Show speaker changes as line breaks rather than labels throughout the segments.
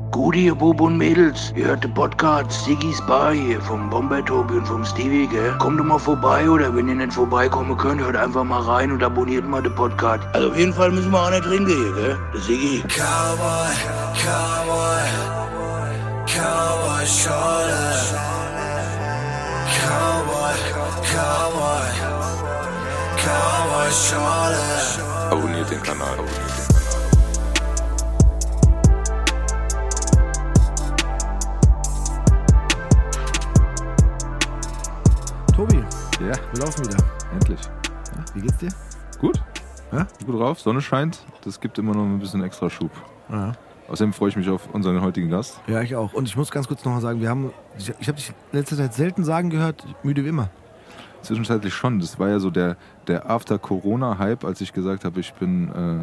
Gut, ihr Bub und Mädels, ihr hört den Podcast Siggy's Bar hier vom Bombay Tobi und vom Stevie, gell? Kommt doch mal vorbei oder wenn ihr nicht vorbeikommen könnt, hört einfach mal rein und abonniert mal den Podcast. Also auf jeden Fall müssen wir auch nicht trinken hier, gell? Der Siggy.
Cowboy, Cowboy, Cowboy Schorle. Cowboy, Cowboy, Cowboy Schorle.
Abonniert den Kanal.
Tobi,
Ja,
wir laufen wieder.
endlich.
Ja, wie geht's dir?
Gut.
Ja?
Gut drauf, Sonne scheint. Das gibt immer noch ein bisschen extra Schub.
Ja.
Außerdem freue ich mich auf unseren heutigen Gast.
Ja, ich auch. Und ich muss ganz kurz nochmal sagen, ich habe dich in letzter Zeit selten sagen gehört, müde wie immer.
Zwischenzeitlich schon. Das war ja so der After-Corona-Hype, als ich gesagt habe, ich bin...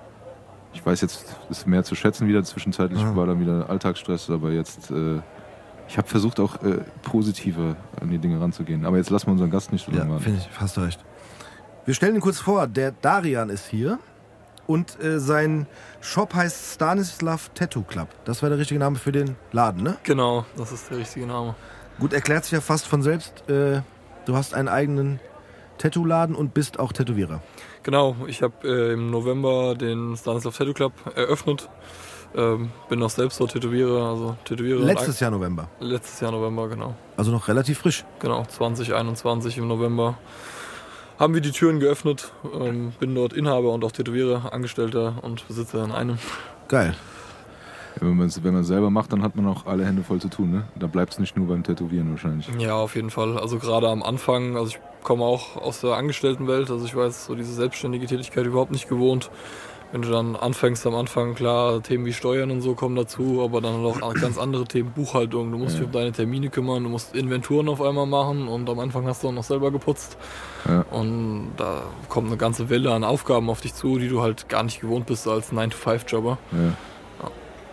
ich weiß jetzt, ist mehr zu schätzen wieder. Zwischenzeitlich war dann wieder Alltagsstress, aber jetzt... ich habe versucht auch positiver an die Dinge ranzugehen. Aber jetzt lassen wir unseren Gast nicht so lange
Ja,
warten.
finde ich, hast du recht. Wir stellen ihn kurz vor. Der Darian ist hier und sein Shop heißt Stanislav Tattoo Club. Das war der richtige Name für den Laden, ne?
Genau, das ist der richtige Name.
Gut, erklärt sich ja fast von selbst. Du hast einen eigenen Tattoo-Laden und bist auch Tätowierer.
Genau, ich habe im November den Stanislav Tattoo Club eröffnet. Bin auch selbst so Tätowierer, also Tätowierer.
Letztes Jahr November.
Letztes Jahr November, genau.
Also noch relativ frisch.
Genau, 2021 im November haben wir die Türen geöffnet. Bin dort Inhaber und auch Tätowierer, Angestellter und Besitzer in einem.
Geil.
Ja, wenn man es selber macht, dann hat man auch alle Hände voll zu tun. Ne? Da bleibt es nicht nur beim Tätowieren wahrscheinlich.
Ja, auf jeden Fall. Also gerade am Anfang, also ich komme auch aus der Angestelltenwelt, also ich weiß so diese selbstständige Tätigkeit überhaupt nicht gewohnt. Wenn du dann anfängst am Anfang, klar, Themen wie Steuern und so kommen dazu, aber dann auch ganz andere Themen, Buchhaltung. Du musst dich um deine Termine kümmern, du musst Inventuren auf einmal machen und am Anfang hast du auch noch selber geputzt.
Ja.
Und da kommt eine ganze Welle an Aufgaben auf dich zu, die du halt gar nicht gewohnt bist als 9-to-5-Jobber.
Ja.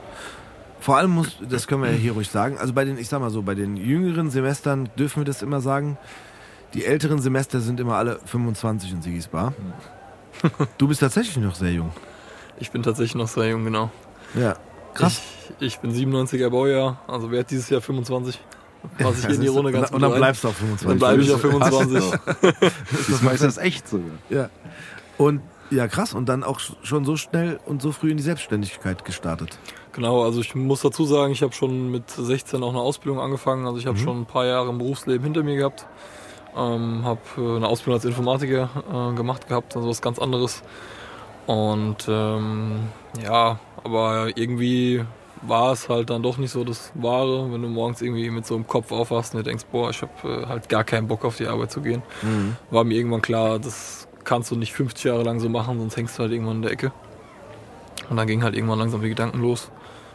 Vor allem das können wir ja hier ruhig sagen, also bei den jüngeren Semestern dürfen wir das immer sagen, die älteren Semester sind immer alle 25 in Siggy's Bar. Du bist tatsächlich noch sehr jung.
Ich bin tatsächlich noch sehr jung, genau.
Ja, krass.
Ich bin 97er Baujahr, also werde dieses Jahr 25. Passe ich hier in die Runde ganz gut
Und dann
rein.
bleibst du auf 25.
Dann bleibe ich auf 25.
Diesmal ist das echt so.
Ja. Und ja, krass. Und dann auch schon so schnell und so früh in die Selbstständigkeit gestartet.
Genau, also ich muss dazu sagen, ich habe schon mit 16 auch eine Ausbildung angefangen. Also ich habe schon ein paar Jahre im Berufsleben hinter mir gehabt. Habe eine Ausbildung als Informatiker gemacht gehabt, also was ganz anderes. Und ja, aber irgendwie war es halt dann doch nicht so das Wahre, wenn du morgens irgendwie mit so einem Kopf aufwachst und dir denkst, boah, ich habe halt gar keinen Bock auf die Arbeit zu gehen. War mir irgendwann klar, das kannst du nicht 50 Jahre lang so machen, sonst hängst du halt irgendwann in der Ecke. Und dann ging halt irgendwann langsam die Gedanken los.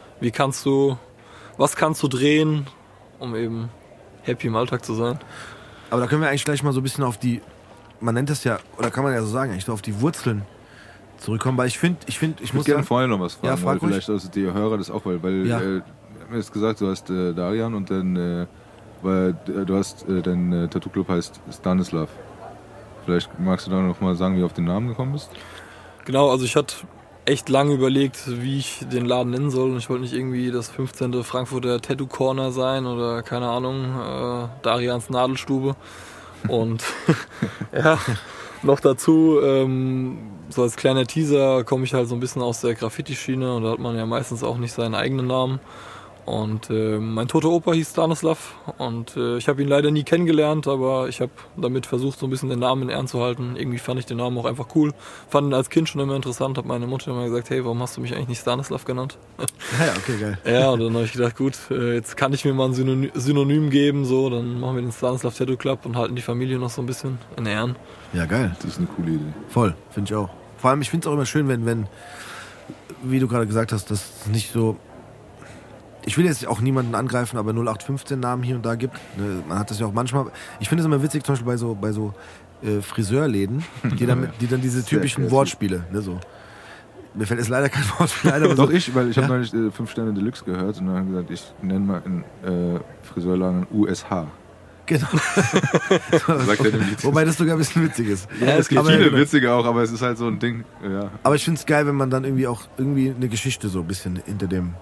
Was kannst du drehen, um eben happy im Alltag zu sein?
Aber da können wir eigentlich gleich mal so ein bisschen auf die, man nennt das ja, oder kann man ja so sagen, eigentlich so auf die Wurzeln zurückkommen, weil ich muss
gerne
sagen,
vorher noch was fragen,
ja, frag
weil vielleicht also die Hörer das auch, weil
Ja.
du hast gesagt, du hast Darian und dann du hast dein Tattoo-Club heißt Stanislav. Vielleicht magst du da noch mal sagen, wie du auf den Namen gekommen bist?
Genau, also ich hatte echt lange überlegt, wie ich den Laden nennen soll. Und ich wollte nicht irgendwie das 15. Frankfurter Tattoo Corner sein oder keine Ahnung, Darians Nadelstube. Und ja, noch dazu, so als kleiner Teaser komme ich halt so ein bisschen aus der Graffiti-Schiene und da hat man ja meistens auch nicht seinen eigenen Namen. Und mein toter Opa hieß Stanislav und ich habe ihn leider nie kennengelernt, aber ich habe damit versucht, so ein bisschen den Namen in Ehren zu halten. Irgendwie fand ich den Namen auch einfach cool, fand ihn als Kind schon immer interessant, habe meine Mutter immer gesagt, hey, warum hast du mich eigentlich nicht Stanislav genannt?
ja, okay, geil.
Ja, und dann habe ich gedacht, gut, jetzt kann ich mir mal ein Synonym geben, so, dann machen wir den Stanislav Tattoo Club und halten die Familie noch so ein bisschen in Ehren.
Ja, geil.
Das ist eine coole Idee.
Voll, finde ich auch. Vor allem, ich finde es auch immer schön, wenn, wie du gerade gesagt hast, das nicht so, ich will jetzt auch niemanden angreifen, aber 0815 Namen hier und da gibt. Ne, man hat das ja auch manchmal. Ich finde es immer witzig, zum Beispiel bei so Friseurläden, die dann diese typischen
kreativ.
Wortspiele, ne, so. Mir fällt jetzt leider kein Wortspiel ein, aber
Doch
so.
weil ich habe neulich 5 Sterne Deluxe gehört und dann habe ich gesagt, ich nenne mal in Friseurladen USH.
Genau.
Sagt er nämlich.
Wobei das sogar ein bisschen witzig ist.
Ja, es gibt
Aber-
viele witzige auch, aber es ist halt so ein Ding. Ja.
Aber ich finde es geil, wenn man dann irgendwie auch eine Geschichte so ein bisschen hinter dem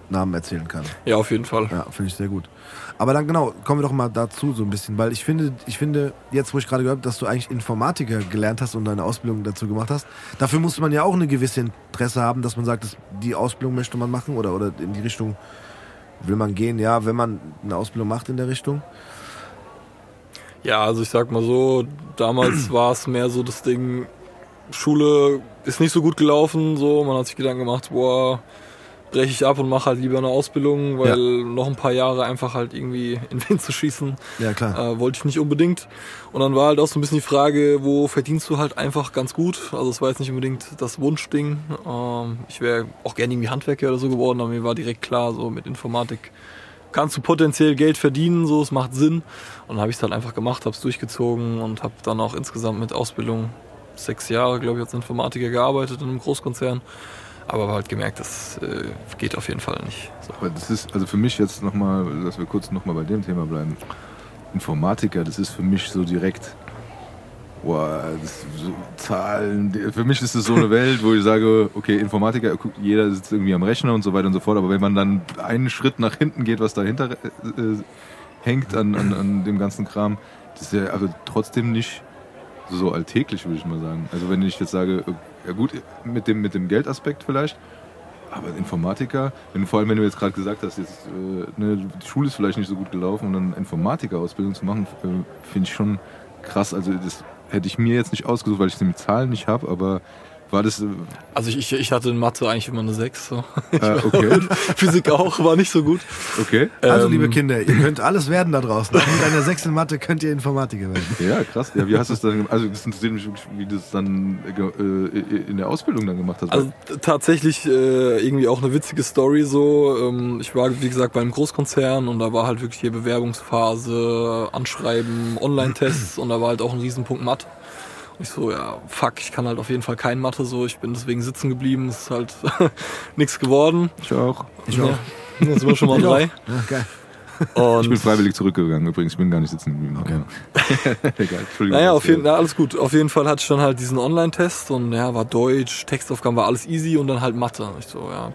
Namen erzählen kann.
Ja, auf jeden Fall.
Ja, finde ich sehr gut. Aber dann genau, kommen wir doch mal dazu so ein bisschen, weil ich finde, jetzt wo ich gerade gehört habe, dass du eigentlich Informatiker gelernt hast und deine Ausbildung dazu gemacht hast, dafür muss man ja auch eine gewisse Interesse haben, dass man sagt, die Ausbildung möchte man machen oder in die Richtung will man gehen, ja, wenn man eine Ausbildung macht in der Richtung.
Ja, also ich sag mal so, damals war es mehr so das Ding, Schule ist nicht so gut gelaufen, so, man hat sich Gedanken gemacht, boah, breche ich ab und mache halt lieber eine Ausbildung, weil noch ein paar Jahre einfach halt irgendwie in den Wind zu schießen,
ja, klar.
Wollte ich nicht unbedingt. Und dann war halt auch so ein bisschen die Frage, wo verdienst du halt einfach ganz gut. Also es war jetzt nicht unbedingt das Wunschding. Ich wäre auch gerne irgendwie Handwerker oder so geworden, aber mir war direkt klar, so mit Informatik kannst du potenziell Geld verdienen, so, es macht Sinn. Und dann habe ich es halt einfach gemacht, habe es durchgezogen und habe dann auch insgesamt mit Ausbildung 6 Jahre, glaube ich, als Informatiker gearbeitet in einem Großkonzern. Aber halt gemerkt, das geht auf jeden Fall nicht. So.
Aber das ist, also für mich jetzt nochmal, dass wir kurz nochmal bei dem Thema bleiben. Informatiker, das ist für mich so direkt, boah, das so Zahlen. Für mich ist es so eine Welt, wo ich sage, okay, Informatiker, jeder sitzt irgendwie am Rechner und so weiter und so fort. Aber wenn man dann einen Schritt nach hinten geht, was dahinter hängt an dem ganzen Kram, das ist ja also trotzdem nicht so alltäglich, würde ich mal sagen. Also wenn ich jetzt sage, ja gut, mit dem Geldaspekt vielleicht, aber Informatiker, vor allem wenn du jetzt gerade gesagt hast, jetzt, die Schule ist vielleicht nicht so gut gelaufen und dann Informatikerausbildung zu machen, finde ich schon krass. Also das hätte ich mir jetzt nicht ausgesucht, weil ich die Zahlen nicht habe, aber war das...
Also ich hatte in Mathe eigentlich immer eine 6. So.
Okay.
Physik auch, war nicht so gut.
Okay.
Also liebe Kinder, ihr könnt alles werden da draußen. Auch mit einer 6 in Mathe könnt ihr Informatiker werden.
Ja, krass. Ja, wie hast du es dann gemacht? Also das interessiert mich wirklich, wie du es dann in der Ausbildung dann gemacht hast.
Also tatsächlich irgendwie auch eine witzige Story so. Ich war, wie gesagt, bei einem Großkonzern und da war halt wirklich hier Bewerbungsphase, Anschreiben, Online-Tests und da war halt auch ein Riesenpunkt Mathe. Ich so, ja, fuck, ich kann halt auf jeden Fall kein Mathe, so, ich bin deswegen sitzen geblieben, ist halt nichts geworden.
Ich auch.
Ja, jetzt sind wir schon mal 3.
Ja, geil.
Und
ich bin freiwillig zurückgegangen übrigens, ich bin gar nicht sitzen geblieben. Okay. Egal, Entschuldigung.
Naja, alles gut. Auf jeden Fall hatte ich dann halt diesen Online-Test und ja, war Deutsch, Textaufgaben war alles easy und dann halt Mathe. Ich so, ja,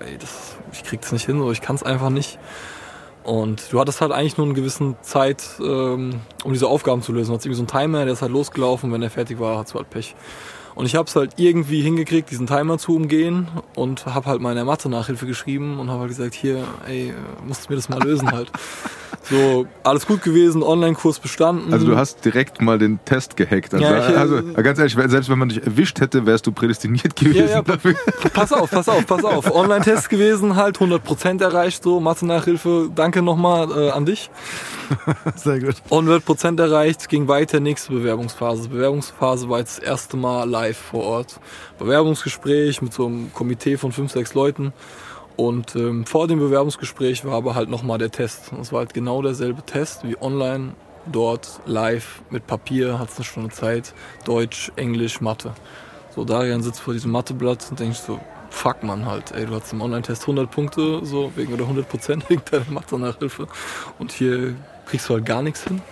ich krieg das nicht hin, so, ich kann es einfach nicht. Und du hattest halt eigentlich nur eine gewisse Zeit, um diese Aufgaben zu lösen. Du hattest irgendwie so einen Timer, der ist halt losgelaufen, wenn der fertig war, hattest du halt Pech. Und ich habe es halt irgendwie hingekriegt, diesen Timer zu umgehen und habe halt meine Mathe-Nachhilfe geschrieben und habe halt gesagt, hier, ey, musst du mir das mal lösen halt. So, alles gut gewesen, Online-Kurs bestanden.
Also du hast direkt mal den Test gehackt. Also,
Ja,
also ganz ehrlich, selbst wenn man dich erwischt hätte, wärst du prädestiniert gewesen.
Ja,
dafür.
Pass auf. Online-Test gewesen, halt 100% erreicht, so, Mathe-Nachhilfe, danke nochmal an dich.
Sehr gut.
100% erreicht, ging weiter, nächste Bewerbungsphase. Bewerbungsphase war jetzt das erste Mal live vor Ort. Bewerbungsgespräch mit so einem Komitee von 5, 6 Leuten. Und vor dem Bewerbungsgespräch war aber halt nochmal der Test. Das war halt genau derselbe Test wie online, dort live mit Papier, hat es eine Stunde Zeit, Deutsch, Englisch, Mathe. So, Darian sitzt vor diesem Matheblatt und denkt so, fuck man halt, ey, du hast im Online-Test 100 Punkte, so, wegen oder 100% wegen deiner Mathe-Nachhilfe. Und hier kriegst du halt gar nichts hin.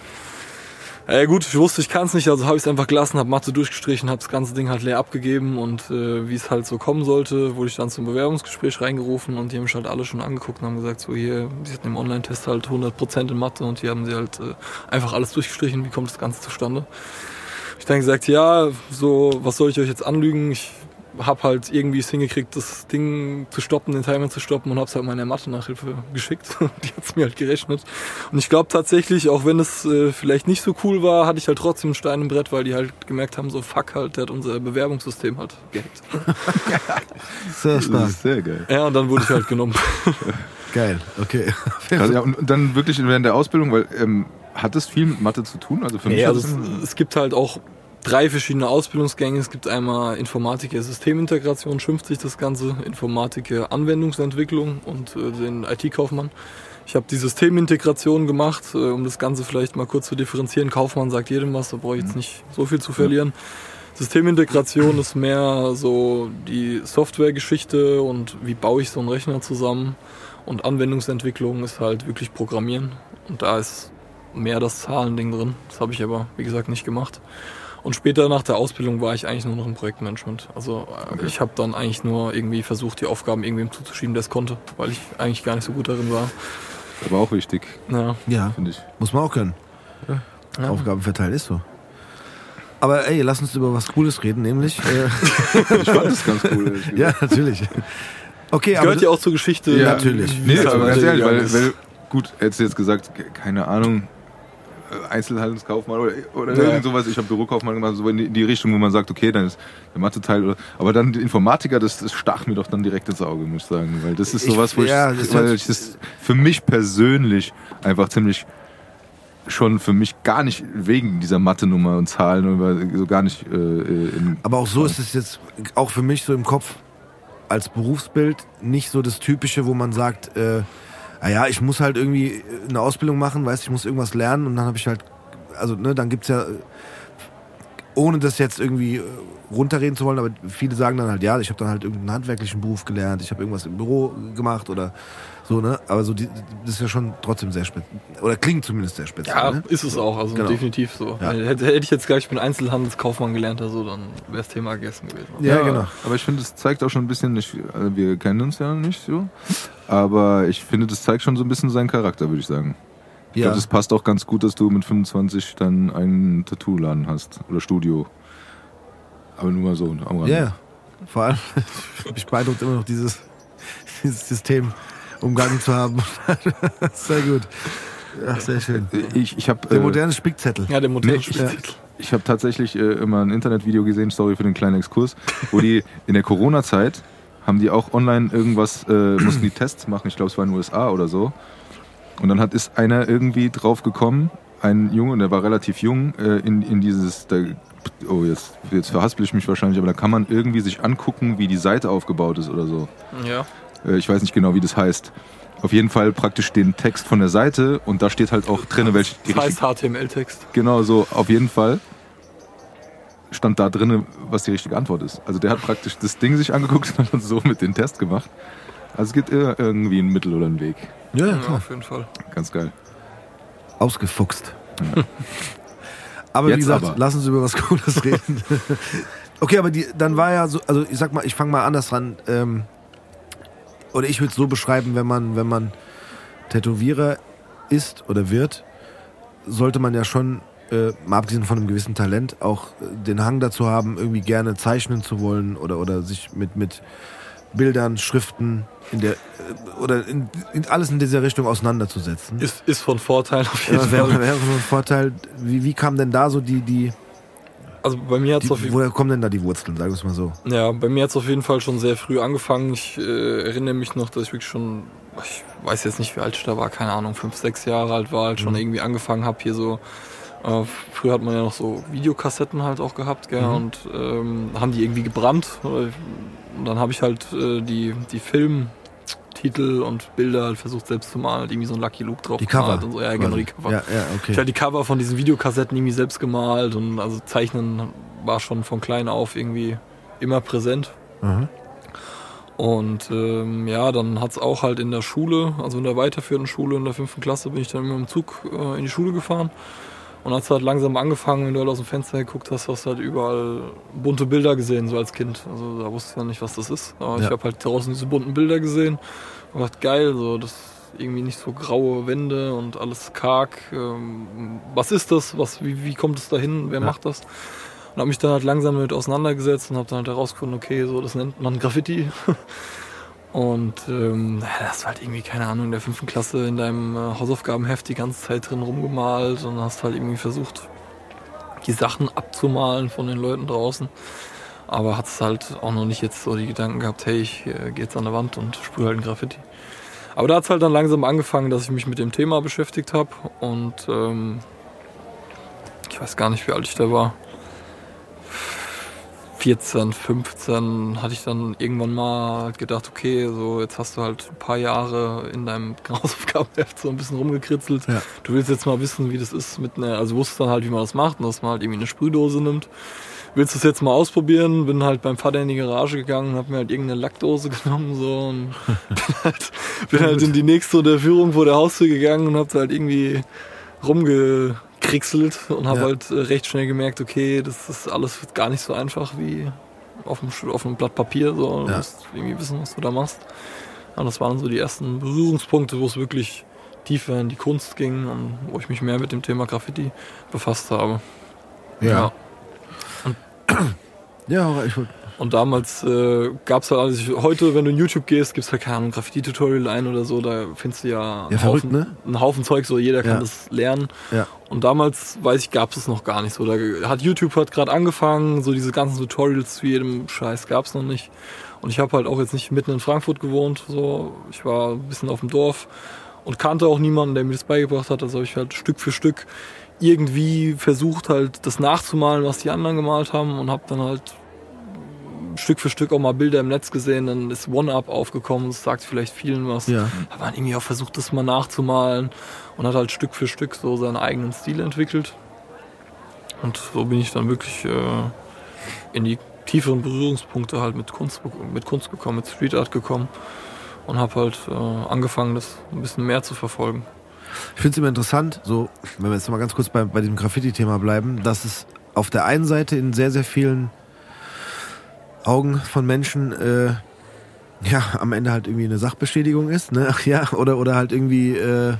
Ja gut, ich wusste, ich kann es nicht, also habe ich es einfach gelassen, habe Mathe durchgestrichen, habe das ganze Ding halt leer abgegeben und wie es halt so kommen sollte, wurde ich dann zum Bewerbungsgespräch reingerufen und die haben mich halt alle schon angeguckt und haben gesagt, so hier, sie hatten im Online-Test halt 100% in Mathe und hier haben sie halt einfach alles durchgestrichen, wie kommt das Ganze zustande? Ich dann gesagt, ja, so, was soll ich euch jetzt anlügen? Ich habe halt irgendwie es hingekriegt, das Ding zu stoppen, den Timer zu stoppen und habe es halt meiner Mathe-Nachhilfe geschickt. Die hat es mir halt gerechnet. Und ich glaube tatsächlich, auch wenn es vielleicht nicht so cool war, hatte ich halt trotzdem einen Stein im Brett, weil die halt gemerkt haben, so fuck halt, der hat unser Bewerbungssystem halt gehackt.
Sehr stark.
Das ist sehr geil.
Ja, und dann wurde ich halt genommen.
Geil, okay.
Also, ja, und dann wirklich während der Ausbildung, weil hat das viel mit Mathe zu tun? Also für mich
Also es gibt halt auch 3 verschiedene Ausbildungsgänge. Es gibt einmal Informatiker Systemintegration, schimpft sich das Ganze, Informatiker Anwendungsentwicklung und den IT-Kaufmann. Ich habe die Systemintegration gemacht, um das Ganze vielleicht mal kurz zu differenzieren. Kaufmann sagt jedem was, da brauche ich jetzt nicht so viel zu verlieren. Systemintegration ist mehr so die Softwaregeschichte und wie baue ich so einen Rechner zusammen. Und Anwendungsentwicklung ist halt wirklich Programmieren. Und da ist mehr das Zahlending drin. Das habe ich aber, wie gesagt, nicht gemacht. Und später nach der Ausbildung war ich eigentlich nur noch im Projektmanagement. Also ich habe dann eigentlich nur irgendwie versucht, die Aufgaben irgendwem zuzuschieben, der es konnte, weil ich eigentlich gar nicht so gut darin war.
Aber auch wichtig,
Ja,
finde ich.
muss man auch können. Ja. Aufgaben verteilen ist so. Aber ey, lass uns über was Cooles reden, nämlich...
Ich fand das ganz cool.
ja, natürlich. Okay,
das gehört ja auch zur Geschichte.
Ja, natürlich.
Nee, aber ganz ehrlich, weil gut, hättest du jetzt gesagt, keine Ahnung, Einzelhandelskaufmann oder irgend sowas, ich habe Bürokaufmann gemacht, so in die Richtung, wo man sagt, okay, dann ist der Mathe-Teil, aber dann die Informatiker, das stach mir doch dann direkt ins Auge, muss ich sagen, weil das ist sowas, wo weil ich das für mich persönlich einfach ziemlich schon für mich gar nicht wegen dieser Mathe-Nummer und Zahlen, so gar nicht
aber auch so ist es jetzt auch für mich so im Kopf als Berufsbild nicht so das Typische, wo man sagt, ich muss halt irgendwie eine Ausbildung machen, ich muss irgendwas lernen und dann habe ich halt, also ne, dann gibt's ja, ohne das jetzt irgendwie runterreden zu wollen, aber viele sagen dann halt, ja, ich habe dann halt irgendeinen handwerklichen Beruf gelernt, ich habe irgendwas im Büro gemacht oder so, ne, aber so, das ist ja schon trotzdem sehr speziell, oder klingt zumindest sehr speziell.
Ja,
ne?
ist es auch, also
Genau.
definitiv so.
Ja.
Hätte ich jetzt gleich, ich bin Einzelhandelskaufmann gelernt, also dann wäre das Thema gegessen gewesen.
Ja, genau.
Aber ich finde, es zeigt auch schon ein bisschen, wir kennen uns ja nicht so, aber ich finde, das zeigt schon so ein bisschen seinen Charakter, würde ich sagen. Ich glaube, das passt auch ganz gut, dass du mit 25 dann einen Tattoo-Laden hast oder Studio. Aber nur mal so am Rande.
Ja, vor allem, mich beeindruckt immer noch dieses System umgangen zu haben. Sehr gut. Ja, sehr schön.
Ich habe
Der moderne Spickzettel.
Ja, der moderne
Nee,
Spickzettel.
Ich habe tatsächlich immer ein Internetvideo gesehen, sorry für den kleinen Exkurs, wo die in der Corona-Zeit haben die auch online irgendwas, mussten die Tests machen, ich glaube es war in den USA oder so. Und dann ist einer irgendwie drauf gekommen, ein Junge, der war relativ jung, in dieses, jetzt verhaspel ich mich wahrscheinlich, aber da kann man irgendwie sich angucken, wie die Seite aufgebaut ist oder so.
Ja.
Ich weiß nicht genau, wie das heißt. Auf jeden Fall praktisch den Text von der Seite und da steht halt auch drin, welche die
Das heißt HTML-Text.
Genau so, auf jeden Fall stand da drin, was die richtige Antwort ist. Also der hat praktisch das Ding sich angeguckt und hat dann so mit dem Test gemacht. Also es gibt irgendwie ein Mittel oder einen Weg.
Ja,
Ja,
klar.
auf jeden Fall.
Ganz geil.
Ausgefuchst. Aber
Jetzt
wie gesagt,
aber.
lass uns über was Cooles reden. Okay, aber dann war ja so, also ich sag mal, ich fange mal anders ran. Oder ich würde es so beschreiben, wenn man Tätowierer ist oder wird, sollte man ja schon, mal abgesehen von einem gewissen Talent, auch den Hang dazu haben, irgendwie gerne zeichnen zu wollen oder sich mit Bildern, Schriften in alles in dieser Richtung auseinanderzusetzen.
Ist von Vorteil auf jeden Fall.
Wäre so ein Vorteil. Wie kam denn da so
Also bei mir hat's auf jeden
woher kommen denn da die Wurzeln, sagen wir es mal so?
Ja, bei mir hat es auf jeden Fall schon sehr früh angefangen. Ich erinnere mich noch, dass ich wirklich schon, ich weiß jetzt nicht, wie alt ich da war, keine Ahnung, 5, 6 Jahre alt war, halt schon irgendwie angefangen habe hier so. Früher hat man ja noch so Videokassetten halt auch gehabt, gell, und haben die irgendwie gebrannt. Und dann habe ich halt die Filmtitel und Bilder halt versucht selbst zu malen, halt irgendwie so ein Lucky Luke drauf
Die Cover.
gemalt und so. Ja, genau, die Cover.
Ja, okay.
Ich habe die Cover von diesen Videokassetten irgendwie selbst gemalt und also Zeichnen war schon von klein auf irgendwie immer präsent.
Mhm.
Und dann hat's auch halt in der Schule, also in der weiterführenden Schule in der 5. Klasse, bin ich dann immer im Zug in die Schule gefahren. Und hat's halt langsam angefangen, wenn du halt aus dem Fenster geguckt hast, hast du halt überall bunte Bilder gesehen, so als Kind. Also da wusste ich ja nicht, was das ist. Aber ich habe halt draußen diese bunten Bilder gesehen und dachte, geil, so das irgendwie nicht so graue Wände und alles karg. Was ist das? Wie kommt es dahin? Wer macht das? Und habe mich dann halt langsam damit auseinandergesetzt und habe dann halt herausgefunden, okay, so das nennt man Graffiti. Und das war halt irgendwie, keine Ahnung, in der 5. Klasse in deinem Hausaufgabenheft die ganze Zeit drin rumgemalt und hast halt irgendwie versucht, die Sachen abzumalen von den Leuten draußen. Aber hat es halt auch noch nicht jetzt so die Gedanken gehabt, hey, ich gehe jetzt an der Wand und sprühe halt ein Graffiti. Aber da hat es halt dann langsam angefangen, dass ich mich mit dem Thema beschäftigt habe und ich weiß gar nicht, wie alt ich da war. 14, 15 hatte ich dann irgendwann mal halt gedacht, okay, so jetzt hast du halt ein paar Jahre in deinem Hausaufgabenheft so ein bisschen rumgekritzelt. Ja. Du willst jetzt mal wissen, wie das ist also wusstest dann halt, wie man das macht und dass man halt irgendwie eine Sprühdose nimmt. Willst du es jetzt mal ausprobieren? Bin halt beim Vater in die Garage gegangen, hab mir halt irgendeine Lackdose genommen so und bin halt in die nächste Unterführung vor der Haustür gegangen und hab halt irgendwie rumgekritzelt gekriegselt und habe
Ja.
halt recht schnell gemerkt, okay, das ist alles gar nicht so einfach wie auf einem Blatt Papier. So. Du
Ja.
musst irgendwie wissen, was du da machst. Und das waren so die ersten Berührungspunkte, wo es wirklich tiefer in die Kunst ging und wo ich mich mehr mit dem Thema Graffiti befasst habe.
Ja. Ja, ich wollte.
Und damals gab es halt, also heute, wenn du in YouTube gehst, gibt es halt keine Ahnung, Graffiti-Tutorial ein oder so, da findest du ja,
verrückt,
einen Haufen Zeug, so jeder kann
Ja.
das lernen.
Ja.
Und damals, weiß ich, gab es noch gar nicht so. YouTube hat gerade angefangen, so diese ganzen Tutorials zu jedem Scheiß gab es noch nicht. Und ich habe halt auch jetzt nicht mitten in Frankfurt gewohnt, so. Ich war ein bisschen auf dem Dorf und kannte auch niemanden, der mir das beigebracht hat. Also habe ich halt Stück für Stück irgendwie versucht, halt das nachzumalen, was die anderen gemalt haben, und habe dann halt Stück für Stück auch mal Bilder im Netz gesehen. Dann ist One-Up aufgekommen, das sagt vielleicht vielen was.
Ja.
Hat man irgendwie auch versucht, das mal nachzumalen und hat halt Stück für Stück so seinen eigenen Stil entwickelt. Und so bin ich dann wirklich in die tieferen Berührungspunkte halt mit Kunst gekommen, mit Street Art gekommen und habe halt angefangen, das ein bisschen mehr zu verfolgen.
Ich finde es immer interessant, so, wenn wir jetzt mal ganz kurz bei dem Graffiti-Thema bleiben, dass es auf der einen Seite in sehr, sehr vielen Augen von Menschen ja, am Ende halt irgendwie eine Sachbeschädigung ist, ne? Ach ja, oder halt irgendwie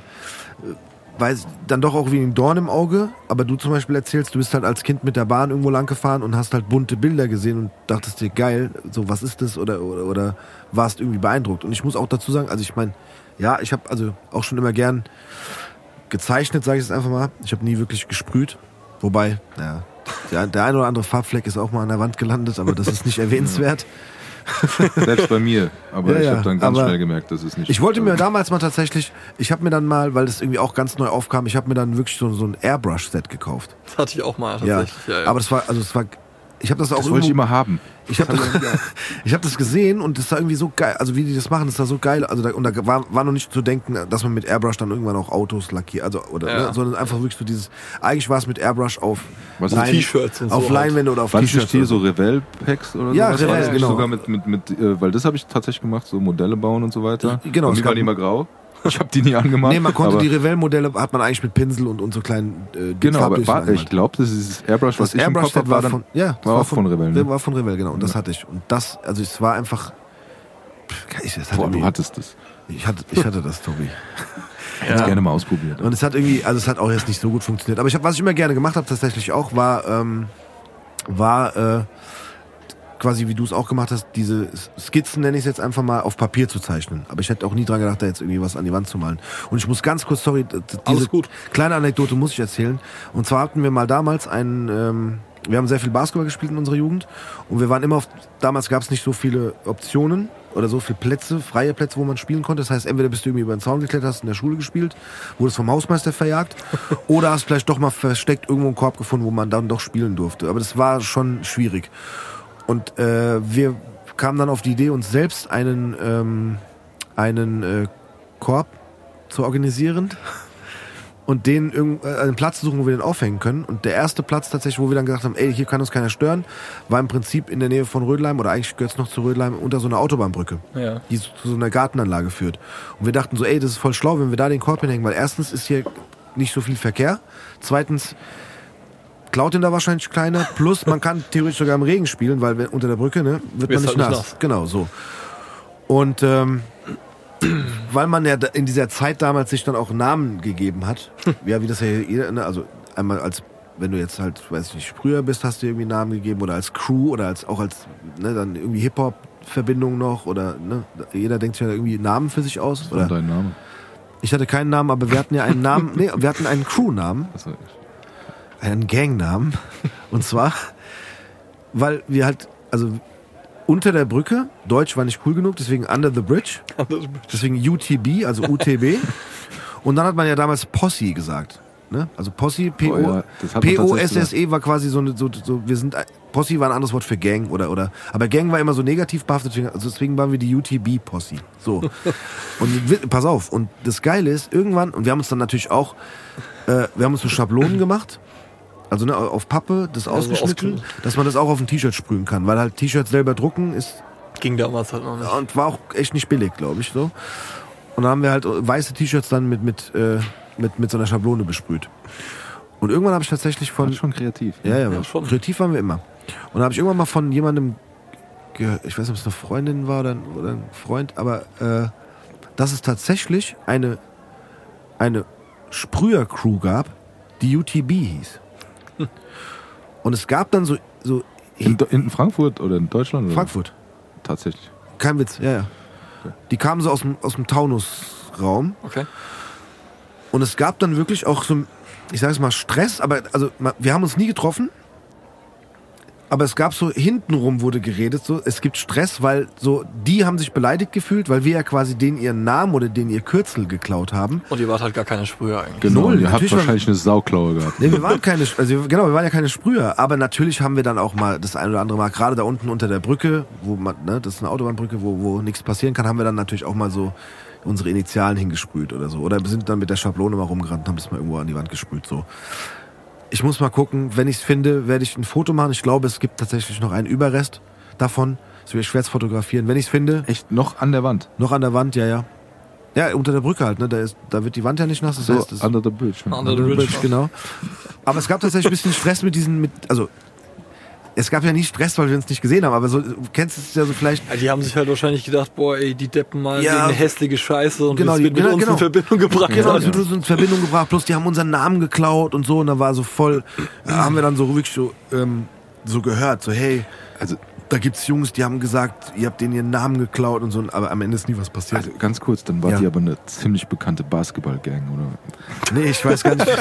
weiß, dann doch auch wie ein Dorn im Auge. Aber du zum Beispiel erzählst, du bist halt als Kind mit der Bahn irgendwo lang gefahren und hast halt bunte Bilder gesehen und dachtest dir, geil, so, was ist das? Oder warst irgendwie beeindruckt. Und ich muss auch dazu sagen, also ich meine, ja, ich habe also auch schon immer gern gezeichnet, sage ich es einfach mal. Ich habe nie wirklich gesprüht. Wobei, ja, der ein oder andere Farbfleck ist auch mal an der Wand gelandet, aber das ist nicht erwähnenswert.
Selbst bei mir. Aber
Ja,
ich
ja,
habe dann ganz
aber
schnell gemerkt, das ist nicht.
Ich wollte mir damals mal tatsächlich, ich habe mir dann mal, weil das irgendwie auch ganz neu aufkam, ich habe mir dann wirklich so ein Airbrush-Set gekauft.
Das hatte ich auch mal
Ja,
tatsächlich. Ja.
aber das war, ich habe das auch
Das wollte ich immer haben.
Ich habe das gesehen und das war irgendwie so geil. Also wie die das machen, das war so geil. Also da war noch nicht zu denken, dass man mit Airbrush dann irgendwann auch Autos lackiert, also
Ja.
ne, sondern einfach wirklich so dieses. Eigentlich war es mit Airbrush auf
Was
ist T-Shirts und
auf
so
Leinwände oder auf
Waren
T-Shirts.
nicht hier so Revell-Packs oder
Ja,
sowas?
Revell,
War das nicht
genau.
sogar mit weil das habe ich tatsächlich gemacht, so Modelle bauen und so weiter.
Genau,
Bei
es
mir
gab-
waren die immer grau. Ich habe die nie angemacht.
Nee, man konnte
aber,
die Revell-Modelle hat man eigentlich mit Pinsel und so kleinen
Genau, aber
Farbdüsen
ich
angemalt.
glaube, das ist dieses Airbrush, was ich im Kopf
Airbrush-Set
habe, war, dann, war auch von Revell. Ne?
War von Revell, genau. Und das hatte ich. Und das, also es war einfach.
Boah, du hattest das.
Ich hatte das, Tobi.
Ich hätte es gerne mal ausprobiert.
Und es hat irgendwie, also es hat auch jetzt nicht so gut funktioniert. Aber was ich immer gerne gemacht habe, tatsächlich auch, war quasi, wie du es auch gemacht hast, diese Skizzen, nenne ich es jetzt einfach mal, auf Papier zu zeichnen. Aber ich hätte auch nie dran gedacht, da jetzt irgendwie was an die Wand zu malen. Und ich muss ganz kurz, sorry, diese
Alles gut.
kleine Anekdote muss ich erzählen. Und zwar hatten wir mal damals wir haben sehr viel Basketball gespielt in unserer Jugend und wir waren immer damals gab es nicht so viele Optionen oder so viele Plätze, freie Plätze, wo man spielen konnte. Das heißt, entweder bist du irgendwie über den Zaun geklettert, hast in der Schule gespielt, wurdest vom Hausmeister verjagt oder hast vielleicht doch mal versteckt irgendwo einen Korb gefunden, wo man dann doch spielen durfte. Aber das war schon schwierig. Und wir kamen dann auf die Idee, uns selbst einen Korb zu organisieren und einen Platz zu suchen, wo wir den aufhängen können. Und der erste Platz tatsächlich, wo wir dann gesagt haben, ey, hier kann uns keiner stören, war im Prinzip in der Nähe von Rödelheim, oder eigentlich gehört es noch zu Rödelheim, unter so einer Autobahnbrücke,
Ja.
die zu so einer Gartenanlage führt. Und wir dachten so, ey, das ist voll schlau, wenn wir da den Korb hinhängen, weil erstens ist hier nicht so viel Verkehr, zweitens klaut ihn da wahrscheinlich keiner, plus man kann theoretisch sogar im Regen spielen, weil unter der Brücke, ne, wird man
Wirst
nicht
halt
nass.
nicht nass.
Genau, so. Und weil man ja in dieser Zeit damals sich dann auch Namen gegeben hat, ja, wie das ja jeder, ne, also einmal als, wenn du jetzt halt, weiß ich nicht, Sprüher bist, hast du irgendwie Namen gegeben, oder als Crew, oder als ne, dann irgendwie Hip-Hop-Verbindung noch, oder, ne, jeder denkt sich ja irgendwie Namen für sich aus,
Was war
oder?
dein Name?
Ich hatte keinen Namen, aber wir hatten ja einen Namen, nee, wir hatten einen Crew-Namen,
Achso,
einen Gangnamen, und zwar, weil wir halt, also unter der Brücke, Deutsch war nicht cool genug, deswegen Under the Bridge, deswegen UTB, also UTB. Und dann hat man ja damals Posse gesagt. Ne? Also Posse,
Oh ja, das hat man
P-O-S-S-E war quasi so, wir sind, Posse war ein anderes Wort für Gang oder, aber Gang war immer so negativ behaftet, deswegen waren wir die UTB-Posse. So. Und pass auf, und das Geile ist, irgendwann, und wir haben uns dann natürlich auch, wir haben uns so Schablonen gemacht, also ne, auf Pappe, das ausgeschnitten, dass man das auch auf ein T-Shirt sprühen kann, weil halt T-Shirts selber drucken ist,
Ging damals halt noch nicht.
und war auch echt nicht billig, glaube ich, so. Und dann haben wir halt weiße T-Shirts dann mit so einer Schablone besprüht. Und irgendwann habe ich tatsächlich von...
Schon kreativ.
Ja,
schon.
kreativ waren wir immer. Und da habe ich irgendwann mal von jemandem gehört, ich weiß nicht, ob es eine Freundin war oder ein Freund, aber dass es tatsächlich eine Sprüher-Crew gab, die UTB hieß. Und es gab dann so
In Frankfurt oder in Deutschland? Oder?
Frankfurt.
Tatsächlich.
Kein Witz, ja. Die kamen so aus dem Taunusraum.
Okay.
Und es gab dann wirklich auch so, ich sage es mal, Stress, aber also wir haben uns nie getroffen. Aber es gab so, hintenrum wurde geredet, so, es gibt Stress, weil so, die haben sich beleidigt gefühlt, weil wir ja quasi denen ihren Namen oder denen ihr Kürzel geklaut haben.
Und ihr wart halt gar keine Sprüher eigentlich.
Genau,
Null,
ihr habt
natürlich
wahrscheinlich eine Sauklaue gehabt.
Nee, wir waren wir waren ja keine Sprüher, aber natürlich haben wir dann auch mal das ein oder andere Mal, gerade da unten unter der Brücke, wo man, ne, das ist eine Autobahnbrücke, wo nichts passieren kann, haben wir dann natürlich auch mal so unsere Initialen hingesprüht oder so. Oder wir sind dann mit der Schablone mal rumgerannt und haben das mal irgendwo an die Wand gesprüht, so. Ich muss mal gucken, wenn ich es finde, werde ich ein Foto machen. Ich glaube, es gibt tatsächlich noch einen Überrest davon. Es wird schwer zu fotografieren. Wenn ich es finde,
Echt noch an der Wand?
noch an der Wand, ja. Ja, unter der Brücke halt, ne? Da wird die Wand ja nicht nass. Das
So,
heißt, das
under the bridge.
Under the bridge.
genau. Aber es gab tatsächlich ein bisschen Stress also es gab ja nie Stress, weil wir uns nicht gesehen haben, aber so, du kennst es ja so vielleicht.
Ja, die haben sich halt wahrscheinlich gedacht, boah, ey, die deppen mal
Ja.
irgendeine hässliche Scheiße und
Genau,
das wird mit
genau,
uns
genau.
in Verbindung gebracht.
Genau,
Alter.
das wird uns in Verbindung gebracht, plus die haben unseren Namen geklaut und so, und da war so voll, haben wir dann so wirklich so gehört, so hey,
Also,
da gibt's Jungs, die haben gesagt, ihr habt denen ihren Namen geklaut und so, aber am Ende ist nie was passiert.
also ganz kurz, dann war
Ja.
die aber eine ziemlich bekannte Basketball-Gang, oder?
Nee, ich weiß gar nicht.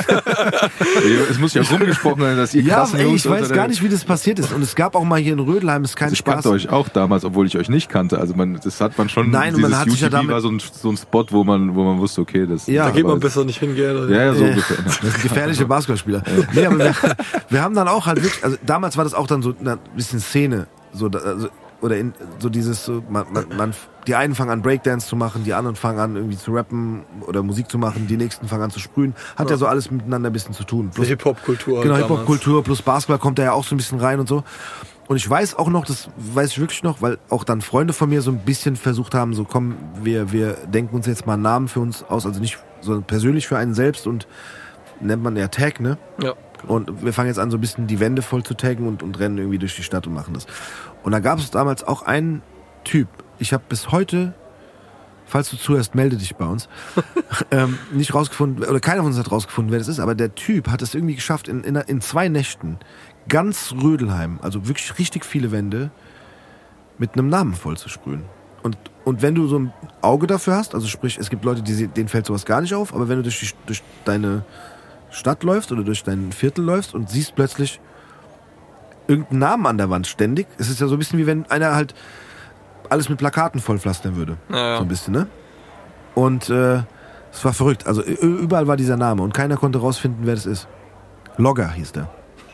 Es muss ja rumgesprochen sein, dass ihr
Ja,
krassen
ey,
Jungs
ich weiß
unter
gar
der-
nicht, wie das passiert ist. Und es gab auch mal hier in Rödelheim, ist kein
Also ich
Spaß.
kannte euch auch damals, obwohl ich euch nicht kannte. Also das hat man schon.
Nein, und man hat sich ja
UTB
damit-
war so ein Spot, wo man wusste, okay, das.
Ja.
Da geht man
aber-
besser nicht hin, gell?
Ja, so
Ja.
ungefähr.
Das sind gefährliche Basketballspieler. Nee, aber wir haben dann auch halt wirklich, also damals war das auch dann so ein bisschen Szene, so, oder so dieses, so, die einen fangen an Breakdance zu machen, die anderen fangen an irgendwie zu rappen oder Musik zu machen, die nächsten fangen an zu sprühen. Hat ja so alles miteinander ein bisschen zu tun.
Die
Plus,
Hip-Hop-Kultur.
genau,
damals.
Hip-Hop-Kultur plus Basketball kommt da ja auch so ein bisschen rein und so. Und ich weiß auch noch, das weiß ich wirklich noch, weil auch dann Freunde von mir so ein bisschen versucht haben, so komm, wir denken uns jetzt mal einen Namen für uns aus, also nicht so persönlich für einen selbst und nennt man ja Tag, ne?
Ja.
Und wir fangen jetzt an, so ein bisschen die Wände voll zu taggen und rennen irgendwie durch die Stadt und machen das. Und da gab es damals auch einen Typ, ich habe bis heute, falls du zuhörst, melde dich bei uns, nicht rausgefunden, oder keiner von uns hat rausgefunden, wer das ist, aber der Typ hat es irgendwie geschafft, in 2 Nächten ganz Rödelheim, also wirklich richtig viele Wände, mit einem Namen voll zu sprühen. Und wenn du so ein Auge dafür hast, also sprich, es gibt Leute, denen fällt sowas gar nicht auf, aber wenn du durch deine Stadt läufst oder durch dein Viertel läufst und siehst plötzlich irgendeinen Namen an der Wand ständig, es ist ja so ein bisschen wie wenn einer halt alles mit Plakaten vollpflastern würde.
Ja.
So ein bisschen, ne? Und es war verrückt. Also überall war dieser Name und keiner konnte rausfinden, wer das ist. Logger hieß der.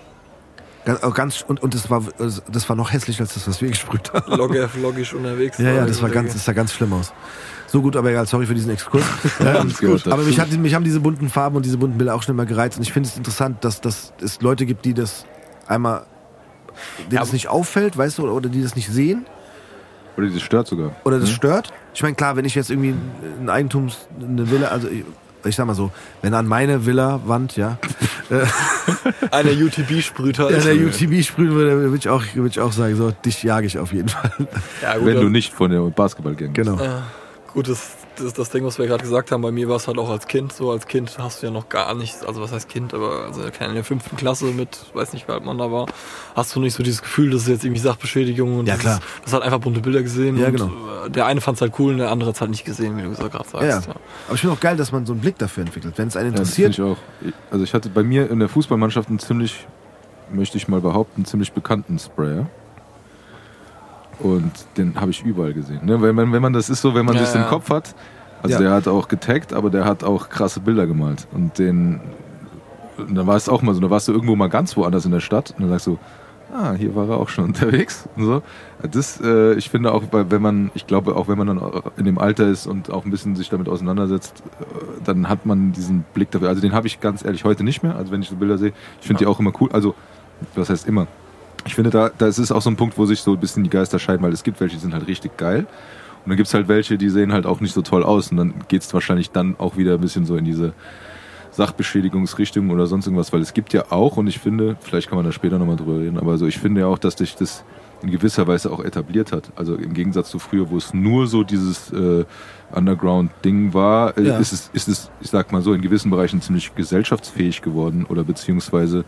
Und das war noch hässlicher als das, was wir gesprüht haben.
Logisch unterwegs.
Ja, das sah ganz schlimm aus. So gut, aber egal, sorry für diesen Exkurs.
Alles gut.
Aber mich haben diese bunten Farben und diese bunten Bilder auch schon immer gereizt. Und ich finde es interessant, dass es Leute gibt, die das einmal, denen das nicht auffällt, weißt du, oder die das nicht sehen.
Oder das stört sogar.
Oder das stört. Ich meine, klar, wenn ich jetzt irgendwie eine Villa, also ich sag mal so, wenn an meine Villa-Wand, ja,
Einer UTB sprüht halt.
der UTB sprühen würde, würde ich auch sagen, so, dich jage ich auf jeden Fall.
Ja, gut,
Wenn du nicht von der Basketball-Gang bist.
Genau.
Gut, das ist das Ding, was wir gerade gesagt haben. Bei mir war es halt auch als Kind so. Als Kind hast du ja noch gar nichts, also was heißt Kind, aber also in der 5. Klasse mit, weiß nicht, wie alt man da war, hast du nicht so dieses Gefühl, das ist jetzt irgendwie Sachbeschädigung und
Ja, klar.
das hat einfach bunte Bilder gesehen.
Ja,
und
genau.
Der eine fand es halt cool und der andere hat es halt nicht gesehen, wie du gerade sagst.
Ja. Aber ich finde auch geil, dass man so einen Blick dafür entwickelt. Wenn es einen
Ja, das
interessiert,
finde ich auch. Also ich hatte bei mir in der Fußballmannschaft einen ziemlich, möchte ich mal behaupten, ziemlich bekannten Sprayer. Und den habe ich überall gesehen. Ne? Wenn man das ist so, wenn man
Ja,
das
ja.
im Kopf hat, also
Ja.
der hat auch getaggt, aber der hat auch krasse Bilder gemalt. Und dann war es auch mal so, da warst du irgendwo mal ganz woanders in der Stadt und dann sagst du, hier war er auch schon unterwegs und so. Das, ich finde auch, wenn man dann in dem Alter ist und auch ein bisschen sich damit auseinandersetzt, dann hat man diesen Blick dafür. Also den habe ich ganz ehrlich heute nicht mehr. Also wenn ich so Bilder sehe, ich finde die auch immer cool. Also, was heißt immer? Ich finde, da ist es auch so ein Punkt, wo sich so ein bisschen die Geister scheiden, weil es gibt welche, die sind halt richtig geil. Und dann gibt es halt welche, die sehen halt auch nicht so toll aus. Und dann geht es wahrscheinlich dann auch wieder ein bisschen so in diese Sachbeschädigungsrichtung oder sonst irgendwas, weil es gibt ja auch, und ich finde, vielleicht kann man da später nochmal drüber reden, aber so, ich finde ja auch, dass sich das in gewisser Weise auch etabliert hat. Also im Gegensatz zu früher, wo es nur so dieses Underground-Ding war, ist es, ich sag mal so, in gewissen Bereichen ziemlich gesellschaftsfähig geworden oder beziehungsweise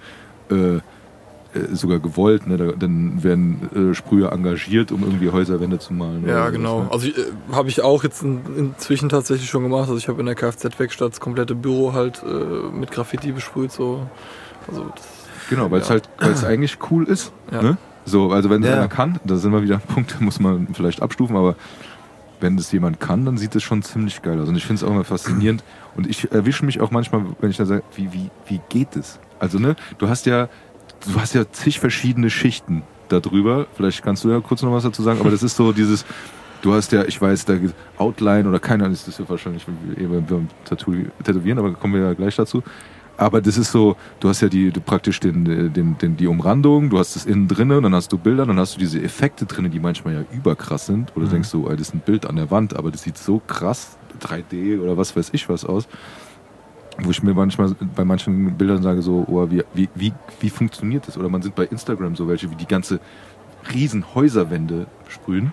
sogar gewollt. Ne? Dann werden Sprüher engagiert, um irgendwie Häuserwände zu malen.
Ja, genau. Ne? Also habe ich auch jetzt inzwischen tatsächlich schon gemacht. Also ich habe in der Kfz-Werkstatt das komplette Büro halt mit Graffiti besprüht. So. Also
genau, weil es eigentlich cool ist.
Ja.
Ne? So, also wenn es einer kann, da sind wir wieder Punkte, muss man vielleicht abstufen, aber wenn das jemand kann, dann sieht es schon ziemlich geil aus. Und ich finde es auch immer faszinierend. Und ich erwische mich auch manchmal, wenn ich da sage, wie geht es? Also, ne, du hast ja zig verschiedene Schichten darüber. Vielleicht kannst du ja kurz noch was dazu sagen, aber das ist so dieses, du hast ja, ich weiß, da Outline oder keine Ahnung, ist das ja wahrscheinlich beim Tätowieren, aber kommen wir ja gleich dazu. Aber das ist so, du hast ja praktisch die Umrandung, du hast das innen drinne und dann hast du Bilder, dann hast du diese Effekte drinne, die manchmal ja überkrass sind. Oder denkst du, das ist ein Bild an der Wand, aber das sieht so krass, 3D oder was weiß ich was aus. Wo ich mir manchmal bei manchen Bildern sage so, oh, wie funktioniert das? Oder man sind bei Instagram so welche, wie die ganze riesen Häuserwände sprühen.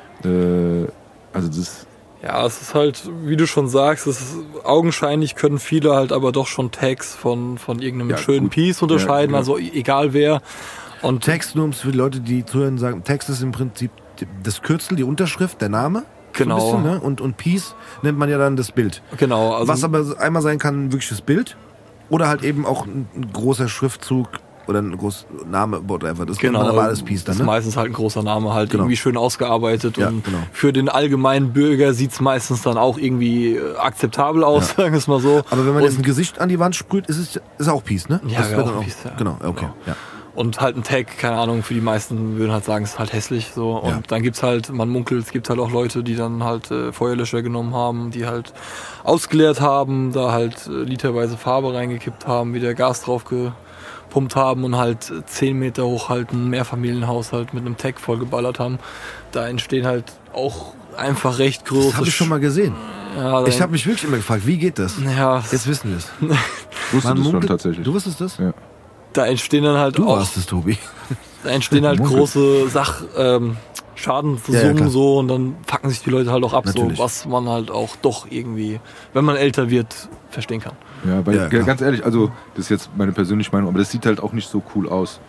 Also das.
Ja, es ist halt, wie du schon sagst, augenscheinlich können viele halt aber doch schon Tags von irgendeinem schönen Piece unterscheiden, also egal wer. Und
Text, nur für die Leute, die zuhören, sagen, Text ist im Prinzip das Kürzel, die Unterschrift, der Name.
Genau.
So ein bisschen, ne? Und Piece nennt man ja dann das Bild.
Genau. Also
was aber einmal sein kann, wirklich das Bild oder halt eben auch ein großer Schriftzug oder ein großer Name, whatever. Das nennt man aber alles Piece dann, ne?
Das ist meistens halt ein großer Name, halt irgendwie schön ausgearbeitet und
genau.
Für den allgemeinen Bürger sieht's meistens dann auch irgendwie akzeptabel aus, sagen wir es mal so.
Aber wenn man jetzt ein Gesicht an die Wand sprüht, ist auch Piece, ne?
Ja,
das
wäre auch Piece, ja.
Genau, okay.
Genau.
Ja.
Und halt ein Tag, keine Ahnung, für die meisten würden halt sagen, es ist halt hässlich so. Und dann gibt's halt, man munkelt, es gibt halt auch Leute, die dann halt Feuerlöscher genommen haben, die halt ausgeleert haben, da halt literweise Farbe reingekippt haben, wieder Gas drauf gepumpt haben und halt 10 Meter hoch halt ein Mehrfamilienhaus halt mit einem Tag vollgeballert haben. Da entstehen halt auch einfach recht große...
Das habe ich schon mal gesehen.
Ja,
ich habe mich wirklich immer gefragt, wie geht das?
Ja,
jetzt wissen wir es.
Wusstest du schon tatsächlich?
Du wusstest das?
Ja.
Da entstehen dann halt
Du
auch...
warst es, Tobi.
Da entstehen halt große Schadensummen so und dann packen sich die Leute halt auch ab, so, was man halt auch doch irgendwie, wenn man älter wird, verstehen kann.
Ja, weil ganz ehrlich, also das ist jetzt meine persönliche Meinung, aber das sieht halt auch nicht so cool aus.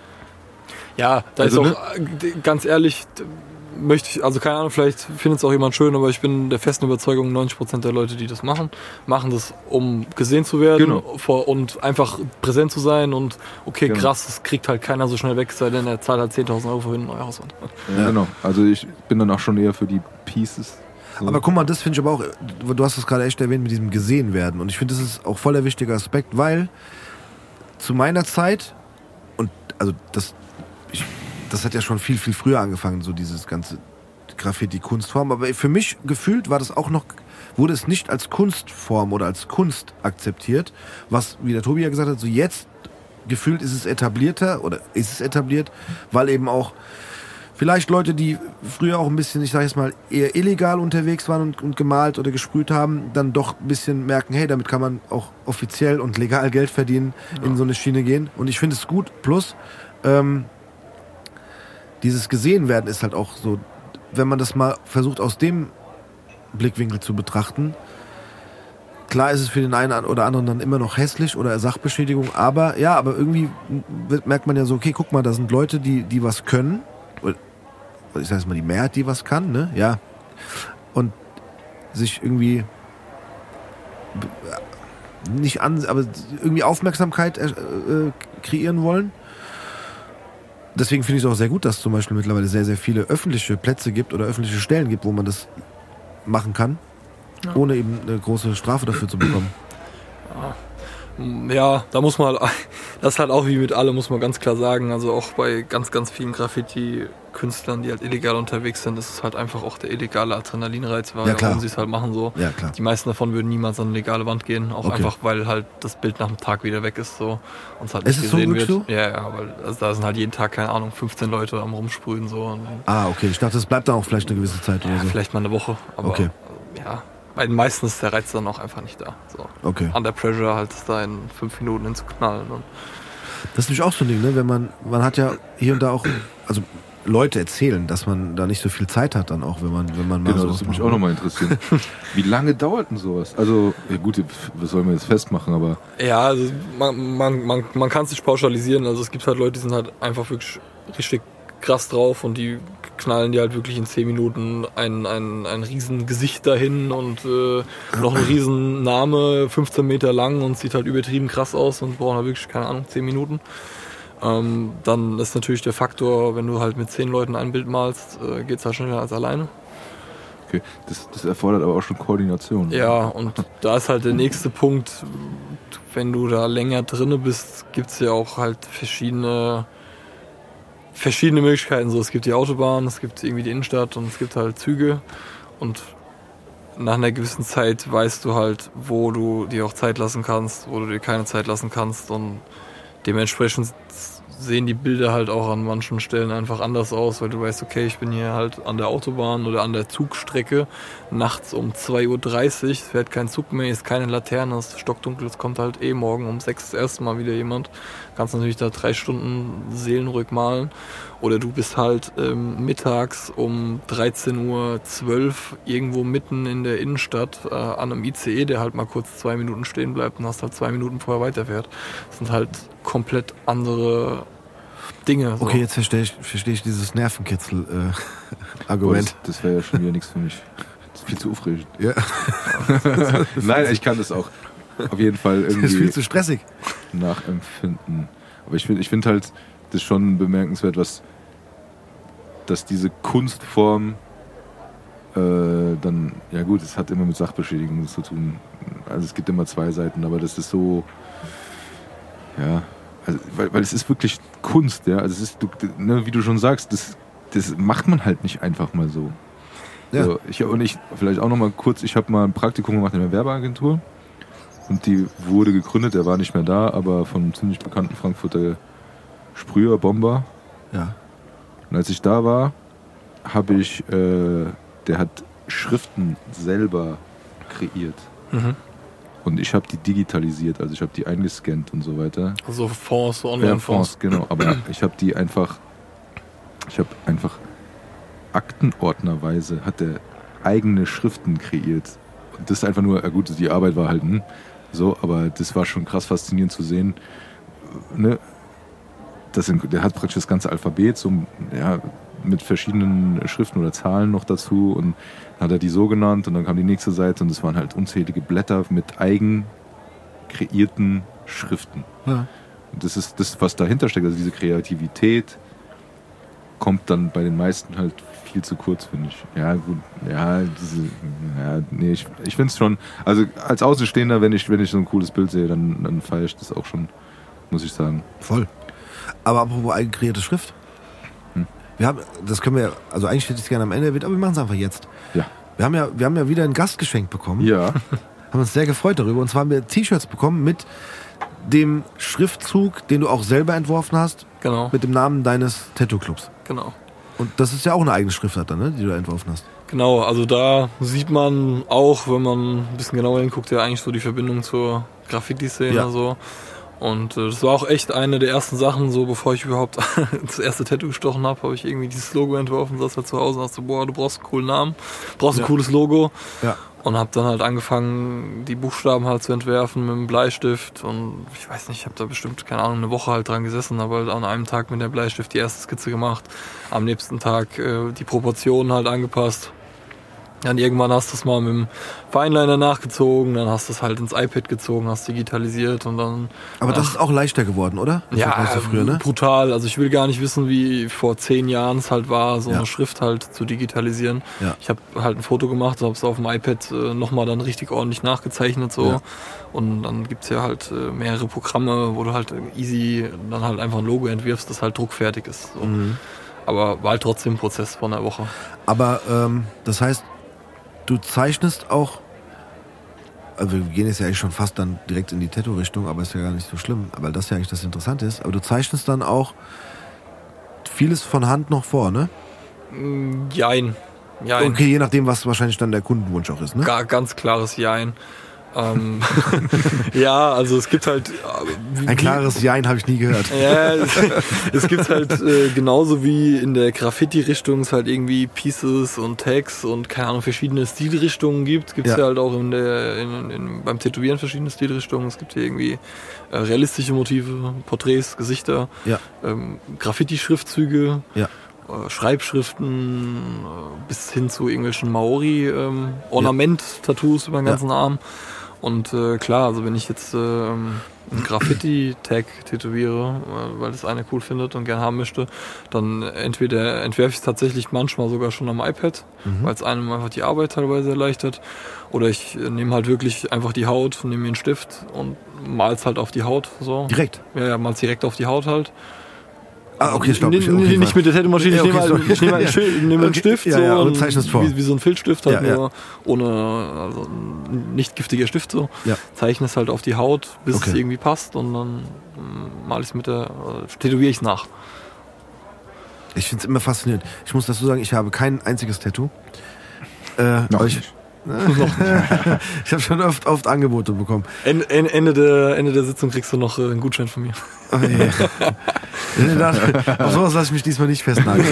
Ja, da also, ist auch, ganz ehrlich, möchte ich, also keine Ahnung, vielleicht findet es auch jemand schön, aber ich bin der festen Überzeugung, 90% der Leute, die das machen das, um gesehen zu werden und einfach präsent zu sein und krass, das kriegt halt keiner so schnell weg, sei denn er zahlt halt 10.000 Euro für eine neue Hauswand.
Ja, genau. Also ich bin dann auch schon eher für die Pieces. So.
Aber guck mal, das finde ich aber auch, du hast es gerade echt erwähnt mit diesem gesehen werden und ich finde, das ist auch voll der wichtige Aspekt, weil zu meiner Zeit und also das hat ja schon viel, viel früher angefangen, so dieses ganze Graffiti-Kunstform. Aber für mich gefühlt wurde es nicht als Kunstform oder als Kunst akzeptiert. Was, wie der Tobi ja gesagt hat, so jetzt gefühlt ist es etabliert, weil eben auch vielleicht Leute, die früher auch ein bisschen, ich sag jetzt mal, eher illegal unterwegs waren und gemalt oder gesprüht haben, dann doch ein bisschen merken, hey, damit kann man auch offiziell und legal Geld verdienen, in so eine Schiene gehen. Und ich finde es gut. Plus, dieses Gesehenwerden ist halt auch so, wenn man das mal versucht aus dem Blickwinkel zu betrachten, klar ist es für den einen oder anderen dann immer noch hässlich oder Sachbeschädigung, aber irgendwie merkt man ja so, okay, guck mal, da sind Leute, die was können, ich sag jetzt mal die Mehrheit, die was kann, ne, ja, und sich irgendwie aber irgendwie Aufmerksamkeit kreieren wollen. Deswegen finde ich es auch sehr gut, dass es zum Beispiel mittlerweile sehr, sehr viele öffentliche Plätze gibt oder öffentliche Stellen gibt, wo man das machen kann, ohne eben eine große Strafe dafür zu bekommen.
Ja, da muss man, das ist halt auch wie mit allem, muss man ganz klar sagen, also auch bei ganz, ganz vielen Graffiti-Künstlern, die halt illegal unterwegs sind, ist es halt einfach auch der illegale Adrenalinreiz, warum sie es halt machen so.
Ja, klar.
Die meisten davon würden niemals an eine legale Wand gehen, auch einfach, weil halt das Bild nach dem Tag wieder weg ist so und es halt nicht gesehen wird. So? Ja, weil also da sind halt jeden Tag, keine Ahnung, 15 Leute am Rumsprühen so.
Okay, ich dachte, das bleibt dann auch vielleicht eine gewisse Zeit oder so.
Vielleicht mal eine Woche, aber ja. bei den meisten ist der Reiz dann auch einfach nicht da. So.
Okay.
Under Pressure halt da in 5 Minuten hinzuknallen. Und
Das ist nämlich auch so ein Ding, ne? Wenn man hat ja hier und da auch, also Leute erzählen, dass man da nicht so viel Zeit hat dann auch, wenn man mal
Genau,
sowas
das würde mich
macht.
auch nochmal interessieren. Wie lange dauert denn sowas? Also, ja gut, was sollen wir jetzt festmachen, aber
ja, also man kann es nicht pauschalisieren. Also es gibt halt Leute, die sind halt einfach wirklich richtig krass drauf und die knallen dir halt wirklich in 10 Minuten ein riesen Gesicht dahin und noch ein riesen Name, 15 Meter lang und sieht halt übertrieben krass aus und brauchen halt wirklich, keine Ahnung, 10 Minuten. Dann ist natürlich der Faktor, wenn du halt mit 10 Leuten ein Bild malst, geht's halt schneller als alleine.
okay, das erfordert aber auch schon Koordination.
Ja, und da ist halt der nächste Punkt, wenn du da länger drinne bist, gibt's ja auch halt verschiedene Möglichkeiten. So, es gibt die Autobahn, es gibt irgendwie die Innenstadt und es gibt halt Züge. Und nach einer gewissen Zeit weißt du halt, wo du dir auch Zeit lassen kannst, wo du dir keine Zeit lassen kannst. Und dementsprechend sehen die Bilder halt auch an manchen Stellen einfach anders aus, weil du weißt, okay, ich bin hier halt an der Autobahn oder an der Zugstrecke nachts um 2:30 Uhr, es fährt kein Zug mehr, ist keine Laterne, es ist stockdunkel, es kommt halt morgen um 6 das erste Mal wieder jemand. Kannst natürlich da 3 Stunden seelenruhig malen. Oder du bist halt mittags um 13:12 Uhr irgendwo mitten in der Innenstadt an einem ICE, der halt mal kurz 2 Minuten stehen bleibt und hast halt 2 Minuten vorher weiterfährt. Das sind halt komplett andere Dinge. So.
Okay, jetzt verstehe ich dieses Nervenkitzel-Argument.
Das wäre ja schon wieder nichts für mich. Das ist viel zu aufregend.
Ja.
Nein, ich kann das auch auf jeden Fall
Das ist viel
irgendwie
zu stressig.
nachempfinden. Aber ich find halt das schon bemerkenswert, dass diese Kunstform dann, ja gut, es hat immer mit Sachbeschädigung zu tun. Also es gibt immer 2 Seiten, aber das ist so, ja, also, weil es ist wirklich Kunst, ja. Also es ist, ne, wie du schon sagst, das macht man halt nicht einfach mal so.
Ja.
So, ich vielleicht auch noch mal kurz, ich habe mal ein Praktikum gemacht in der Werbeagentur und die wurde gegründet, der war nicht mehr da, aber von einem ziemlich bekannten Frankfurter Sprüher, Bomber.
Ja.
Und als ich da war, der hat Schriften selber kreiert.
Mhm.
Und ich habe die digitalisiert, also ich habe die eingescannt und so weiter.
Also Fonds, so
Ja,
Online-Fonds.
Fonds, genau. Aber ich habe einfach aktenordnerweise hat der eigene Schriften kreiert. Und das ist einfach nur, ja gut, die Arbeit war halt so, aber das war schon krass faszinierend zu sehen. Ne? Der hat praktisch das ganze Alphabet so, ja, mit verschiedenen Schriften oder Zahlen noch dazu und dann hat er die so genannt und dann kam die nächste Seite und es waren halt unzählige Blätter mit eigen kreierten Schriften.
Ja.
Und das ist das, was dahinter steckt, also diese Kreativität kommt dann bei den meisten halt viel zu kurz, finde ich. Ja, gut, ich finde es schon, also als Außenstehender, wenn ich so ein cooles Bild sehe, dann feiere ich das auch schon, muss ich sagen.
Voll. Aber apropos eigen kreierte Schrift. Das können wir, also eigentlich hätte ich es gerne am Ende erwähnt, aber wir machen es einfach jetzt.
Ja.
Wir haben ja wieder ein Gastgeschenk bekommen.
Ja.
Haben uns sehr gefreut darüber. Und zwar haben wir T-Shirts bekommen mit dem Schriftzug, den du auch selber entworfen hast,
Genau,
mit dem Namen deines Tattoo-Clubs.
genau.
Und das ist ja auch eine eigene Schriftart dann, ne, die du entworfen hast.
Genau, also da sieht man auch, wenn man ein bisschen genauer hinguckt, ja eigentlich so die Verbindung zur Graffiti-Szene.
Ja.
So. Und das war auch echt eine der ersten Sachen, so bevor ich überhaupt das erste Tattoo gestochen habe ich irgendwie dieses Logo entworfen, saß halt zu Hause und dachte, boah, du brauchst einen coolen Namen, brauchst ein cooles Logo.
Ja.
Und habe dann halt angefangen, die Buchstaben halt zu entwerfen mit einem Bleistift. Und ich weiß nicht, ich habe da bestimmt, keine Ahnung, eine Woche halt dran gesessen, habe halt an einem Tag mit der Bleistift die erste Skizze gemacht, am nächsten Tag die Proportionen halt angepasst. Dann irgendwann hast du es mal mit dem Fineliner nachgezogen, dann hast du es halt ins iPad gezogen, hast digitalisiert und dann...
Aber das ist auch leichter geworden, oder? Im
Ja,
Vergleich zu früher, ne?
brutal. Also ich will gar nicht wissen, wie vor 10 Jahren es halt war, so
Ja.
eine Schrift halt zu digitalisieren.
Ja.
Ich habe halt ein Foto gemacht, habe es auf dem iPad nochmal dann richtig ordentlich nachgezeichnet so.
Ja.
Und dann gibt's ja halt mehrere Programme, wo du halt easy dann halt einfach ein Logo entwirfst, das halt druckfertig ist. So.
Mhm.
Aber war halt trotzdem ein Prozess von einer Woche.
Aber das heißt, du zeichnest auch, also wir gehen jetzt ja eigentlich schon fast dann direkt in die Tattoo-Richtung, aber ist ja gar nicht so schlimm, weil das ja eigentlich das Interessante ist, aber du zeichnest dann auch vieles von Hand noch vor, ne?
Jein. Jein.
Okay, je nachdem, was wahrscheinlich dann der Kundenwunsch auch ist, ne?
Ganz klares Jein. Ja, also es gibt halt...
Ein klares Jein habe ich nie gehört.
Ja, es gibt halt genauso wie in der Graffiti-Richtung es halt irgendwie Pieces und Tags und keine Ahnung, verschiedene Stilrichtungen gibt. Gibt es ja halt auch beim Tätowieren verschiedene Stilrichtungen. Es gibt hier irgendwie realistische Motive, Porträts, Gesichter, Graffiti-Schriftzüge, Schreibschriften bis hin zu irgendwelchen Maori-Ornament-Tattoos über den ganzen Arm. Und klar, also wenn ich jetzt einen Graffiti-Tag tätowiere, weil das einer cool findet und gern haben möchte, dann entweder entwerfe ich es tatsächlich manchmal sogar schon am iPad, weil es einem einfach die Arbeit teilweise erleichtert, oder ich nehme halt wirklich einfach die Haut, nehme mir einen Stift und mal es halt auf die Haut. So.
Direkt?
Ja, mal es direkt auf die Haut halt.
Ah, okay, stopp.
Nicht mit der Tattoo-Maschine, ich nehme einen Stift,
und zeichnest vor.
Wie so ein Filzstift, halt nur ohne, also nicht giftiger Stift so. Ja. Zeichne es halt auf die Haut, bis es irgendwie passt, und dann male ich es tätowiere ich es nach.
Ich finde es immer faszinierend. Ich muss dazu sagen, ich habe kein einziges Tattoo. Ich habe schon oft Angebote bekommen.
Ende der Sitzung kriegst du noch einen Gutschein von mir.
Oh, yeah. Auf sowas lasse ich mich diesmal nicht festnageln.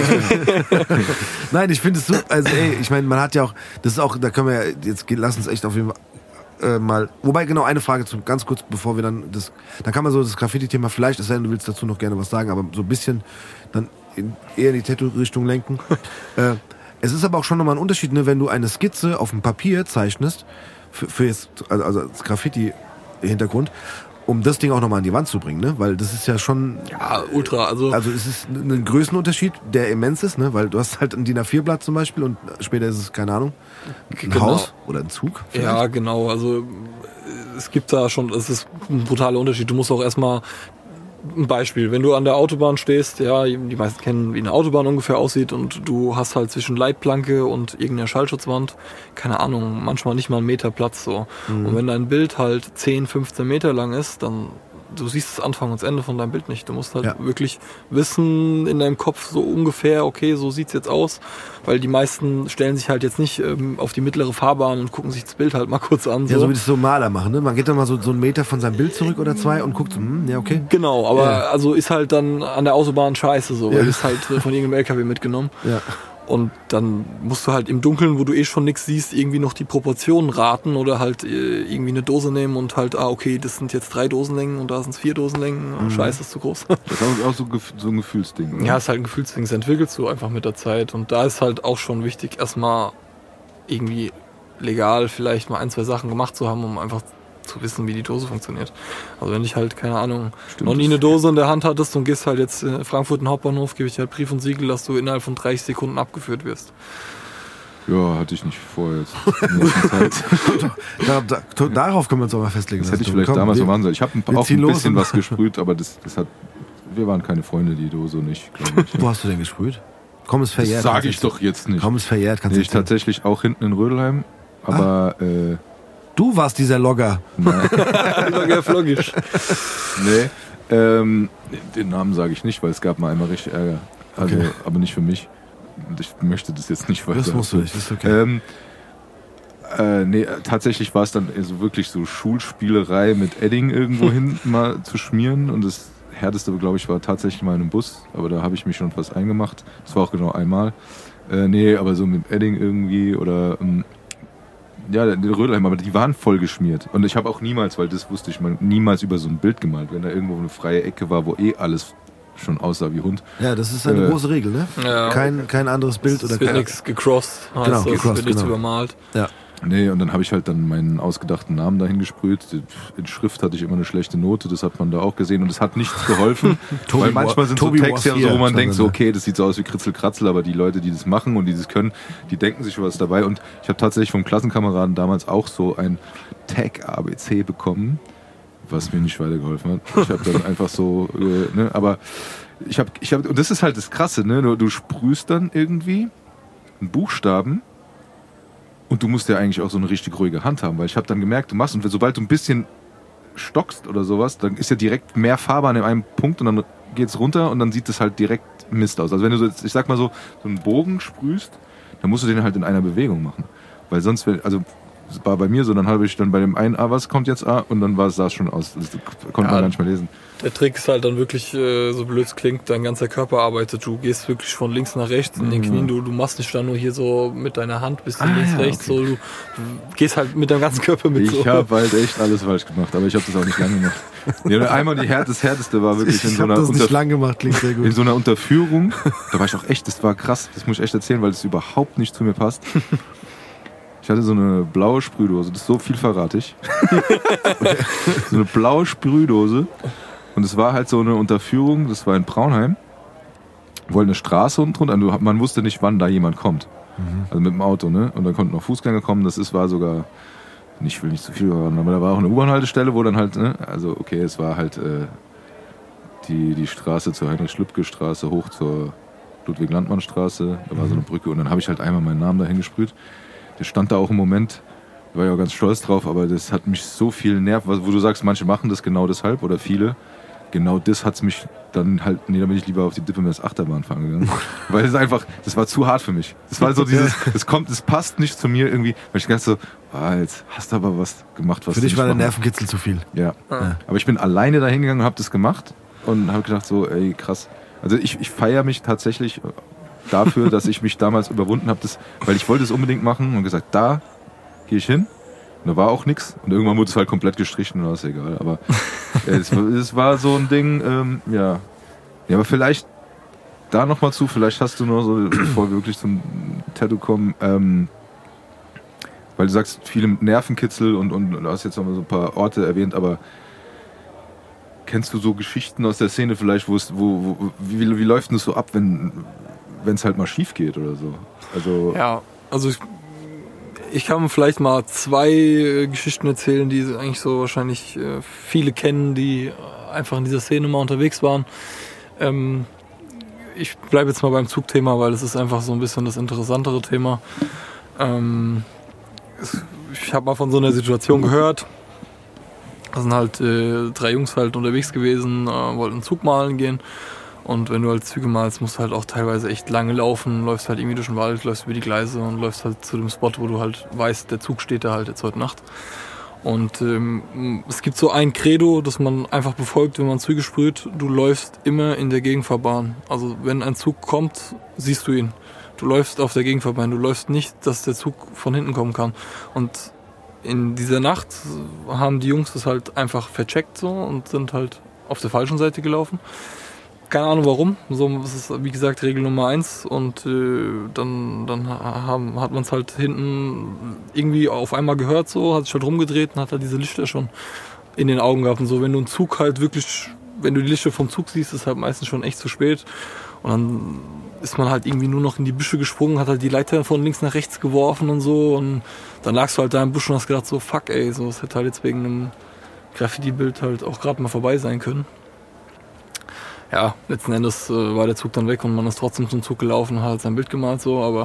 Nein, ich finde es so, also ich meine, man hat ja auch, das ist auch, da können wir ja, jetzt lass uns echt auf jeden Fall mal, wobei genau eine Frage ganz kurz, bevor wir dann kann man so das Graffiti-Thema vielleicht, es sei denn, du willst dazu noch gerne was sagen, aber so ein bisschen dann eher in die Tattoo-Richtung lenken. Es ist aber auch schon nochmal ein Unterschied, ne, wenn du eine Skizze auf dem Papier zeichnest, für jetzt, also als Graffiti-Hintergrund, um das Ding auch nochmal an die Wand zu bringen, ne? Weil das ist ja schon...
Ja, ultra, also es
ist ein Größenunterschied, der immens ist, ne? Weil du hast halt ein DIN A4-Blatt zum Beispiel und später ist es, keine Ahnung, ein Haus oder ein Zug. Vielleicht.
Ja, genau, also es gibt da schon, es ist ein brutaler Unterschied. Du musst auch erstmal... Ein Beispiel, wenn du an der Autobahn stehst, ja, die meisten kennen, wie eine Autobahn ungefähr aussieht, und du hast halt zwischen Leitplanke und irgendeiner Schallschutzwand, keine Ahnung, manchmal nicht mal einen Meter Platz so. Und wenn dein Bild halt 10, 15 Meter lang ist, dann du siehst das Anfang und das Ende von deinem Bild nicht. Du musst halt wirklich wissen in deinem Kopf so ungefähr, okay, so sieht's jetzt aus, weil die meisten stellen sich halt jetzt nicht auf die mittlere Fahrbahn und gucken sich das Bild halt mal kurz an. So.
Ja, so wie das so Maler machen, ne? Man geht dann mal so einen Meter von seinem Bild zurück oder zwei und guckt so, ja, okay.
Genau, aber also ist halt dann an der Autobahn scheiße so, weil ist halt von irgendeinem LKW mitgenommen. Ja. Und dann musst du halt im Dunkeln, wo du schon nichts siehst, irgendwie noch die Proportionen raten oder halt irgendwie eine Dose nehmen und halt, okay, das sind jetzt 3 Dosenlängen und da sind es 4 Dosenlängen. Scheiße, ist zu groß.
Das ist auch so ein Gefühlsding. Oder?
Ja, ist halt ein Gefühlsding. Das entwickelst du einfach mit der Zeit. Und da ist halt auch schon wichtig, erstmal irgendwie legal vielleicht mal 1, 2 Sachen gemacht zu haben, um einfach zu wissen, wie die Dose funktioniert. Also wenn ich halt, keine Ahnung, noch nie eine Dose in der Hand hattest und gehst halt jetzt in Frankfurt in den Hauptbahnhof, gebe ich halt Brief und Siegel, dass du innerhalb von 30 Sekunden abgeführt wirst.
Ja, hatte ich nicht vor jetzt.
Darauf können wir uns auch mal festlegen.
Das hätte ich vielleicht damals noch machen sollen. Ich habe auch ein bisschen was gesprüht, aber wir waren keine Freunde, die Dose nicht, glaube ich.
Wo hast du denn gesprüht? Komm, es verjährt.
Das sage ich doch jetzt nicht.
Komm, es verjährt. Kannst du
nicht. Tatsächlich auch hinten in Rödelheim, aber...
Du warst dieser Logger.
Logger floggisch.
Nee, den Namen sage ich nicht, weil es gab mal einmal richtig Ärger. Also, okay. Aber nicht für mich. Ich möchte das jetzt nicht weiter.
Das musst du nicht, das ist okay.
Nee, tatsächlich war es dann so wirklich so Schulspielerei mit Edding irgendwo hin mal zu schmieren. Und das Härteste, glaube ich, war tatsächlich mal in einem Bus. Aber da habe ich mich schon fast eingemacht. Das war auch genau einmal. Nee, aber so mit Edding irgendwie oder... Ja, den Rödelheim, aber die waren voll geschmiert. Und ich habe auch niemals, weil das wusste ich mal, niemals über so ein Bild gemalt, wenn da irgendwo eine freie Ecke war, wo alles schon aussah wie Hund.
Ja, das ist eine große Regel, ne? Ja. Kein anderes Bild oder
wird nichts gecrossed, heißt das, wird nichts übermalt.
Ja.
Nee, und dann habe ich halt dann meinen ausgedachten Namen dahin gesprüht. In Schrift hatte ich immer eine schlechte Note, das hat man da auch gesehen und es hat nichts geholfen. Weil manchmal sind so Texte, so, wo man denkt, so, okay, das sieht so aus wie Kritzel-Kratzel, aber die Leute, die das machen und die das können, die denken sich was dabei. Und ich habe tatsächlich vom Klassenkameraden damals auch so ein Tag-ABC bekommen, was mir nicht weitergeholfen hat. Ich habe dann einfach so, ne, aber ich hab, und das ist halt das Krasse, ne, du sprühst dann irgendwie einen Buchstaben. Und du musst ja eigentlich auch so eine richtig ruhige Hand haben, weil ich habe dann gemerkt, du machst, und sobald du ein bisschen stockst oder sowas, dann ist ja direkt mehr Fahrbahn in einem Punkt und dann geht's runter und dann sieht es halt direkt Mist aus. Also wenn du so, ich sag mal so einen Bogen sprühst, dann musst du den halt in einer Bewegung machen. Weil sonst, also das war bei mir so, dann habe ich dann bei dem einen was kommt jetzt und dann sah es schon aus. Das konnte man gar nicht mehr lesen.
Der Trick ist halt dann wirklich, so blöd es klingt, dein ganzer Körper arbeitet. Du gehst wirklich von links nach rechts in den Knien. Du machst nicht dann nur hier so mit deiner Hand bis links, rechts. Okay. So, du gehst halt mit deinem ganzen Körper mit.
Ich habe halt echt alles falsch gemacht, aber ich habe das auch nicht lange gemacht. Ja, einmal das Härteste war wirklich in so einer
nicht lang gemacht, klingt sehr gut.
In so einer Unterführung. Da war ich auch echt, das war krass. Das muss ich echt erzählen, weil das überhaupt nicht zu mir passt. Ich hatte so eine blaue Sprühdose, das ist so viel verrate ich. So eine blaue Sprühdose. Und es war halt so eine Unterführung, das war in Braunheim. Wohl eine Straße unten drunter, man wusste nicht, wann da jemand kommt. Also mit dem Auto, ne? Und dann konnten noch Fußgänger kommen, war sogar, ich will nicht zu viel verraten, aber da war auch eine U-Bahn-Haltestelle, wo dann halt, ne? Also okay, es war halt die Straße zur Heinrich-Schlübke-Straße hoch zur Ludwig-Landmann-Straße. Da war so eine Brücke und dann habe ich halt einmal meinen Namen dahin gesprüht. Der stand da auch im Moment, da war ich auch ganz stolz drauf, aber das hat mich so viel nervt, wo du sagst, manche machen das genau deshalb oder viele. Genau das hat es mich dann halt, da bin ich lieber auf die Dippemess Achterbahn fahren gegangen. Weil es einfach, das war zu hart für mich. Das war so dieses, es passt nicht zu mir irgendwie, weil ich dachte so, jetzt hast du aber was gemacht, was
für dich war der Nervenkitzel zu viel.
Ja. Aber ich bin alleine da hingegangen und habe das gemacht und habe gedacht so, ey krass. Also ich feiere mich tatsächlich dafür, dass ich mich damals überwunden habe, weil ich wollte es unbedingt machen und gesagt, da gehe ich hin. Und da war auch nichts. Und irgendwann wurde es halt komplett gestrichen und das ist egal. Aber es war so ein Ding, ja. Ja, aber vielleicht da nochmal vielleicht hast du noch so, bevor wir wirklich zum Tattoo kommen, weil du sagst, viele mit Nervenkitzel und du hast jetzt nochmal so ein paar Orte erwähnt, aber kennst du so Geschichten aus der Szene vielleicht, wie läuft denn das so ab, wenn es halt mal schief geht oder so? Also
ja, also ich kann vielleicht mal 2 Geschichten erzählen, die eigentlich so wahrscheinlich viele kennen, die einfach in dieser Szene mal unterwegs waren. Ich bleibe jetzt mal beim Zugthema, weil es ist einfach so ein bisschen das interessantere Thema. Ich habe mal von so einer Situation gehört. Da sind halt 3 Jungs halt unterwegs gewesen, wollten einen Zug malen gehen. Und wenn du halt Züge malst, musst du halt auch teilweise echt lange laufen, läufst halt irgendwie durch den Wald, läufst über die Gleise und läufst halt zu dem Spot, wo du halt weißt, der Zug steht da halt jetzt heute Nacht. Und es gibt so ein Credo, das man einfach befolgt, wenn man Züge sprüht. Du läufst immer in der Gegenfahrbahn. Also wenn ein Zug kommt, siehst du ihn. Du läufst auf der Gegenfahrbahn. Du läufst nicht, dass der Zug von hinten kommen kann. Und in dieser Nacht haben die Jungs das halt einfach vercheckt so und sind halt auf der falschen Seite gelaufen. Keine Ahnung warum. So, das ist wie gesagt Regel Nummer 1 und dann hat man es halt hinten irgendwie auf einmal gehört, so, hat sich halt rumgedreht und hat halt diese Lichter schon in den Augen gehabt und so. Wenn du einen Zug halt wirklich, wenn du die Lichter vom Zug siehst, ist halt meistens schon echt zu spät und dann ist man halt irgendwie nur noch in die Büsche gesprungen, hat halt die Leiter von links nach rechts geworfen und so und dann lagst du halt da im Busch und hast gedacht so, fuck ey, so, es hätte halt jetzt wegen einem Graffiti-Bild halt auch gerade mal vorbei sein können. Ja, letzten Endes war der Zug dann weg und man ist trotzdem zum Zug gelaufen und hat halt sein Bild gemalt, so, aber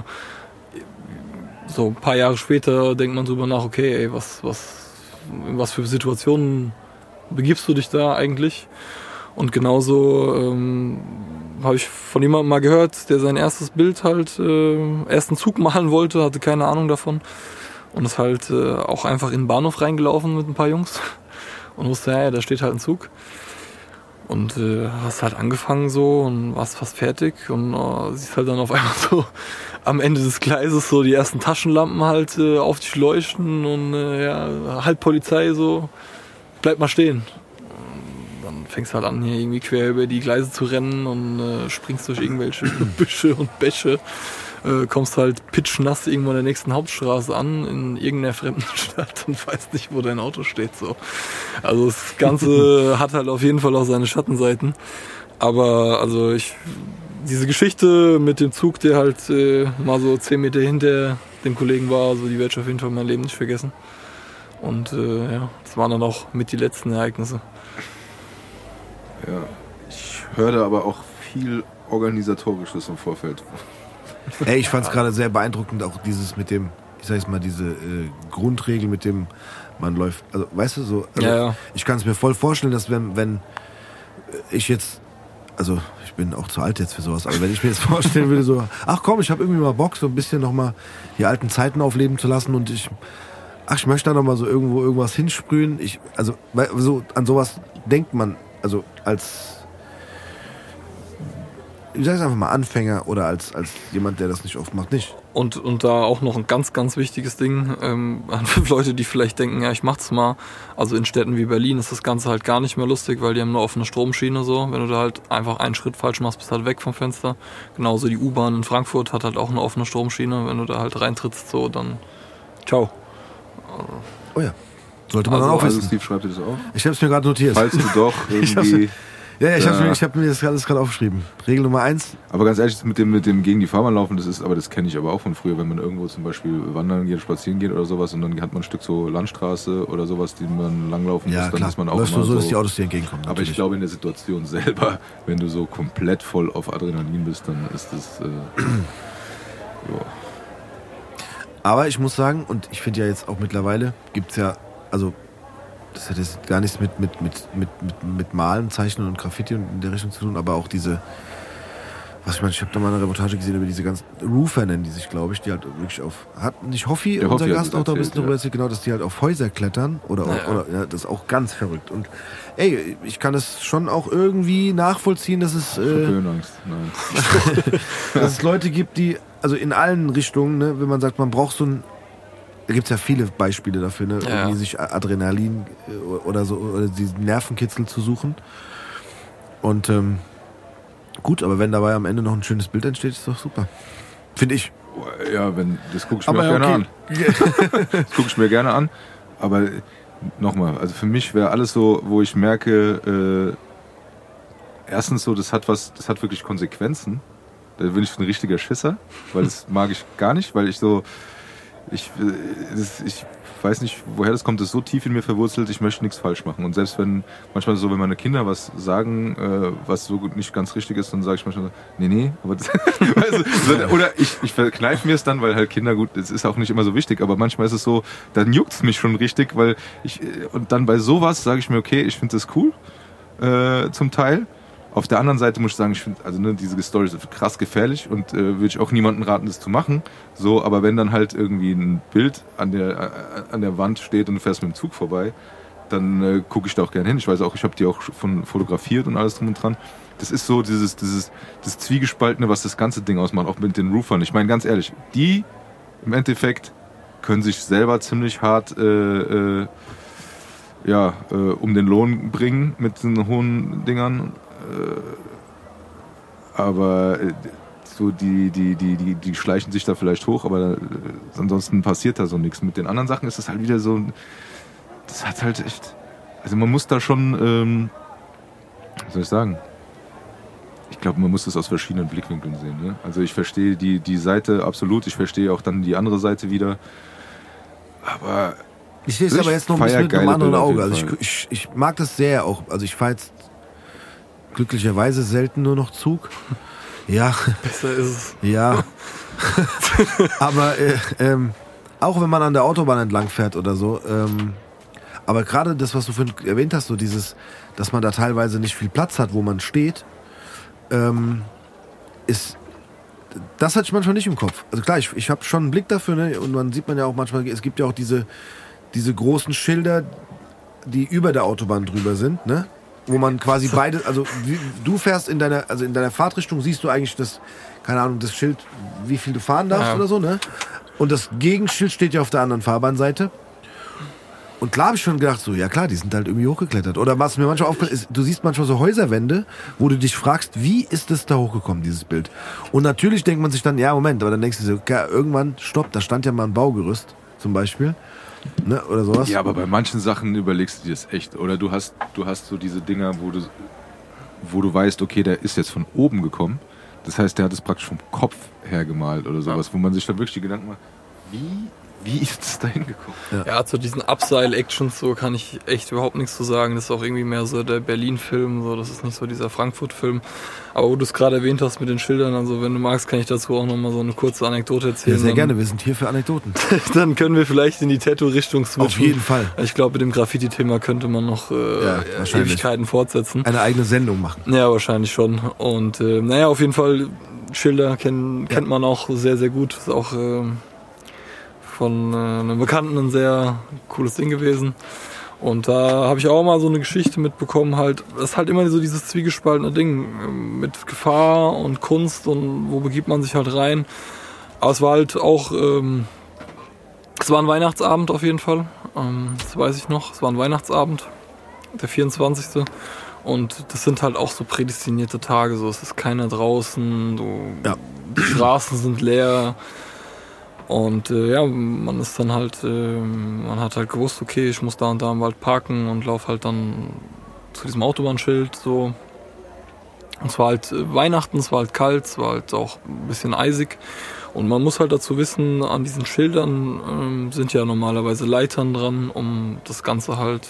so ein paar Jahre später denkt man drüber nach, okay, ey, in was für Situationen begibst du dich da eigentlich? Und genauso habe ich von jemandem mal gehört, der sein erstes Bild halt, ersten Zug malen wollte, hatte keine Ahnung davon und ist halt auch einfach in den Bahnhof reingelaufen mit ein paar Jungs und wusste, ja, da steht halt ein Zug. Und hast halt angefangen so und warst fast fertig und siehst halt dann auf einmal so am Ende des Gleises so die ersten Taschenlampen halt auf dich leuchten und ja, halt Polizei so, bleib mal stehen. Und dann fängst du halt an, hier irgendwie quer über die Gleise zu rennen und springst durch irgendwelche Büsche und Bäche. Kommst halt pitschnass irgendwo an der nächsten Hauptstraße an, in irgendeiner fremden Stadt und weißt nicht, wo dein Auto steht. So. Also das Ganze hat halt auf jeden Fall auch seine Schattenseiten. Aber also diese Geschichte mit dem Zug, der halt mal so 10 Meter hinter dem Kollegen war, also die werde ich auf jeden Fall mein Leben nicht vergessen. Und ja, das waren dann auch mit die letzten Ereignisse.
Ja, ich höre da aber auch viel Organisatorisches im Vorfeld.
Ey, ich fand es gerade sehr beeindruckend, auch dieses mit dem, ich sag jetzt mal, diese Grundregel, mit dem man läuft. Also, weißt du, so, also
ja.
Ich kann es mir voll vorstellen, dass wenn ich jetzt also ich bin auch zu alt jetzt für sowas, aber wenn ich mir jetzt vorstellen würde, so, ach komm, ich habe irgendwie mal Bock, so ein bisschen nochmal die alten Zeiten aufleben zu lassen und ich möchte da nochmal so irgendwas hinsprühen. Also so an sowas denkt man, also als, ich sage es einfach mal, Anfänger oder als jemand, der das nicht oft macht, nicht.
Und da auch noch ein ganz, ganz wichtiges Ding an Leute, die vielleicht denken, ja, ich mach's mal. Also in Städten wie Berlin ist das Ganze halt gar nicht mehr lustig, weil die haben eine offene Stromschiene so. Wenn du da halt einfach einen Schritt falsch machst, bist du halt weg vom Fenster. Genauso die U-Bahn in Frankfurt hat halt auch eine offene Stromschiene. Wenn du da halt reintrittst, so, dann ciao.
Oh ja, sollte man dann auch wissen.
Also Steve, schreibt dir das auf?
Ich habe es mir gerade notiert.
Falls du doch irgendwie...
ich hab mir das alles gerade aufgeschrieben. Regel Nummer 1.
Aber ganz ehrlich, mit dem gegen die Fahrbahn laufen, das kenne ich aber auch von früher, wenn man irgendwo zum Beispiel wandern geht, spazieren geht oder sowas und dann hat man ein Stück so Landstraße oder sowas, die man langlaufen muss, dann
klar.
ist man auch
läufst
immer
so, dass die Autos dir entgegenkommen.
Aber
natürlich.
ich glaube in der Situation selber, wenn du so komplett voll auf Adrenalin bist, dann ist das
Aber ich muss sagen, und ich finde ja jetzt auch mittlerweile, gibt's ja, also das hat jetzt gar nichts mit Malen, Zeichnen und Graffiti und in der Richtung zu tun, aber auch diese, was ich meine, ich habe da mal eine Reportage gesehen über diese ganzen Roofer, nennen die sich, glaube ich, die halt wirklich hat nicht Hoffi, unser Gast, auch da ein bisschen drüber erzählt, genau, dass die halt auf Häuser klettern oder das ist auch ganz verrückt. Und ey, ich kann es schon auch irgendwie nachvollziehen, dass es
Höhenangst, nein.
dass es Leute gibt, die, also in allen Richtungen, ne, wenn man sagt, man braucht so ein, da gibt es ja viele Beispiele dafür, ne, irgendwie sich Adrenalin oder so, oder diesen Nervenkitzel zu suchen. Und gut, aber wenn dabei am Ende noch ein schönes Bild entsteht, ist doch super. Finde ich.
Ja, das gucke ich mir auch gerne an. Das gucke ich mir gerne an. Aber nochmal, also für mich wäre alles so, wo ich merke, erstens so, das hat wirklich Konsequenzen. Da bin ich ein richtiger Schisser, weil das mag ich gar nicht, weil ich weiß nicht, woher das kommt, das ist so tief in mir verwurzelt, ich möchte nichts falsch machen. Und selbst wenn meine Kinder was sagen, was so nicht ganz richtig ist, dann sage ich manchmal so, nee, aber das, oder ich verkneife mir es dann, weil halt Kinder, gut, das ist auch nicht immer so wichtig, aber manchmal ist es so, dann juckt es mich schon richtig, und dann bei sowas sage ich mir, okay, ich finde das cool, zum Teil. Auf der anderen Seite muss ich sagen, ich finde, also diese Story ist krass gefährlich und würde ich auch niemandem raten, das zu machen. So, aber wenn dann halt irgendwie ein Bild an der Wand steht und du fährst mit dem Zug vorbei, dann gucke ich da auch gerne hin. Ich weiß auch, ich habe die auch fotografiert und alles drum und dran. Das ist so das Zwiegespaltene, was das ganze Ding ausmacht, auch mit den Roofern. Ich meine, ganz ehrlich, die im Endeffekt können sich selber ziemlich hart um den Lohn bringen mit den hohen Dingern. Aber so die schleichen sich da vielleicht hoch, aber ansonsten passiert da so nichts. Mit den anderen Sachen ist es halt wieder so, das hat halt echt, also man muss da schon, was soll ich sagen? Ich glaube, man muss das aus verschiedenen Blickwinkeln sehen. Ne? Also ich verstehe die Seite absolut, ich verstehe auch dann die andere Seite wieder, aber
ich sehe es aber jetzt noch ein bisschen mit einem anderen Auge. Also ich mag das sehr auch, also ich fahre jetzt glücklicherweise selten nur noch Zug. Ja.
Besser ist es.
Ja. Aber auch wenn man an der Autobahn entlang fährt oder so. Aber gerade das, was du vorhin erwähnt hast, so dieses, dass man da teilweise nicht viel Platz hat, wo man steht, das hatte ich manchmal nicht im Kopf. Also klar, ich habe schon einen Blick dafür, ne? Und man sieht ja auch manchmal, es gibt ja auch diese großen Schilder, die über der Autobahn drüber sind, ne? Wo man quasi beide, also du fährst in deiner Fahrtrichtung, siehst du eigentlich das Schild, wie viel du fahren darfst oder so, ne? Und das Gegenschild steht ja auf der anderen Fahrbahnseite. Und klar habe ich schon gedacht, so, ja klar, die sind halt irgendwie hochgeklettert. Oder was mir manchmal aufgefallen ist, du siehst manchmal so Häuserwände, wo du dich fragst, wie ist das da hochgekommen, dieses Bild? Und natürlich denkt man sich dann, ja Moment, aber dann denkst du so, okay, irgendwann, stopp, da stand ja mal ein Baugerüst, zum Beispiel. Ne, oder sowas.
Ja, aber bei manchen Sachen überlegst du dir das echt. Oder du hast so diese Dinger, wo du weißt, okay, der ist jetzt von oben gekommen. Das heißt, der hat es praktisch vom Kopf her gemalt oder sowas, wo man sich dann wirklich die Gedanken macht, Wie ist es da hingekommen?
Ja, zu diesen Abseil-Actions so kann ich echt überhaupt nichts zu sagen. Das ist auch irgendwie mehr so der Berlin-Film, so, das ist nicht so dieser Frankfurt-Film. Aber wo du es gerade erwähnt hast mit den Schildern, also wenn du magst, kann ich dazu auch nochmal so eine kurze Anekdote erzählen.
Ja, sehr gerne, wir sind hier für Anekdoten.
Dann können wir vielleicht in die Tattoo-Richtung switchen.
Auf jeden Fall.
Ich glaube, mit dem Graffiti-Thema könnte man noch Ewigkeiten fortsetzen.
Eine eigene Sendung machen.
Ja, wahrscheinlich schon. Und naja, auf jeden Fall, Schilder kennt man auch sehr, sehr gut. Ist auch von einem Bekannten ein sehr cooles Ding gewesen. Und da habe ich auch mal so eine Geschichte mitbekommen, halt, das ist halt immer so dieses zwiegespaltene Ding mit Gefahr und Kunst und wo begibt man sich halt rein. Aber es war halt auch, es war ein Weihnachtsabend auf jeden Fall, das weiß ich noch, es war ein Weihnachtsabend, der 24. Und das sind halt auch so prädestinierte Tage, so, es ist keiner draußen, die Straßen sind leer. Und man ist dann halt, man hat halt gewusst, okay, ich muss da und da im Wald parken und laufe halt dann zu diesem Autobahnschild so. Und es war halt Weihnachten, es war halt kalt, es war halt auch ein bisschen eisig. Und man muss halt dazu wissen, an diesen Schildern sind ja normalerweise Leitern dran, um das Ganze halt,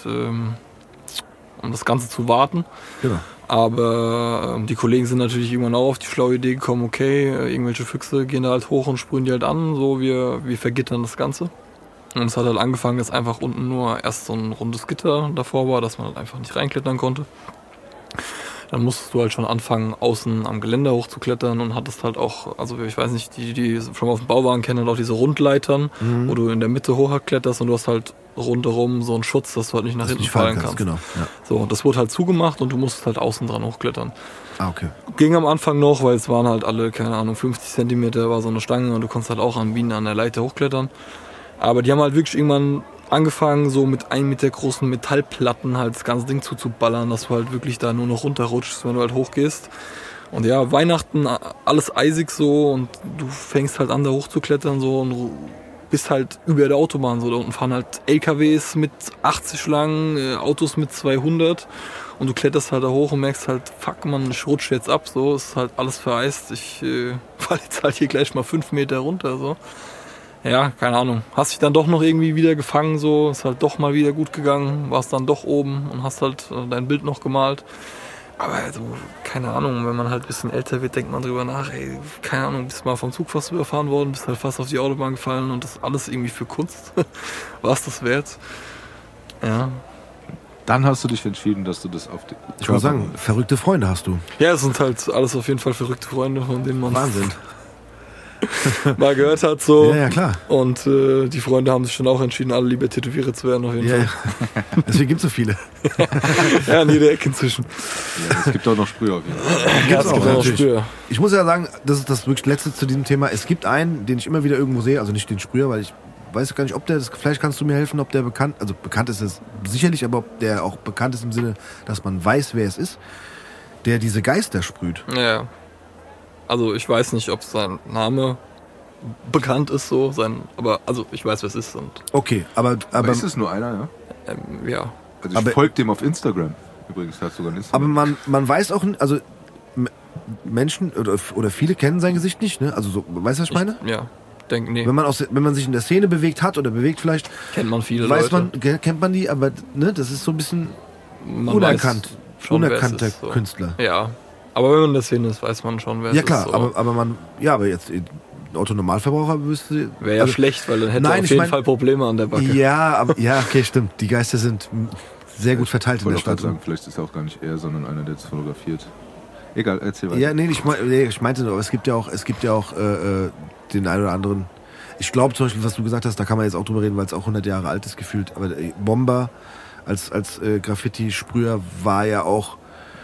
um das Ganze zu warten. Genau. Aber die Kollegen sind natürlich irgendwann auch auf die schlaue Idee gekommen, okay, irgendwelche Füchse gehen da halt hoch und sprühen die halt an, so wir vergittern das Ganze. Und es hat halt angefangen, dass einfach unten nur erst so ein rundes Gitter davor war, dass man halt einfach nicht reinklettern konnte. Dann musstest du halt schon anfangen, außen am Geländer hochzuklettern und hattest halt auch, also ich weiß nicht, die schon mal auf dem Bauwagen kennen, halt auch diese Rundleitern, wo du in der Mitte hochkletterst und du hast halt rundherum so einen Schutz, dass du halt nicht nach hinten fallen kannst. Genau, ja. So, und das wurde halt zugemacht und du musstest halt außen dran hochklettern.
Ah, okay.
Ging am Anfang noch, weil es waren halt alle, keine Ahnung, 50 Zentimeter war so eine Stange und du konntest halt auch an der Leiter hochklettern. Aber die haben halt wirklich irgendwann angefangen, so mit 1 Meter großen Metallplatten halt das ganze Ding zuzuballern, dass du halt wirklich da nur noch runterrutschst, wenn du halt hochgehst. Und ja, Weihnachten, alles eisig so und du fängst halt an, da hochzuklettern so und bist halt über der Autobahn so. Da unten fahren halt LKWs mit 80 lang, Autos mit 200 und du kletterst halt da hoch und merkst halt, fuck man, ich rutsche jetzt ab, so, ist halt alles vereist. Ich falle jetzt halt hier gleich mal 5 Meter runter, so. Ja, keine Ahnung. Hast dich dann doch noch irgendwie wieder gefangen, so, ist halt doch mal wieder gut gegangen, warst dann doch oben und hast halt dein Bild noch gemalt. Aber also, keine Ahnung, wenn man halt ein bisschen älter wird, denkt man drüber nach, ey, keine Ahnung, bist mal vom Zug fast überfahren worden, bist halt fast auf die Autobahn gefallen und das alles irgendwie für Kunst. War es das wert? Ja.
Dann hast du dich entschieden, dass du das auf die...
Ich würde sagen, verrückte Freunde hast du.
Ja, es sind halt alles auf jeden Fall verrückte Freunde, von denen man...
Wahnsinn.
mal gehört hat, so.
Ja, klar.
Und die Freunde haben sich schon auch entschieden, alle lieber Tätowierer zu werden, auf jeden Fall.
Ja. Deswegen gibt es so viele.
Ja, in jeder Ecke inzwischen.
Ja, es gibt auch noch Sprüher.
Ja, es gibt auch noch Sprüher.
Ich muss ja sagen, das ist das wirklich Letzte zu diesem Thema. Es gibt einen, den ich immer wieder irgendwo sehe, also nicht den Sprüher, weil ich weiß gar nicht, ob der, vielleicht kannst du mir helfen, ob der bekannt, also bekannt ist es sicherlich, aber ob der auch bekannt ist im Sinne, dass man weiß, wer es ist, der diese Geister sprüht.
Ja. Also ich weiß nicht, ob sein Name bekannt ist, so aber also ich weiß, wer es ist. Und
okay, aber
ist es nur einer, ja?
Ja.
Also ich folge dem auf Instagram. Übrigens, hat sogar ein Instagram.
Aber man weiß auch, also Menschen oder viele kennen sein Gesicht nicht, ne? Also so, weißt du, was ich meine?
Ja. Nee.
Wenn man sich in der Szene bewegt hat oder bewegt vielleicht,
kennt man viele
Leute. Kennt man die, aber ne, das ist so ein bisschen unerkannter
so.
Künstler.
Ja. Aber wenn man in der Szene ist, weiß man schon, wer es ist.
Ja klar,
so.
aber jetzt Otto-Normalverbraucher wüsste...
Wäre ja schlecht, weil dann hätte er auf jeden Fall Probleme an der Backe.
Ja, okay, stimmt. Die Geister sind sehr gut verteilt in der Stadt.
Sagen, vielleicht ist er auch gar nicht er, sondern einer, der es fotografiert. Egal, erzähl weiter.
Ja, nee, ich meinte nur, aber es gibt ja auch den einen oder anderen... Ich glaube zum Beispiel, was du gesagt hast, da kann man jetzt auch drüber reden, weil es auch 100 Jahre alt ist gefühlt. Aber Bomber als Graffiti-Sprüher war ja auch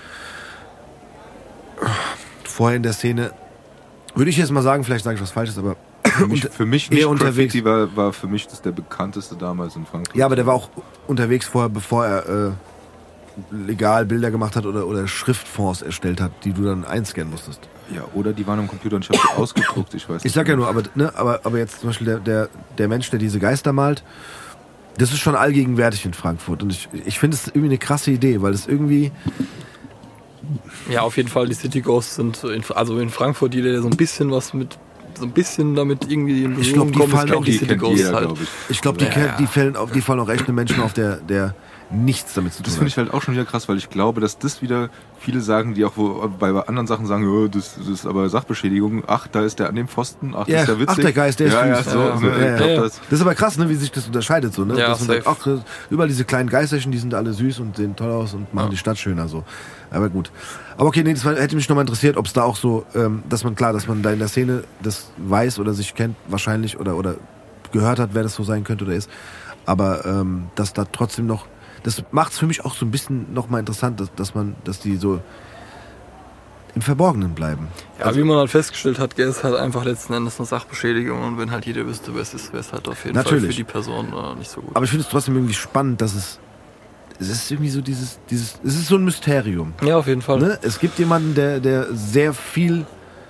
vorher in der Szene, würde ich jetzt mal sagen, vielleicht sage ich was Falsches, aber
für mich nicht
unterwegs.
Graffiti war für mich das der bekannteste damals in Frankfurt.
Ja, aber der war auch unterwegs vorher, bevor er legal Bilder gemacht hat oder Schriftfonds erstellt hat, die du dann einscannen musstest.
Ja, oder die waren am Computer und ich habe die ausgedruckt, ich weiß nicht.
Ich sag ja nur, aber jetzt zum Beispiel der Mensch, der diese Geister malt, das ist schon allgegenwärtig in Frankfurt und ich finde es irgendwie eine krasse Idee, weil es irgendwie...
Ja, auf jeden Fall, die City Ghosts sind, also in Frankfurt, jeder, der so ein bisschen was mit so ein bisschen damit irgendwie in
Ich glaub,
Berührung
die
kommen,
fallen auch-
die
die
City
kennt
Ghosts
jeder,
halt.
glaube ich.
Ich glaube, die fallen auch echt einen Menschen auf, der nichts damit zu
Das
tun
finde ich
hat.
halt auch schon wieder krass, weil ich glaube, dass das wieder viele sagen, die auch bei anderen Sachen sagen, oh, das ist aber Sachbeschädigung. Ach, da ist der an dem Pfosten. Ach, das
Ja,
ist ja witzig.
ach, der Geist, der ist
ja,
süß.
so,
Ja,
so,
ja,
ich glaub,
ja.
das,
Das ist aber krass, ne, wie sich das unterscheidet. So, ne?
Ja,
Dass man sagt,
safe.
ach, überall diese kleinen Geisterchen, die sind alle süß und sehen toll aus und machen die Stadt schöner. So. Aber gut. Aber okay, nee, hätte mich nochmal interessiert, ob es da auch so, dass man da in der Szene das weiß oder sich kennt, wahrscheinlich, oder gehört hat, wer das so sein könnte oder ist. Aber dass da trotzdem noch, das macht es für mich auch so ein bisschen nochmal interessant, dass die so im Verborgenen bleiben.
Ja, wie man halt festgestellt hat, gell, ist halt einfach letzten Endes eine Sachbeschädigung und wenn halt jeder wüsste, wer es ist, wäre es halt auf jeden Fall
Natürlich.
für die Person nicht so gut.
Aber ich finde es trotzdem irgendwie spannend, dass es ist irgendwie so es ist so ein Mysterium.
Ja, auf jeden Fall.
Ne? Es gibt jemanden, der sehr viel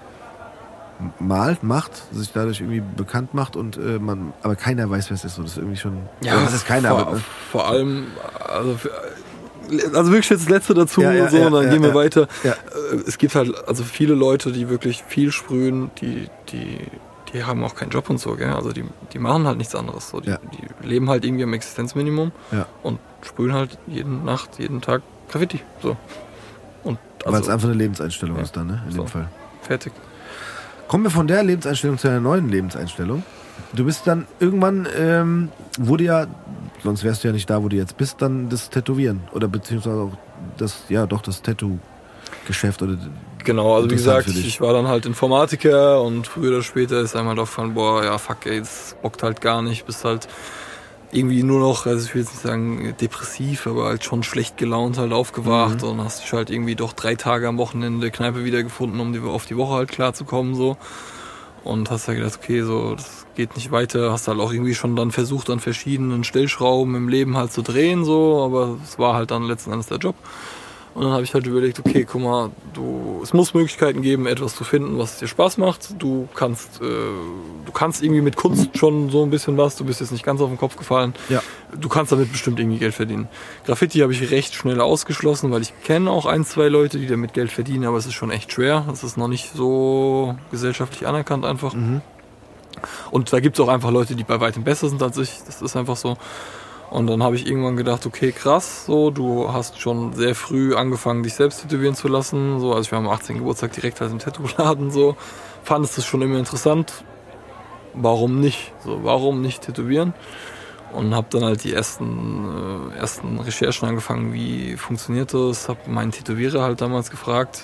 macht, sich dadurch irgendwie bekannt macht und aber keiner weiß, wer es ist. So, das ist irgendwie schon.
Ja,
das ist keiner.
vor allem, also wirklich jetzt das Letzte dazu
Ja,
und so, und dann gehen wir weiter.
Ja.
Es gibt halt also viele Leute, die wirklich viel sprühen, die haben auch keinen Job und so, gell? Also die machen halt nichts anderes. So. Die leben halt irgendwie am Existenzminimum
Ja.
und sprühen halt jeden Tag Graffiti. So. Und
Weil es
also
einfach eine Lebenseinstellung ist dann, ne? In
So.
dem Fall.
fertig.
Kommen wir von der Lebenseinstellung zu einer neuen Lebenseinstellung. Du bist dann irgendwann, wurde ja, sonst wärst du ja nicht da, wo du jetzt bist, dann das Tätowieren. Oder beziehungsweise auch das Tattoo-Geschäft. Oder
Genau, also wie
interessant
gesagt,
für dich.
ich war dann halt Informatiker und früher oder später ist einem halt aufgefallen, boah, ja fuck ey, das bockt halt gar nicht, bist halt irgendwie nur noch, also ich will jetzt nicht sagen depressiv, aber halt schon schlecht gelaunt halt aufgewacht und hast dich halt irgendwie doch 3 Tage am Wochenende in der Kneipe wiedergefunden, um auf die Woche halt klarzukommen so. Und hast ja gedacht, okay, so, das geht nicht weiter, hast halt auch irgendwie schon dann versucht, an verschiedenen Stellschrauben im Leben halt zu drehen, so, aber es war halt dann letzten Endes der Job. Und dann habe ich halt überlegt, okay, guck mal, es muss Möglichkeiten geben, etwas zu finden, was dir Spaß macht. Du kannst irgendwie mit Kunst schon so ein bisschen was, du bist jetzt nicht ganz auf den Kopf gefallen.
Ja.
Du kannst damit bestimmt irgendwie Geld verdienen. Graffiti habe ich recht schnell ausgeschlossen, weil ich kenne auch 1, 2 Leute, die damit Geld verdienen, aber es ist schon echt schwer. Es ist noch nicht so gesellschaftlich anerkannt einfach. Und da gibt es auch einfach Leute, die bei weitem besser sind als ich. Das ist einfach so. Und dann habe ich irgendwann gedacht, okay, krass, so, du hast schon sehr früh angefangen, dich selbst tätowieren zu lassen. So, also ich war am 18. Geburtstag direkt halt im Tattoo-Laden, so. Fandest das schon immer interessant. Warum nicht? So, warum nicht tätowieren? Und habe dann halt die ersten Recherchen angefangen, wie funktioniert das. Habe meinen Tätowierer halt damals gefragt.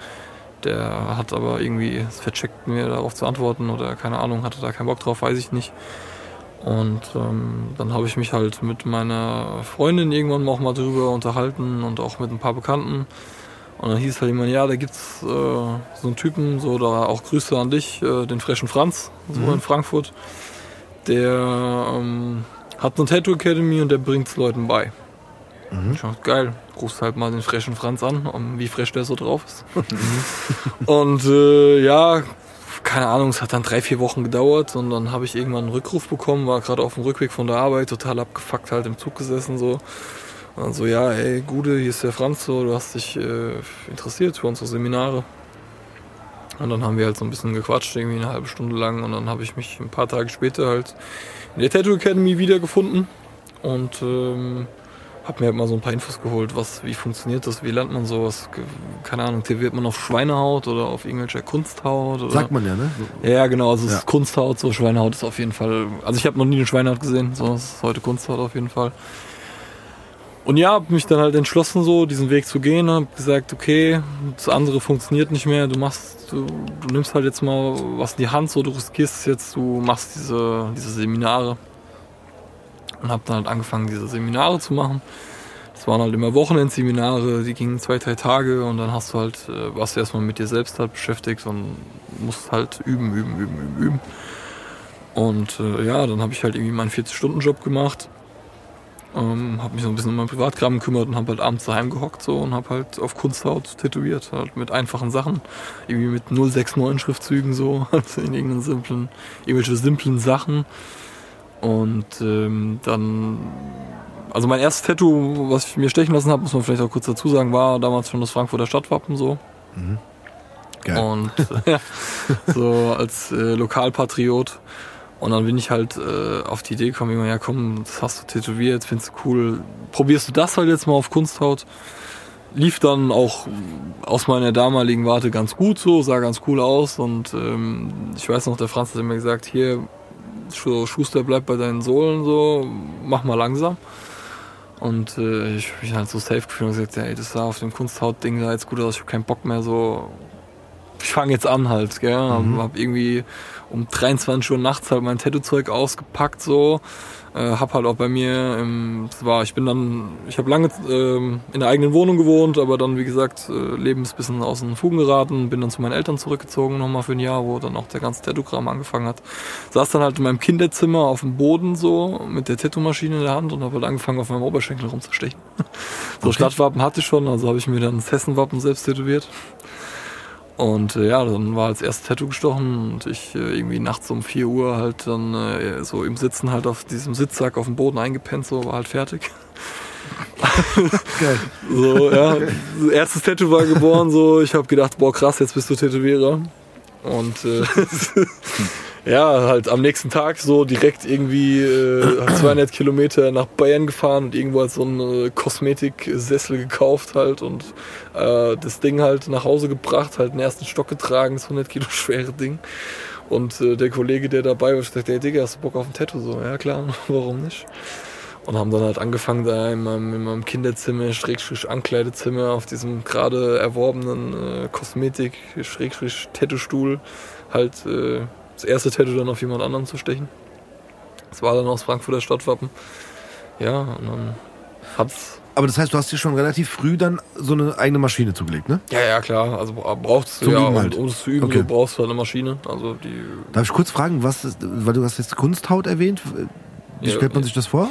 Der hat aber irgendwie es vercheckt, mir darauf zu antworten oder keine Ahnung, hatte da keinen Bock drauf, weiß ich nicht. Und dann habe ich mich halt mit meiner Freundin irgendwann auch mal drüber unterhalten und auch mit ein paar Bekannten. Und dann hieß halt jemand, ja, da gibt's so einen Typen, so da auch Grüße an dich, den frechen Franz, so in Frankfurt. Der hat eine Tattoo Academy und der bringt's Leuten bei. Ich dachte, geil, rufst halt mal den frechen Franz an, wie fresh der so drauf ist. Und ja, keine Ahnung, es hat dann 3-4 Wochen gedauert und dann habe ich irgendwann einen Rückruf bekommen, war gerade auf dem Rückweg von der Arbeit, total abgefuckt halt im Zug gesessen so. Und dann so, ja, ey, Gude, hier ist der Franz, so, du hast dich interessiert für unsere Seminare. Und dann haben wir halt so ein bisschen gequatscht, irgendwie eine halbe Stunde lang und dann habe ich mich ein paar Tage später halt in der Tattoo Academy wiedergefunden und habe mir halt mal so ein paar Infos geholt, wie funktioniert das, wie lernt man sowas, keine Ahnung, tätowiert man auf Schweinehaut oder auf irgendwelcher Kunsthaut? Oder?
Sagt man ja, ne?
Ja, genau, also es ist Kunsthaut, so Schweinehaut ist auf jeden Fall, also ich habe noch nie eine Schweinehaut gesehen, so es ist heute Kunsthaut auf jeden Fall. Und ja, habe mich dann halt entschlossen, so diesen Weg zu gehen, habe gesagt, okay, das andere funktioniert nicht mehr, du nimmst halt jetzt mal was in die Hand, so du riskierst es jetzt, du machst diese Seminare. Und habe dann halt angefangen, diese Seminare zu machen. Das waren halt immer Wochenendseminare, die gingen 2-3 Tage und dann warst du erstmal mit dir selbst halt beschäftigt und musst halt üben. Und ja, dann habe ich halt irgendwie meinen 40-Stunden-Job gemacht. Habe mich so ein bisschen um meinen Privatkram gekümmert und habe halt abends daheim gehockt so und habe halt auf Kunsthaut tätowiert, halt mit einfachen Sachen, irgendwie mit 069 Schriftzügen so, also in irgendwelche simplen Sachen. Und dann, also mein erstes Tattoo, was ich mir stechen lassen habe, muss man vielleicht auch kurz dazu sagen, war damals schon das Frankfurter Stadtwappen so.
Geil.
Und so als Lokalpatriot. Und dann bin ich halt auf die Idee gekommen, ja komm, das hast du tätowiert, findest du cool, probierst du das halt jetzt mal auf Kunsthaut. Lief dann auch aus meiner damaligen Warte ganz gut so, sah ganz cool aus und ich weiß noch, der Franz hat mir gesagt, hier, Schuster, bleib bei deinen Sohlen so, mach mal langsam. Und ich hab mich halt so safe gefühlt und gesagt, ey, das sah auf dem Kunsthaut-Ding da jetzt gut aus, ich hab keinen Bock mehr so, ich fange jetzt an halt, gell, hab irgendwie um 23 Uhr nachts halt mein Tattoo-Zeug ausgepackt so, hab halt auch bei mir, ich habe lange in der eigenen Wohnung gewohnt, aber dann wie gesagt, Leben ist ein bisschen aus den Fugen geraten, bin dann zu meinen Eltern zurückgezogen nochmal für ein Jahr, wo dann auch der ganze Tattoo-Kram angefangen hat. Saß dann halt in meinem Kinderzimmer auf dem Boden so, mit der Tattoo-Maschine in der Hand und habe halt angefangen auf meinem Oberschenkel rumzustechen. So okay. Stadtwappen hatte ich schon, also habe ich mir dann das Hessenwappen selbst tätowiert. Und dann war als erstes Tattoo gestochen und ich irgendwie nachts um 4 Uhr halt dann so im Sitzen halt auf diesem Sitzsack auf dem Boden eingepennt, so war halt fertig. Geil. So, ja. Das erstes Tattoo war geboren, so ich habe gedacht, boah krass, jetzt bist du Tätowierer. Und ja, halt am nächsten Tag so direkt irgendwie 200 Kilometer nach Bayern gefahren und irgendwo halt so einen Kosmetiksessel gekauft halt und das Ding halt nach Hause gebracht, halt den ersten Stock getragen, das 100 Kilo schwere Ding. Und der Kollege, der dabei war, sagte, hey Digga, hast du Bock auf ein Tattoo? So, ja klar, warum nicht? Und haben dann halt angefangen, da in meinem Kinderzimmer, Ankleidezimmer, auf diesem gerade erworbenen Kosmetik-Tattoo-Stuhl halt das erste Tattoo dann auf jemand anderen zu stechen. Das war dann aus Frankfurter Stadtwappen. Ja, und dann hat's...
Aber das heißt, du hast dir schon relativ früh dann so eine eigene Maschine zugelegt, ne?
Ja, klar. Also brauchst du ja, halt. Um es zu üben, okay. Du brauchst halt eine Maschine. Also die.
Darf ich kurz fragen, weil du hast jetzt Kunsthaut erwähnt, wie stellt man sich das vor?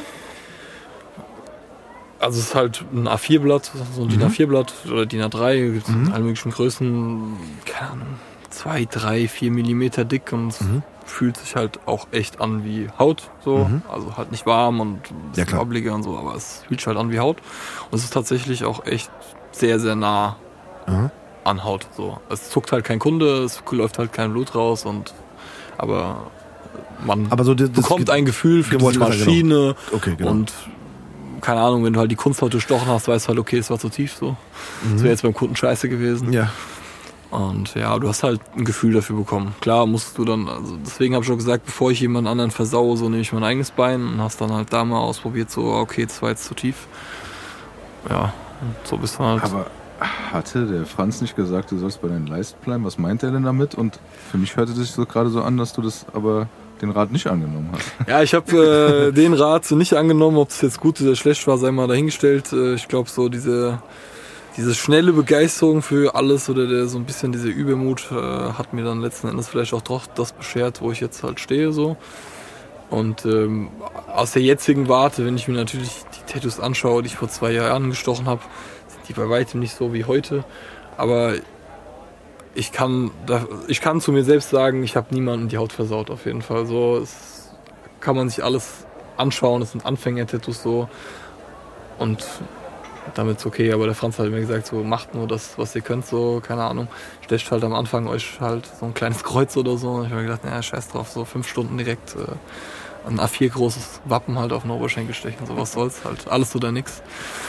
Also es ist halt ein A4-Blatt, so ein DIN A4-Blatt oder DIN A3, gibt es in allen möglichen Größen, keine Ahnung, 2, 3, 4 Millimeter dick und fühlt sich halt auch echt an wie Haut, so, also halt nicht warm und wabbeliger und so, aber es fühlt sich halt an wie Haut und es ist tatsächlich auch echt sehr, sehr nah an Haut, so. Es zuckt halt kein Kunde, es läuft halt kein Blut raus aber man bekommt ein Gefühl für diese Maschine
genau.
Und keine Ahnung, wenn du halt die Kunsthaut durchstochen hast, weißt du halt, okay, es war zu tief so. Das wäre jetzt beim Kunden scheiße gewesen.
Ja.
Und ja, du hast halt ein Gefühl dafür bekommen. Klar musst du dann, also deswegen habe ich schon gesagt, bevor ich jemand anderen versaue, so nehme ich mein eigenes Bein und hast dann halt da mal ausprobiert, so, okay, das war jetzt zu tief. Ja, und so bist du halt.
Aber hatte der Franz nicht gesagt, du sollst bei deinen Leisten bleiben? Was meint er denn damit? Und für mich hörte es sich so gerade so an, dass du das aber den Rat nicht angenommen hast.
Ja, ich habe den Rat so nicht angenommen, ob es jetzt gut oder schlecht war, sei mal dahingestellt. Ich glaube so diese schnelle Begeisterung für alles oder so ein bisschen dieser Übermut hat mir dann letzten Endes vielleicht auch doch das beschert, wo ich jetzt halt stehe so. Und aus der jetzigen Warte, wenn ich mir natürlich die Tattoos anschaue, die ich vor 2 Jahren gestochen habe, sind die bei weitem nicht so wie heute. Aber ich kann zu mir selbst sagen, ich habe niemanden die Haut versaut auf jeden Fall. So, es kann man sich alles anschauen, es sind Anfänger-Tattoos so und damit ist okay. Aber der Franz hat mir gesagt, so macht nur das, was ihr könnt, so, keine Ahnung. Stecht halt am Anfang euch halt so ein kleines Kreuz oder so. Und ich habe mir gedacht, naja, scheiß drauf, so 5 Stunden direkt ein A4 großes Wappen halt auf den Oberschenkel stechen, so was soll's halt. Alles oder nix.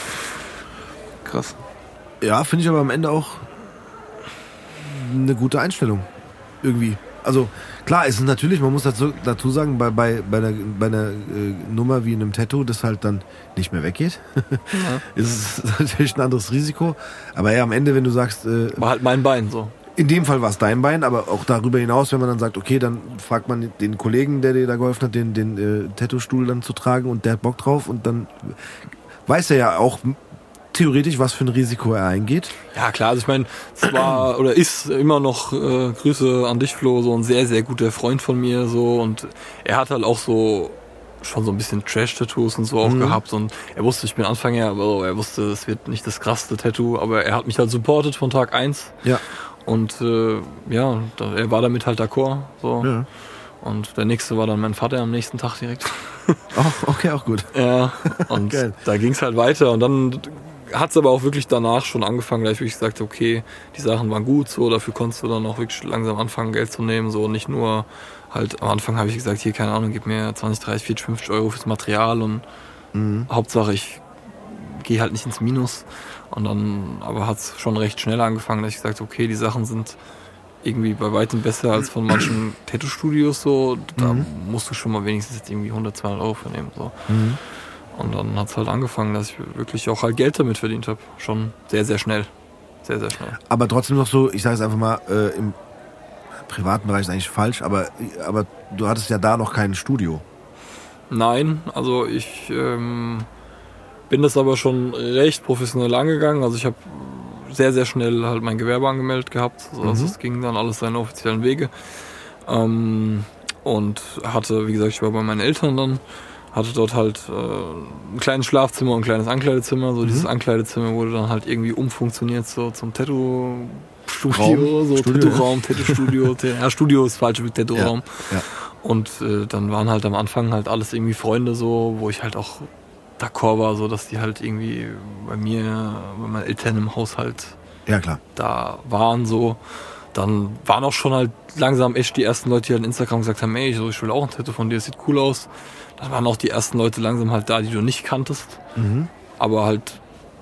Krass.
Ja, finde ich aber am Ende auch eine gute Einstellung. Irgendwie. Also klar, es ist natürlich, man muss dazu sagen, bei einer Nummer wie einem Tattoo, das halt dann nicht mehr weggeht, ist es natürlich ein anderes Risiko. Aber ja, am Ende, wenn du sagst...
war halt mein Bein so.
In dem Fall war es dein Bein, aber auch darüber hinaus, wenn man dann sagt, okay, dann fragt man den Kollegen, der dir da geholfen hat, den Tattoo-Stuhl dann zu tragen und der hat Bock drauf und dann weiß er ja auch theoretisch, was für ein Risiko er eingeht.
Ja klar, also ich meine, es war oder ist immer noch, Grüße an dich Flo, so ein sehr, sehr guter Freund von mir so und er hat halt auch so schon so ein bisschen Trash-Tattoos und so auch gehabt und er wusste, ich bin Anfänger, aber er wusste, es wird nicht das krasseste Tattoo, aber er hat mich halt supportet von Tag 1.
Ja.
Und er war damit halt d'accord. So.
Ja.
Und der nächste war dann mein Vater am nächsten Tag direkt.
Oh, okay, auch gut.
Ja, und da ging es halt weiter und dann hat es aber auch wirklich danach schon angefangen, da ich wirklich gesagt, okay, die Sachen waren gut, so, dafür konntest du dann auch wirklich langsam anfangen, Geld zu nehmen, so, nicht nur halt, am Anfang habe ich gesagt, hier, keine Ahnung, gib mir 20, 30, 40, 50 Euro fürs Material und Hauptsache, ich gehe halt nicht ins Minus. Und dann, aber hat es schon recht schnell angefangen, dass ich gesagt habe, okay, die Sachen sind irgendwie bei weitem besser als von manchen Tattoo-Studios, so, da musst du schon mal wenigstens jetzt irgendwie 100, 200 Euro für nehmen, so. Und dann hat es halt angefangen, dass ich wirklich auch halt Geld damit verdient habe. Schon sehr, sehr schnell. Sehr, sehr schnell.
Aber trotzdem noch so, ich sage es einfach mal, im privaten Bereich ist eigentlich falsch, aber du hattest ja da noch kein Studio.
Nein, also ich bin das aber schon recht professionell angegangen. Also ich habe sehr, sehr schnell halt mein Gewerbe angemeldet gehabt. Also es ging dann alles seine offiziellen Wege. Und hatte, wie gesagt, ich war bei meinen Eltern dann, hatte dort halt ein kleines Schlafzimmer und ein kleines Ankleidezimmer. So dieses Ankleidezimmer wurde dann halt irgendwie umfunktioniert so zum Tattoo-Studio, so Tattoo-Raum, Tattoo-Studio. Ja, Studio ist falsch, wie Tattoo-Raum. Ja. Und dann waren halt am Anfang halt alles irgendwie Freunde so, wo ich halt auch d'accord war, so dass die halt irgendwie bei meinen Eltern im Haushalt da waren so. Dann waren auch schon halt langsam echt die ersten Leute, die halt in Instagram gesagt haben, ey, ich will auch ein Tattoo von dir, das sieht cool aus. Dann waren auch die ersten Leute langsam halt da, die du nicht kanntest. Aber halt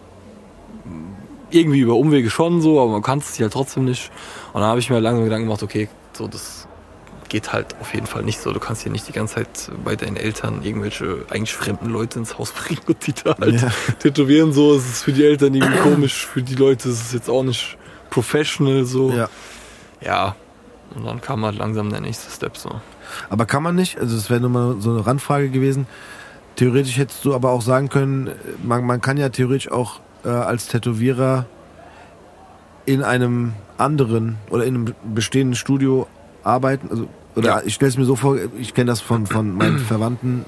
irgendwie über Umwege schon so, aber man kannte sie halt trotzdem nicht. Und dann habe ich mir halt langsam Gedanken gemacht, okay, so das geht halt auf jeden Fall nicht so. Du kannst hier nicht die ganze Zeit bei deinen Eltern irgendwelche eigentlich fremden Leute ins Haus bringen und die da halt tätowieren. So, es ist für die Eltern irgendwie komisch, für die Leute ist es jetzt auch nicht professional so. Ja. Und dann kam halt langsam der nächste Step so.
Aber kann man nicht, also das wäre nochmal so eine Randfrage gewesen, theoretisch hättest du aber auch sagen können, man kann ja theoretisch auch als Tätowierer in einem anderen oder in einem bestehenden Studio arbeiten, also oder ich stelle es mir so vor, ich kenne das von meinen Verwandten,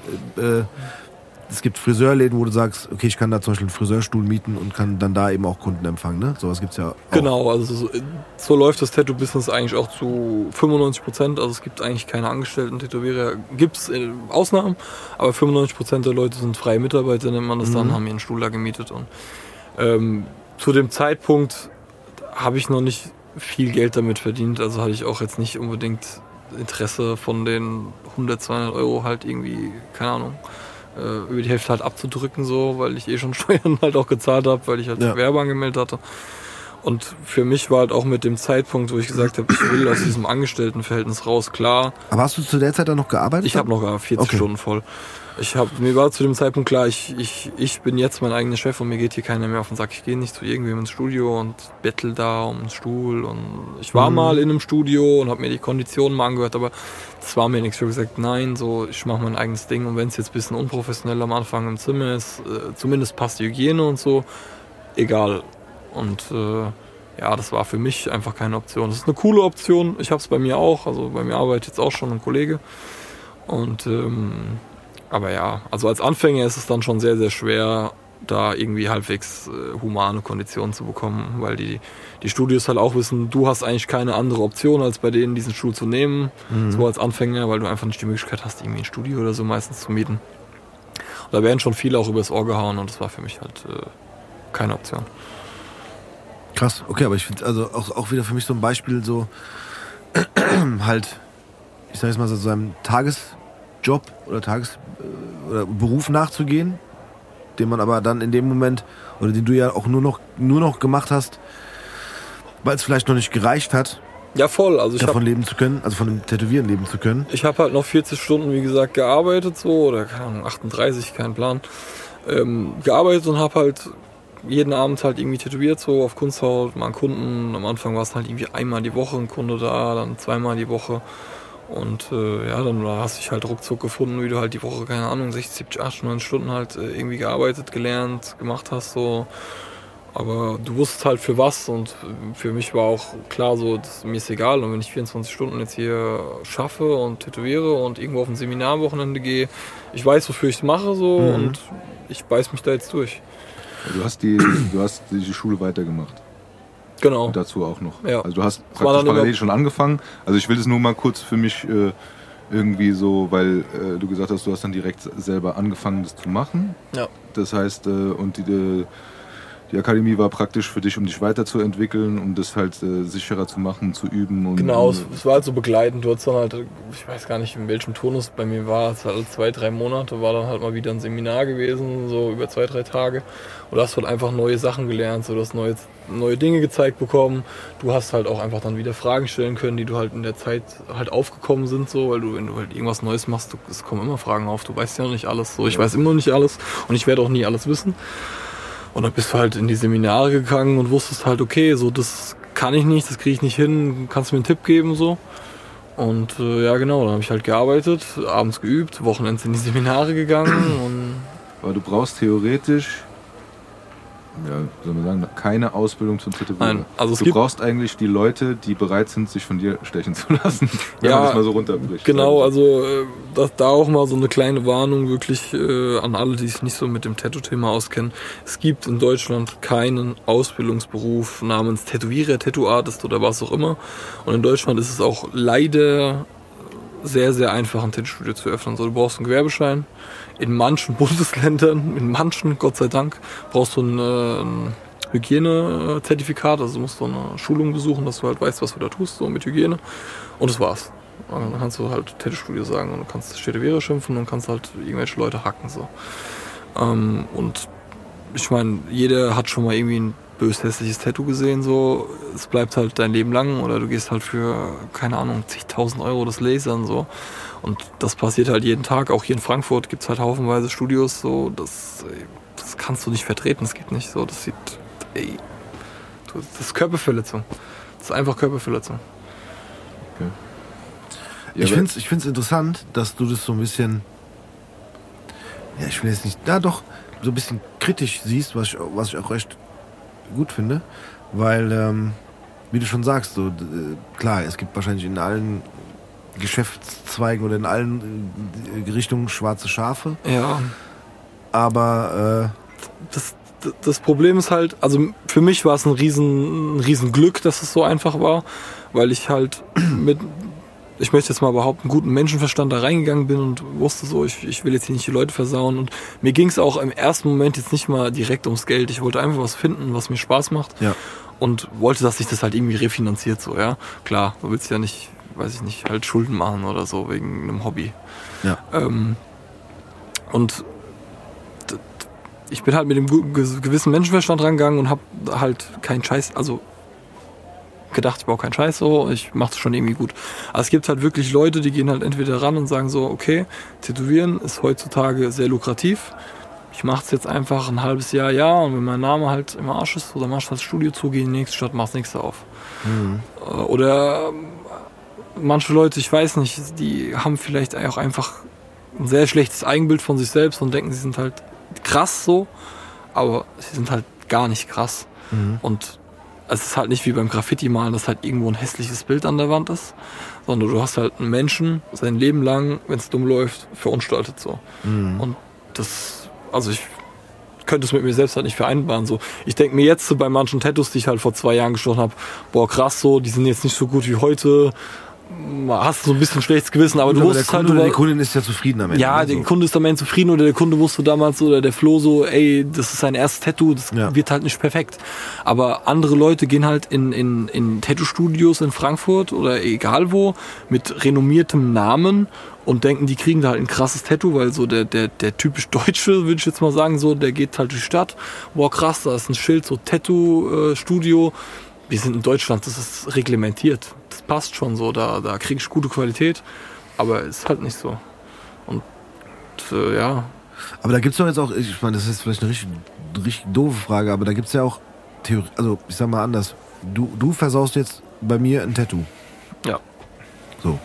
es gibt Friseurläden, wo du sagst, okay, ich kann da zum Beispiel einen Friseurstuhl mieten und kann dann da eben auch Kunden empfangen, ne? Sowas gibt's ja auch.
Genau, also so läuft das Tattoo-Business eigentlich auch zu 95%, also es gibt eigentlich keine Angestellten Tätowierer, gibt's Ausnahmen, aber 95% der Leute sind freie Mitarbeiter, nennt man das dann, haben ihren Stuhl da gemietet und zu dem Zeitpunkt habe ich noch nicht viel Geld damit verdient, also hatte ich auch jetzt nicht unbedingt Interesse von den 100, 200 Euro halt irgendwie, keine Ahnung, über die Hälfte halt abzudrücken, so, weil ich schon Steuern halt auch gezahlt habe, weil ich halt Gewerbe angemeldet hatte. Und für mich war halt auch mit dem Zeitpunkt, wo ich gesagt habe, ich will aus diesem Angestelltenverhältnis raus, klar.
Aber hast du zu der Zeit dann noch gearbeitet?
Ich habe noch 40 Stunden voll. Mir war zu dem Zeitpunkt klar, ich bin jetzt mein eigener Chef und mir geht hier keiner mehr auf den Sack. Ich gehe nicht zu irgendwem ins Studio und bettel da um einen Stuhl. Und ich war mal in einem Studio und habe mir die Konditionen mal angehört, aber das war mir nichts. Ich habe gesagt, nein, so, ich mache mein eigenes Ding. Und wenn es jetzt ein bisschen unprofessionell am Anfang im Zimmer ist, zumindest passt die Hygiene und so, egal. Und das war für mich einfach keine Option. Das ist eine coole Option. Ich habe es bei mir auch. Also bei mir arbeitet jetzt auch schon ein Kollege. Und aber ja, also als Anfänger ist es dann schon sehr, sehr schwer, da irgendwie halbwegs humane Konditionen zu bekommen, weil die Studios halt auch wissen, du hast eigentlich keine andere Option, als bei denen diesen Stuhl zu nehmen, so als Anfänger, weil du einfach nicht die Möglichkeit hast, irgendwie ein Studio oder so meistens zu mieten. Und da werden schon viele auch übers Ohr gehauen und das war für mich halt keine Option.
Krass, okay, aber ich finde also auch wieder für mich so ein Beispiel so halt, ich sag jetzt mal so einem Tagesjob oder oder Beruf nachzugehen, den man aber dann in dem Moment oder den du ja auch nur noch gemacht hast, weil es vielleicht noch nicht gereicht hat.
Ja, voll. Also
davon leben zu können, also von dem Tätowieren leben zu können.
Ich habe halt noch 40 Stunden, wie gesagt, gearbeitet so oder keine Ahnung, 38, kein Plan. Gearbeitet und habe halt jeden Abend halt irgendwie tätowiert, so auf Kunsthaut, mal einen Kunden. Am Anfang war es halt irgendwie einmal die Woche ein Kunde da, dann zweimal die Woche. Und dann hast du dich halt ruckzuck gefunden, wie du halt die Woche, keine Ahnung, 60, 70, 80, 90 Stunden halt irgendwie gearbeitet, gelernt, gemacht hast, so. Aber du wusstest halt für was und für mich war auch klar so, mir ist egal. Und wenn ich 24 Stunden jetzt hier schaffe und tätowiere und irgendwo auf ein Seminar am Wochenende gehe, ich weiß, wofür ich es mache so und ich beiß mich da jetzt durch.
Du hast die Schule weitergemacht.
Genau.
Und dazu auch noch.
Ja.
Also du hast praktisch parallel schon angefangen. Also ich will das nur mal kurz für mich irgendwie so, weil du gesagt hast, du hast dann direkt selber angefangen, das zu machen.
Ja.
Das heißt, und Die Akademie war praktisch für dich, um dich weiterzuentwickeln, um das halt sicherer zu machen, zu üben. Und,
genau, es war halt so begleitend. Du hattest dann halt, ich weiß gar nicht, in welchem Turnus bei mir war, es halt alle 2-3 Monate, war dann halt mal wieder ein Seminar gewesen, so über 2-3 Tage. Und du hast halt einfach neue Sachen gelernt, so, du hast neue Dinge gezeigt bekommen. Du hast halt auch einfach dann wieder Fragen stellen können, die du halt in der Zeit halt aufgekommen sind, so, weil wenn du halt irgendwas Neues machst, es kommen immer Fragen auf. Du weißt ja noch nicht alles, so. Ich weiß immer noch nicht alles und ich werde auch nie alles wissen. Und dann bist du halt in die Seminare gegangen und wusstest halt, okay, so das kann ich nicht, das kriege ich nicht hin, kannst du mir einen Tipp geben, so. Und ja genau, dann habe ich halt gearbeitet, abends geübt, Wochenends in die Seminare gegangen. Und
aber du brauchst theoretisch, ja, wie soll man sagen, keine Ausbildung zum Tätowierer.
Nein, also
du brauchst eigentlich die Leute, die bereit sind, sich von dir stechen zu lassen, wenn man das mal so runterbricht.
Genau, also da auch mal so eine kleine Warnung wirklich an alle, die sich nicht so mit dem Tattoo-Thema auskennen. Es gibt in Deutschland keinen Ausbildungsberuf namens Tätowierer, Tattoo-Artist oder was auch immer. Und in Deutschland ist es auch leider sehr, sehr einfach, ein Tattoo-Studio zu öffnen. So, du brauchst einen Gewerbeschein. In manchen Bundesländern, Gott sei Dank, brauchst du ein Hygienezertifikat. Also du musst so eine Schulung besuchen, dass du halt weißt, was du da tust, so mit Hygiene. Und das war's. Und dann kannst du halt Tattoo-Studio sagen und du kannst Tätowierer schimpfen und kannst halt irgendwelche Leute hacken. So. Und ich meine, jeder hat schon mal irgendwie ein bös hässliches Tattoo gesehen, so. Es bleibt halt dein Leben lang oder du gehst halt für, keine Ahnung, zigtausend Euro das Lasern, so. Und das passiert halt jeden Tag. Auch hier in Frankfurt gibt es halt haufenweise Studios, so. Das kannst du nicht vertreten, das geht nicht so. Das sieht, das ist Körperverletzung. Das ist einfach Körperverletzung.
Okay.
Ja, ich find's interessant, dass du das so ein bisschen, ja, ich will jetzt nicht, doch, so ein bisschen kritisch siehst, was ich auch recht gut finde, weil, wie du schon sagst, so, klar, es gibt wahrscheinlich in allen Geschäftszweigen oder in allen Richtungen schwarze Schafe.
Ja.
Aber
das Problem ist halt, also für mich war es ein riesen Glück, dass es so einfach war, weil ich halt ich möchte jetzt mal behaupten, guten Menschenverstand da reingegangen bin und wusste so, ich will jetzt hier nicht die Leute versauen. Und mir ging es auch im ersten Moment jetzt nicht mal direkt ums Geld. Ich wollte einfach was finden, was mir Spaß macht.
Ja. Und
wollte, dass sich das halt irgendwie refinanziert, so, ja. Klar, du willst ja nicht, weiß ich nicht, halt Schulden machen oder so wegen einem Hobby.
Ja.
Und ich bin halt mit dem gewissen Menschenverstand rangegangen und hab halt keinen Scheiß, also gedacht, ich baue keinen Scheiß so, ich mach's schon irgendwie gut. Aber es gibt halt wirklich Leute, die gehen halt entweder ran und sagen so, okay, Tätowieren ist heutzutage sehr lukrativ. Ich mach's jetzt einfach ein halbes Jahr, und wenn mein Name halt im Arsch ist, oder machst du das Studio zu, geh in die nächste Stadt, mach's nächste auf. Mhm. Oder manche Leute, ich weiß nicht, die haben vielleicht auch einfach ein sehr schlechtes Eigenbild von sich selbst und denken, sie sind halt krass so, aber sie sind halt gar nicht krass. Mhm. Und es ist halt nicht wie beim Graffiti-Malen, dass halt irgendwo ein hässliches Bild an der Wand ist, sondern du hast halt einen Menschen sein Leben lang, wenn es dumm läuft, verunstaltet so. Mhm. Und das, also ich könnte es mit mir selbst halt nicht vereinbaren. So. Ich denke mir jetzt so bei manchen Tattoos, die ich halt vor 2 Jahren gestochen habe, boah krass so, die sind jetzt nicht so gut wie heute. Hast du so ein bisschen schlechtes Gewissen, aber du wusstest halt...
Die Kundin ist ja zufrieden am Ende.
Ja, der Kunde ist am Ende zufrieden oder der Kunde wusste damals oder der Flo so, ey, das ist sein erstes Tattoo, das wird halt nicht perfekt. Aber andere Leute gehen halt in Tattoo-Studios in Frankfurt oder egal wo mit renommiertem Namen und denken, die kriegen da halt ein krasses Tattoo, weil so der typisch Deutsche, würde ich jetzt mal sagen, so, der geht halt durch die Stadt, boah krass, da ist ein Schild, so Tattoo-Studio. Wir sind in Deutschland, das ist reglementiert. Das passt schon so, da kriege ich gute Qualität, aber ist halt nicht so. Und ja.
Aber da gibt es doch jetzt auch, ich meine, das ist vielleicht eine richtig doofe Frage, aber da gibt es ja auch Theorie, also ich sag mal anders, du versaust jetzt bei mir ein Tattoo.
Ja.
So.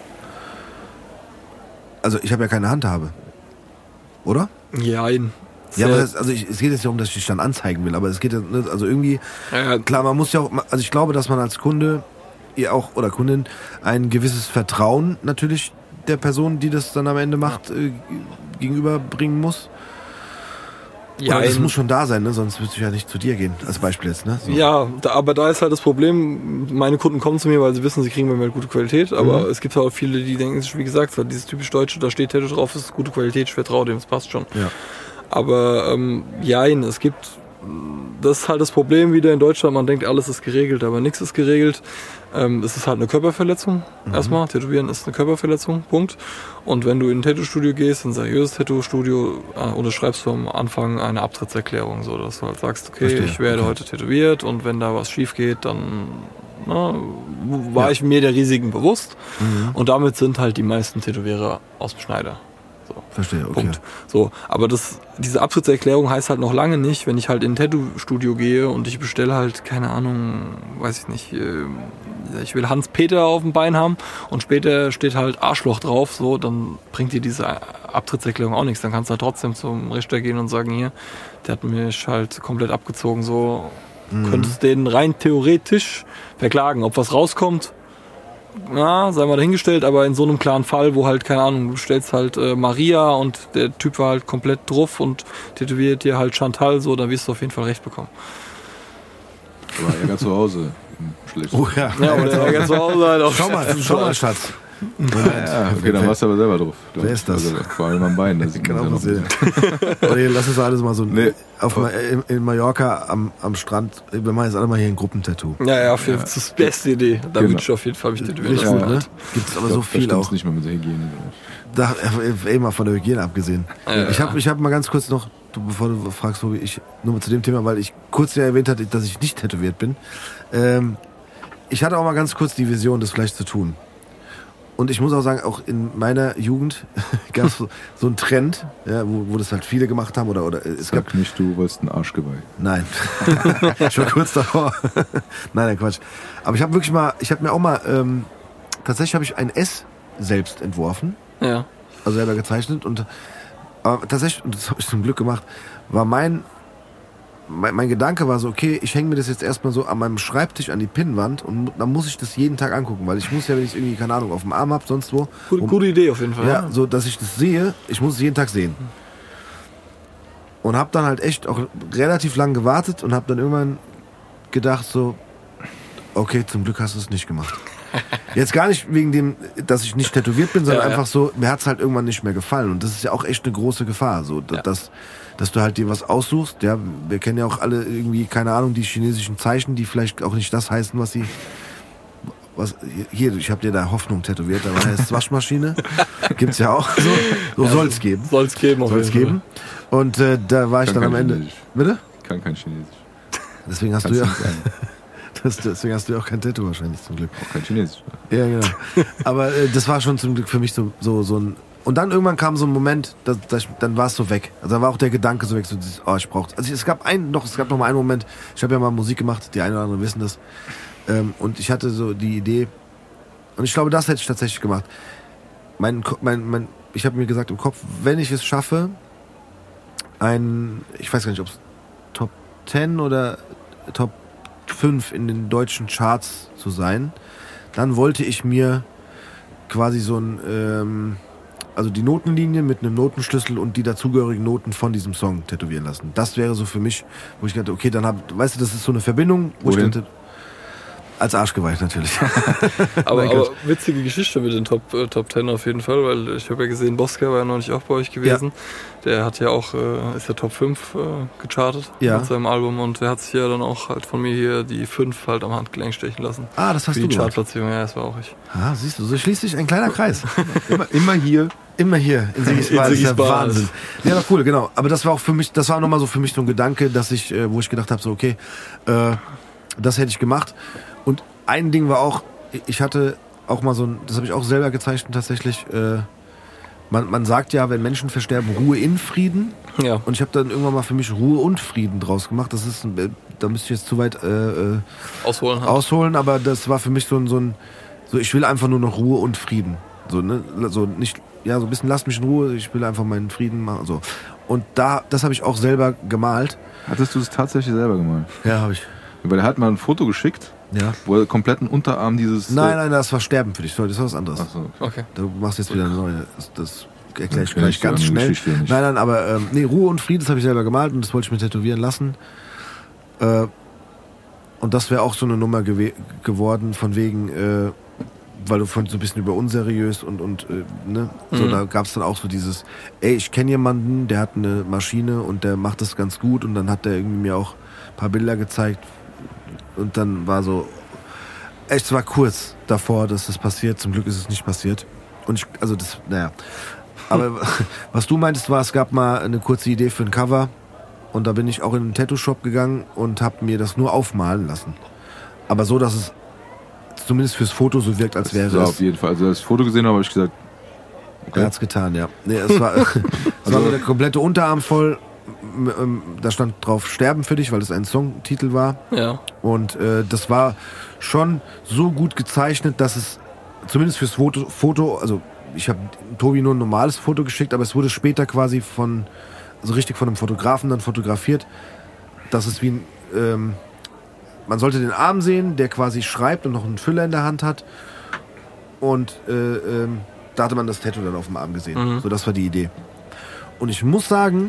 Also ich habe ja keine Handhabe. Oder?
Ja,
ja, aber es geht jetzt ja um, dass ich dich dann anzeigen will, aber es geht ja, also irgendwie, klar, man muss ja auch, also ich glaube, dass man als Kunde oder Kundin ein gewisses Vertrauen natürlich der Person, die das dann am Ende macht, gegenüberbringen muss. Ja, das muss schon da sein, ne? Sonst würde ich ja nicht zu dir gehen, als Beispiel jetzt. Ne? So.
Ja, aber da ist halt das Problem, meine Kunden kommen zu mir, weil sie wissen, sie kriegen bei mir halt gute Qualität, aber es gibt halt auch viele, die denken, wie gesagt, dieses typisch Deutsche, da steht Tattoo drauf, ist gute Qualität, ich vertraue dem, das passt schon.
Ja.
Aber es gibt das ist halt das Problem wieder in Deutschland. Man denkt, alles ist geregelt, aber nichts ist geregelt. Es ist halt eine Körperverletzung. Erstmal, Tätowieren ist eine Körperverletzung, Punkt. Und wenn du in ein Tattoo-Studio gehst, ein seriöses Tattoo-Studio, unterschreibst du am Anfang eine Abtrittserklärung, so dass du halt sagst, okay, ich werde heute tätowiert und wenn da was schief geht, dann war ich mir der Risiken bewusst. Und damit sind halt die meisten Tätowierer aus dem Schneider. So.
Verstehe, okay.
Punkt. So, aber diese Abtrittserklärung heißt halt noch lange nicht, wenn ich halt in ein Tattoo-Studio gehe und ich bestelle halt, keine Ahnung, weiß ich nicht, ich will Hans-Peter auf dem Bein haben und später steht halt Arschloch drauf, so, dann bringt dir diese Abtrittserklärung auch nichts. Dann kannst du halt trotzdem zum Richter gehen und sagen, hier, der hat mich halt komplett abgezogen, so, könntest den rein theoretisch verklagen. Ob was rauskommt, sei mal dahingestellt, aber in so einem klaren Fall, wo halt, keine Ahnung, du stellst halt Maria und der Typ war halt komplett drauf und tätowiert dir halt Chantal, so, dann wirst du auf jeden Fall recht bekommen.
Aber Ärger zu Hause. Schlecht.
Oh ja.
Ja, oder Ärger zu Hause halt auch.
Schau mal, Schatz.
Ja, okay, dann warst du aber selber drauf.
Wer ist das?
Also, vor allem am Bein. Das
Kann auch mal sehen. Okay, lass uns alles mal so in Mallorca am Strand. Wir machen jetzt alle mal hier ein Gruppentattoo.
Ja, das ist die beste Idee. Da würde ich auf jeden Fall mich tätowieren
Richtig
lassen.
gut, ne? Gibt es aber so viel auch.
nicht mehr mit der Hygiene.
Da, mal von der Hygiene abgesehen.
Ja.
Ich hab mal ganz kurz noch, bevor du fragst, wo ich, nur mal zu dem Thema, weil ich kurz ja erwähnt hatte, dass ich nicht tätowiert bin. Ich hatte auch mal ganz kurz die Vision, das vielleicht zu tun. Und ich muss auch sagen, auch in meiner Jugend gab es so einen Trend, ja, wo das halt viele gemacht haben. Oder es
Sag
gab
nicht, du wolltest ein Arschgeweih.
Nein. Ich war kurz davor. Nein, Quatsch. Aber ich habe mir auch mal, tatsächlich habe ich ein S selbst entworfen.
Ja.
Also selber gezeichnet. Und tatsächlich, und das habe ich zum Glück gemacht, war mein Gedanke war so, okay, ich hänge mir das jetzt erstmal so an meinem Schreibtisch an die Pinnwand und dann muss ich das jeden Tag angucken, weil ich muss ja, wenn ich irgendwie, keine Ahnung, auf dem Arm habe, sonst wo.
Gute Idee auf jeden Fall.
Ja, so, dass ich das sehe, ich muss es jeden Tag sehen. Und habe dann halt echt auch relativ lang gewartet und habe dann irgendwann gedacht so, okay, zum Glück hast du es nicht gemacht. Jetzt gar nicht wegen dem, dass ich nicht tätowiert bin, sondern einfach so, mir hat es halt irgendwann nicht mehr gefallen. Und das ist ja auch echt eine große Gefahr, so, dass du halt dir was aussuchst. Ja, wir kennen ja auch alle irgendwie, keine Ahnung, die chinesischen Zeichen, die vielleicht auch nicht das heißen, was sie... Hier, ich habe dir da Hoffnung tätowiert, aber heißt Waschmaschine. Gibt's ja auch. So soll's geben.
Soll's geben.
Und da war ich dann am Ende.
Chinesisch.
Bitte?
Ich kann kein Chinesisch.
Deswegen hast du ja... Deswegen hast du ja auch kein Tattoo wahrscheinlich, zum Glück.
Auch kein Chinesisch.
Ja, genau. Aber das war schon zum Glück für mich so ein... Und dann irgendwann kam so ein Moment, dann war es so weg. Also dann war auch der Gedanke so weg, so dieses, ich brauch's. Also es gab noch mal einen Moment, ich habe ja mal Musik gemacht, die einen oder anderen wissen das. Und ich hatte so die Idee, und ich glaube, das hätte ich tatsächlich gemacht. Ich habe mir gesagt im Kopf, wenn ich es schaffe, ich weiß gar nicht, ob es Top 10 oder Top 5 in den deutschen Charts zu sein, dann wollte ich mir quasi so also die Notenlinie mit einem Notenschlüssel und die dazugehörigen Noten von diesem Song tätowieren lassen. Das wäre so für mich, wo ich dachte, okay, dann weißt du, das ist so eine Verbindung, wo ich dachte, als Arschgeweih natürlich.
aber witzige Geschichte mit den Top 10 auf jeden Fall, weil ich habe ja gesehen, Bosca war ja noch nicht auch bei euch gewesen. Ja. Der hat ja auch, ist ja Top 5 gechartet mit seinem Album und der hat sich ja dann auch halt von mir hier die 5 halt am Handgelenk stechen lassen.
Das hast du
die Chartplatzierung, ja, das war auch ich.
Siehst du, so schließt sich ein kleiner Kreis. Immer hier in Sigis Bar. Das ist ja Wahnsinn. Ja, doch cool, genau. Aber das war auch für mich, das war nochmal so für mich so ein Gedanke, dass wo ich gedacht habe, so okay, das hätte ich gemacht. Und ein Ding war auch, ich hatte auch mal das habe ich auch selber gezeichnet tatsächlich, man sagt ja, wenn Menschen versterben, Ruhe in Frieden.
Ja.
Und ich habe dann irgendwann mal für mich Ruhe und Frieden draus gemacht. Das ist, da müsste ich jetzt zu weit ausholen, aber das war für mich so ich will einfach nur noch Ruhe und Frieden. So, ne? So nicht, ja, so ein bisschen lasst mich in Ruhe, ich will einfach meinen Frieden machen. So. Und das habe ich auch selber gemalt.
Hattest du das tatsächlich selber gemalt?
Ja, habe ich.
Weil er hat mal ein Foto geschickt, wo er kompletten Unterarm dieses...
Nein, das war Sterben für dich. Sorry, das war was anderes.
Ach so,
okay.
Du machst jetzt wieder eine neue... Das erkläre ich gleich ganz schnell. Nein, aber Ruhe und Frieden, das habe ich selber gemalt und das wollte ich mir tätowieren lassen. Und das wäre auch so eine Nummer geworden, von wegen... weil du vorhin so ein bisschen über unseriös und ne, so, da gab es dann auch so dieses, ey, ich kenne jemanden, der hat eine Maschine und der macht das ganz gut und dann hat der irgendwie mir auch ein paar Bilder gezeigt und dann war so, echt, es war kurz davor, dass das passiert, zum Glück ist es nicht passiert und aber was du meintest war, es gab mal eine kurze Idee für ein Cover und da bin ich auch in einen Tattoo-Shop gegangen und habe mir das nur aufmalen lassen, aber so, dass es zumindest fürs Foto so wirkt, als wäre es.
Auf jeden Fall. Also als ich das Foto gesehen habe, habe ich gesagt, okay.
Er hat's getan, ja. Nee, es war, es war so der komplette Unterarm voll. Da stand drauf Sterben für dich, weil das ein Songtitel war.
Ja.
Und das war schon so gut gezeichnet, dass es zumindest fürs Foto, also ich habe Tobi nur ein normales Foto geschickt, aber es wurde später quasi richtig von einem Fotografen dann fotografiert, dass es wie ein man sollte den Arm sehen, der quasi schreibt und noch einen Füller in der Hand hat. Und da hatte man das Tattoo dann auf dem Arm gesehen. So, das war die Idee. Und ich muss sagen,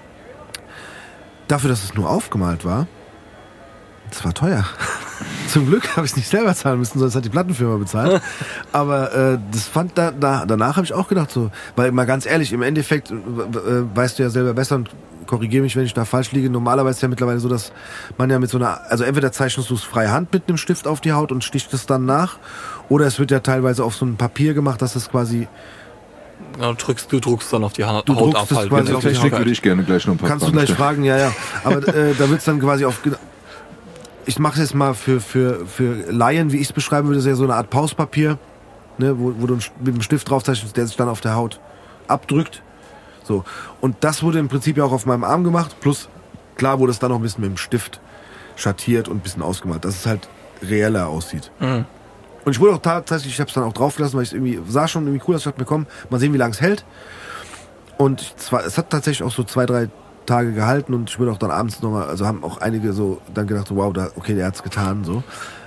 dafür, dass es nur aufgemalt war, das war teuer. Zum Glück habe ich es nicht selber zahlen müssen, sonst hat die Plattenfirma bezahlt. Aber das danach habe ich auch gedacht, so, weil mal ganz ehrlich, im Endeffekt weißt du ja selber besser und korrigiere mich, wenn ich da falsch liege. Normalerweise ist ja mittlerweile so, dass man ja mit so einer, also entweder zeichnest du es freie Hand mit einem Stift auf die Haut und stichst es dann nach, oder es wird ja teilweise auf so ein Papier gemacht, dass es quasi
ja, du druckst dann auf die Haut ab.
Halt.
Quasi auf die Haut. Würde ich gerne gleich noch ein paar
Kannst du gleich fragen, ja. Aber da wird es dann quasi auf... Ich mache es jetzt mal für Laien, wie ich es beschreiben würde, ist ja so eine Art Pauspapier, ne, wo du mit dem Stift drauf zeichnest, der sich dann auf der Haut abdrückt. So. Und das wurde im Prinzip ja auch auf meinem Arm gemacht, plus klar wurde es dann noch ein bisschen mit dem Stift schattiert und ein bisschen ausgemalt, dass es halt reeller aussieht. Und ich wurde auch tatsächlich, ich habe es dann auch drauf gelassen, weil ich irgendwie sah schon irgendwie cool aus, ich dachte mir, komm, mal sehen, wie lange es hält. Und es hat tatsächlich auch so 2-3 Tage gehalten und ich wurde auch dann abends nochmal, also haben auch einige so dann gedacht, so, wow, okay, der hat's getan, so.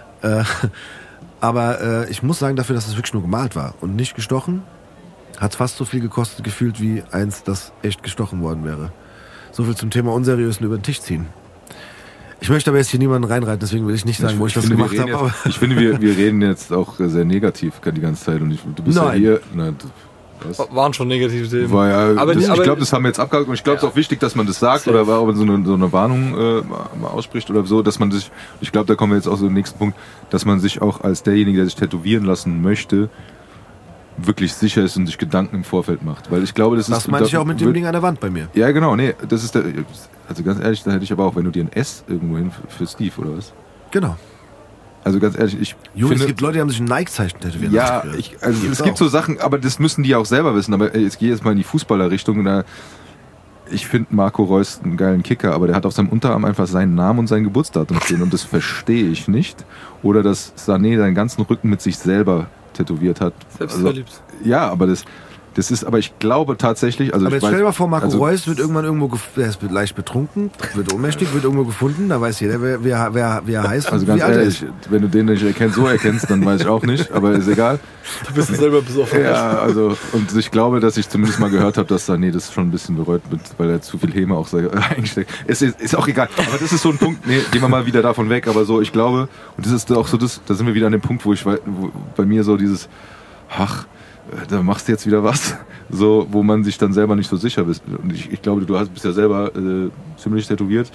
Aber ich muss sagen, dafür, dass es wirklich nur gemalt war und nicht gestochen, hat es fast so viel gekostet gefühlt wie eins, das echt gestochen worden wäre. So viel zum Thema unseriösen über den Tisch ziehen. Ich möchte aber jetzt hier niemanden reinreiten, deswegen will ich nicht sagen, wo ich das gemacht habe.
Ich finde, wir reden jetzt auch sehr negativ die ganze Zeit und du bist ja hier... Was?
Waren schon negative Themen.
War ja, ich glaube, das haben wir jetzt abgehakt und ich glaube, es ist auch wichtig, dass man das sagt oder auch so eine Warnung mal ausspricht oder so, dass man sich, ich glaube, da kommen wir jetzt auch so zum nächsten Punkt, dass man sich auch als derjenige, der sich tätowieren lassen möchte, wirklich sicher ist und sich Gedanken im Vorfeld macht. Weil ich glaube, das ist...
Das meine ich auch mit dem Ding an der Wand bei mir.
Ja, genau, nee, das ist also ganz ehrlich, da hätte ich aber auch, wenn du dir ein S irgendwo hin für Steve, oder was?
Genau.
Also ganz ehrlich,
es gibt Leute, die haben sich ein Nike-Zeichen tätowieren lassen.
Ja, es gibt so Sachen, aber das müssen die auch selber wissen. Aber jetzt gehe ich jetzt mal in die Fußballerrichtung. Ich finde Marco Reus einen geilen Kicker, aber der hat auf seinem Unterarm einfach seinen Namen und sein Geburtsdatum stehen und das verstehe ich nicht. Oder dass Sané seinen ganzen Rücken mit sich selber tätowiert hat.
Selbstverliebt.
Also, ja, aber das ist, aber ich glaube tatsächlich... Also
aber jetzt stell dir mal vor, Marco Reus wird irgendwann irgendwo, er ist leicht betrunken, wird ohnmächtig, wird irgendwo gefunden, da weiß jeder, wer er heißt.
Also ganz ehrlich, wenn du den nicht so erkennst, dann weiß ich auch nicht, aber ist egal.
Du bist selber besoffen.
Ja, also, und ich glaube, dass ich zumindest mal gehört habe, dass Sané das schon ein bisschen bereut, weil er zu viel Häme auch eingesteckt. Ist auch egal, aber das ist so ein Punkt, nee, gehen wir mal wieder davon weg, aber so, ich glaube, und das ist auch so da sind wir wieder an dem Punkt, wo bei mir so dieses, da machst du jetzt wieder was, so, wo man sich dann selber nicht so sicher ist. Und ich glaube, du bist ja selber ziemlich tätowiert.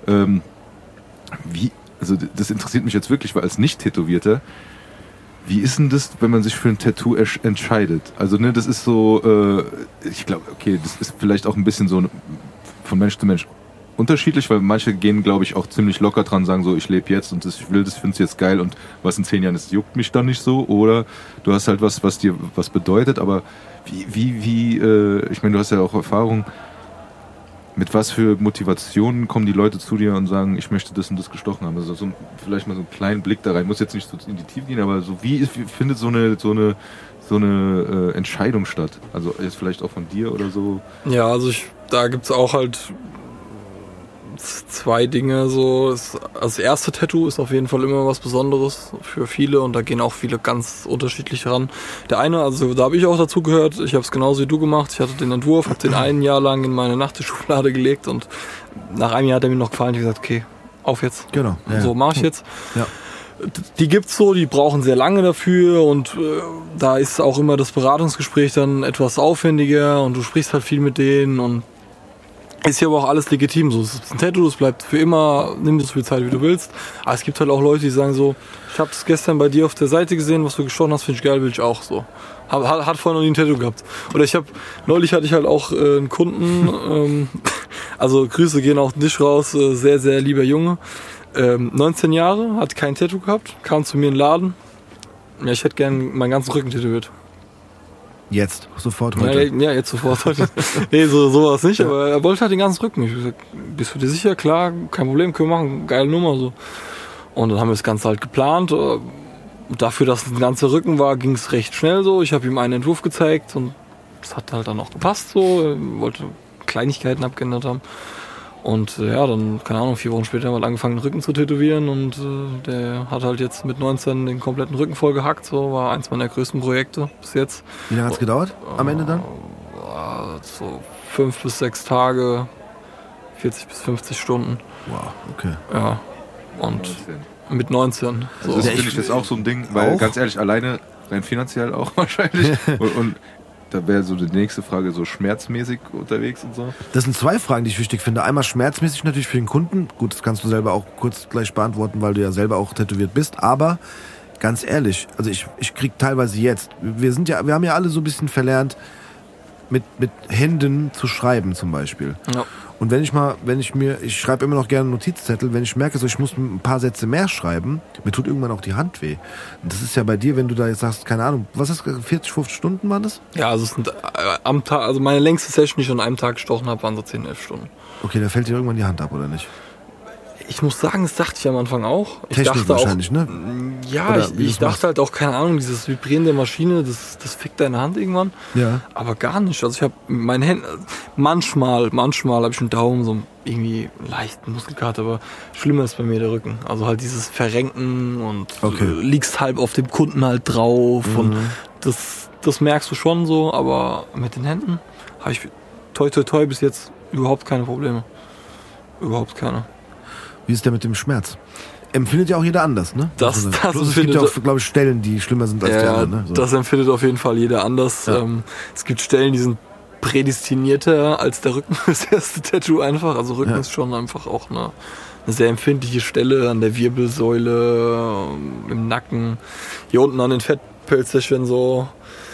Also das interessiert mich jetzt wirklich, weil als Nicht-Tätowierter, wie ist denn das, wenn man sich für ein Tattoo entscheidet? Also ne, das ist so, ich glaube, okay, das ist vielleicht auch ein bisschen so von Mensch zu Mensch unterschiedlich, weil manche gehen, glaube ich, auch ziemlich locker dran, sagen so, ich lebe jetzt und ich will das, finde es jetzt geil und was in 10 Jahren ist, juckt mich dann nicht so. Oder du hast halt was dir was bedeutet, aber wie ich meine, du hast ja auch Erfahrung, mit was für Motivationen kommen die Leute zu dir und sagen, ich möchte das und das gestochen haben. Also vielleicht mal so einen kleinen Blick da rein, muss jetzt nicht so in die Tiefe gehen, aber so wie findet so eine Entscheidung statt? Also jetzt vielleicht auch von dir oder so?
Ja, also da gibt's auch halt 2 Dinge. So, das erste Tattoo ist auf jeden Fall immer was Besonderes für viele und da gehen auch viele ganz unterschiedlich ran. Der eine, also da habe ich auch dazu gehört, ich habe es genauso wie du gemacht. Ich hatte den Entwurf, habe den 1 Jahr lang in meine Nachttischschublade gelegt und nach einem Jahr hat er mir noch gefallen. Ich habe gesagt, okay, auf jetzt.
Genau.
Ja. So mache ich jetzt.
Ja.
Die gibt's so, die brauchen sehr lange dafür und da ist auch immer das Beratungsgespräch dann etwas aufwendiger und du sprichst halt viel mit denen und ist ja aber auch alles legitim. So, es ist ein Tattoo, es bleibt für immer, nimm dir so viel Zeit, wie du willst. Aber es gibt halt auch Leute, die sagen so, ich habe das gestern bei dir auf der Seite gesehen, was du gestochen hast, finde ich geil, will ich auch so. Hat vorher noch nie ein Tattoo gehabt. Oder neulich hatte ich halt auch einen Kunden, also Grüße gehen auf den Tisch raus, sehr, sehr lieber Junge. 19 Jahre, hat kein Tattoo gehabt, kam zu mir in den Laden. Ja, ich hätte gern meinen ganzen Rücken tätowiert.
Jetzt, sofort heute.
Ja, jetzt sofort heute. Nee, sowas nicht, aber er wollte halt den ganzen Rücken. Ich hab gesagt, bist du dir sicher? Klar, kein Problem, können wir machen, geile Nummer so. Und dann haben wir das Ganze halt geplant. Dafür, dass es ein ganzer Rücken war, ging es recht schnell so. Ich habe ihm einen Entwurf gezeigt und das hat halt dann auch gepasst so. Er wollte Kleinigkeiten abgeändert haben. Und ja, dann, keine Ahnung, 4 Wochen später haben wir halt angefangen, den Rücken zu tätowieren und der hat halt jetzt mit 19 den kompletten Rücken voll gehackt. So, war eins meiner größten Projekte bis jetzt.
Wie lange hat es gedauert am Ende dann?
So 5 bis 6 Tage, 40 bis 50 Stunden.
Wow, okay.
Ja, und mit 19. So.
Das finde ich jetzt auch so ein Ding, weil ganz ehrlich, alleine, rein finanziell auch wahrscheinlich. und da wäre so die nächste Frage, so schmerzmäßig unterwegs und so.
Das sind 2 Fragen, die ich wichtig finde. Einmal schmerzmäßig natürlich für den Kunden. Gut, das kannst du selber auch kurz gleich beantworten, weil du ja selber auch tätowiert bist. Aber ganz ehrlich, also ich krieg teilweise jetzt, wir haben ja alle so ein bisschen verlernt, mit Händen zu schreiben zum Beispiel. Ja. Und ich schreibe immer noch gerne Notizzettel, wenn ich merke, so ich muss ein paar Sätze mehr schreiben, mir tut irgendwann auch die Hand weh. Und das ist ja bei dir, wenn du da jetzt sagst, keine Ahnung, was ist 40, 50 Stunden waren das?
Ja, also es sind am Tag, also meine längste Session, die ich an einem Tag gestochen habe, waren so 10, 11 Stunden.
Okay, da fällt dir irgendwann die Hand ab, oder nicht?
Ich muss sagen, das dachte ich am Anfang auch.
Technisch wahrscheinlich, ne?
Ja, ich dachte halt auch, keine Ahnung, dieses Vibrieren der Maschine, das fickt deine Hand irgendwann.
Ja.
Aber gar nicht. Also ich habe meine Hände, manchmal habe ich einen Daumen, so irgendwie leichten Muskelkater, aber schlimmer ist bei mir der Rücken. Also halt dieses Verrenken und liegst halb auf dem Kunden halt drauf und das merkst du schon so, aber mit den Händen habe ich toi toi toi bis jetzt überhaupt keine Probleme. Überhaupt keine.
Wie ist der mit dem Schmerz? Empfindet ja auch jeder anders, ne?
Das
es gibt ja auch, glaube ich, Stellen, die schlimmer sind als die anderen. Ne? So.
Das empfindet auf jeden Fall jeder anders. Ja. Es gibt Stellen, die sind prädestinierter als der Rücken fürs erste Tattoo einfach. Also Rücken ist schon einfach auch eine sehr empfindliche Stelle an der Wirbelsäule, im Nacken, hier unten an den Fettpölzerchen so.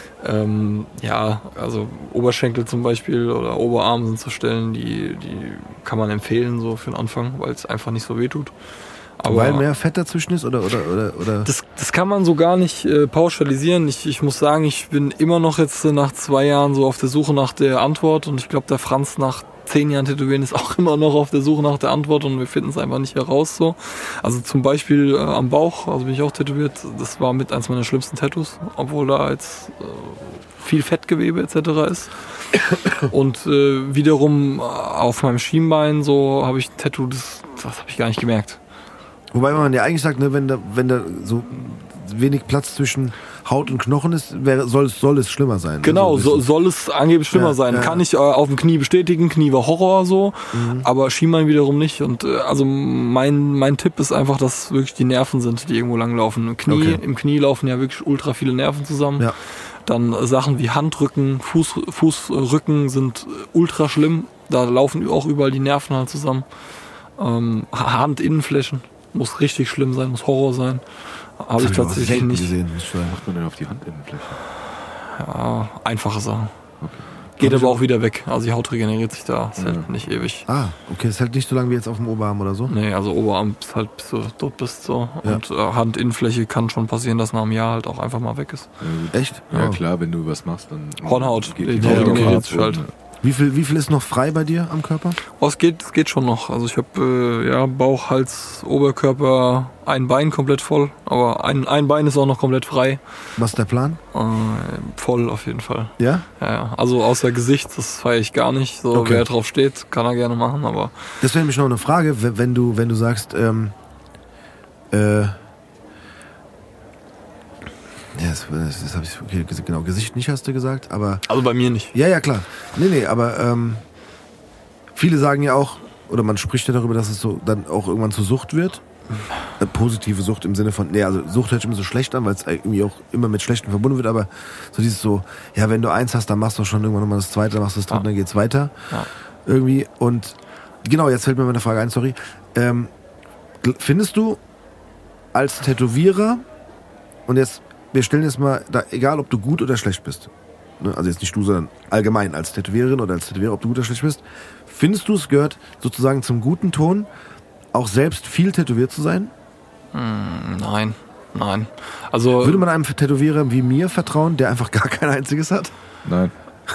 Also Oberschenkel zum Beispiel oder Oberarm sind so Stellen, die kann man empfehlen so für den Anfang, weil es einfach nicht so weh tut. Aber
weil mehr Fett dazwischen ist oder?
Das kann man so gar nicht pauschalisieren. Ich muss sagen, ich bin immer noch jetzt nach 2 Jahren so auf der Suche nach der Antwort und ich glaube, der Franz nach 10 Jahren Tätowieren ist auch immer noch auf der Suche nach der Antwort und wir finden es einfach nicht heraus so. Also zum Beispiel am Bauch, also bin ich auch tätowiert, das war mit eins meiner schlimmsten Tattoos, obwohl da jetzt viel Fettgewebe etc. ist. Und wiederum auf meinem Schienbein so habe ich ein Tattoo, das habe ich gar nicht gemerkt.
Wobei man ja eigentlich sagt, ne, wenn da so wenig Platz zwischen Haut und Knochen ist, soll es schlimmer sein.
Genau, soll es angeblich schlimmer sein. Ja. Kann ich auf dem Knie bestätigen, Knie war Horror so, aber Schienbein wiederum nicht. Und also mein Tipp ist einfach, dass wirklich die Nerven sind, die irgendwo langlaufen. Im Knie laufen ja wirklich ultra viele Nerven zusammen. Ja. Dann Sachen wie Handrücken, Fußrücken sind ultra schlimm. Da laufen auch überall die Nerven halt zusammen. Handinnenflächen muss richtig schlimm sein, muss Horror sein. Habe ich tatsächlich nicht
gesehen. Was macht man denn auf die Handinnenfläche?
Ja, einfache Sachen. Okay. Geht aber auch wieder weg. Also die Haut regeneriert sich da. Ist halt nicht ewig.
Ah, okay. Ist halt nicht so lang wie jetzt auf dem Oberarm oder so?
Nee, also Oberarm ist halt bis du dort bist so. Ja. Und Handinnenfläche kann schon passieren, dass nach einem Jahr halt auch einfach mal weg ist.
Echt?
Ja, klar, wenn du was machst, dann...
Hornhaut. Die regeneriert sich halt.
Wie viel ist noch frei bei dir am Körper?
Oh, es geht schon noch. Also ich habe Bauch, Hals, Oberkörper, ein Bein komplett voll. Aber ein Bein ist auch noch komplett frei.
Was ist der Plan?
Voll auf jeden Fall.
Ja?
Ja. Also außer Gesicht, das feiere ich gar nicht. So, okay. Wer drauf steht, kann er gerne machen. Aber
das wäre nämlich noch eine Frage, wenn du sagst, ja, das habe ich, okay, genau, Gesicht nicht hast du gesagt, aber...
Also bei mir nicht.
Ja, klar. Nee, aber viele sagen ja auch, oder man spricht ja darüber, dass es so dann auch irgendwann zur Sucht wird. positive Sucht im Sinne von, also Sucht hört sich immer so schlecht an, weil es irgendwie auch immer mit Schlechten verbunden wird, aber so dieses so, ja, wenn du eins hast, dann machst du schon irgendwann nochmal das zweite, dann machst du das dritte, dann geht's weiter. Ja. Irgendwie. Und genau, jetzt fällt mir meine Frage ein, sorry. Findest du als Tätowierer, und jetzt, wir stellen jetzt mal, da, egal ob du gut oder schlecht bist, ne, also jetzt nicht du, sondern allgemein als Tätowiererin oder als Tätowierer, ob du gut oder schlecht bist, findest du, es gehört sozusagen zum guten Ton, auch selbst viel tätowiert zu sein?
Nein. Also
würde man einem Tätowierer wie mir vertrauen, der einfach gar kein einziges hat?
Nein.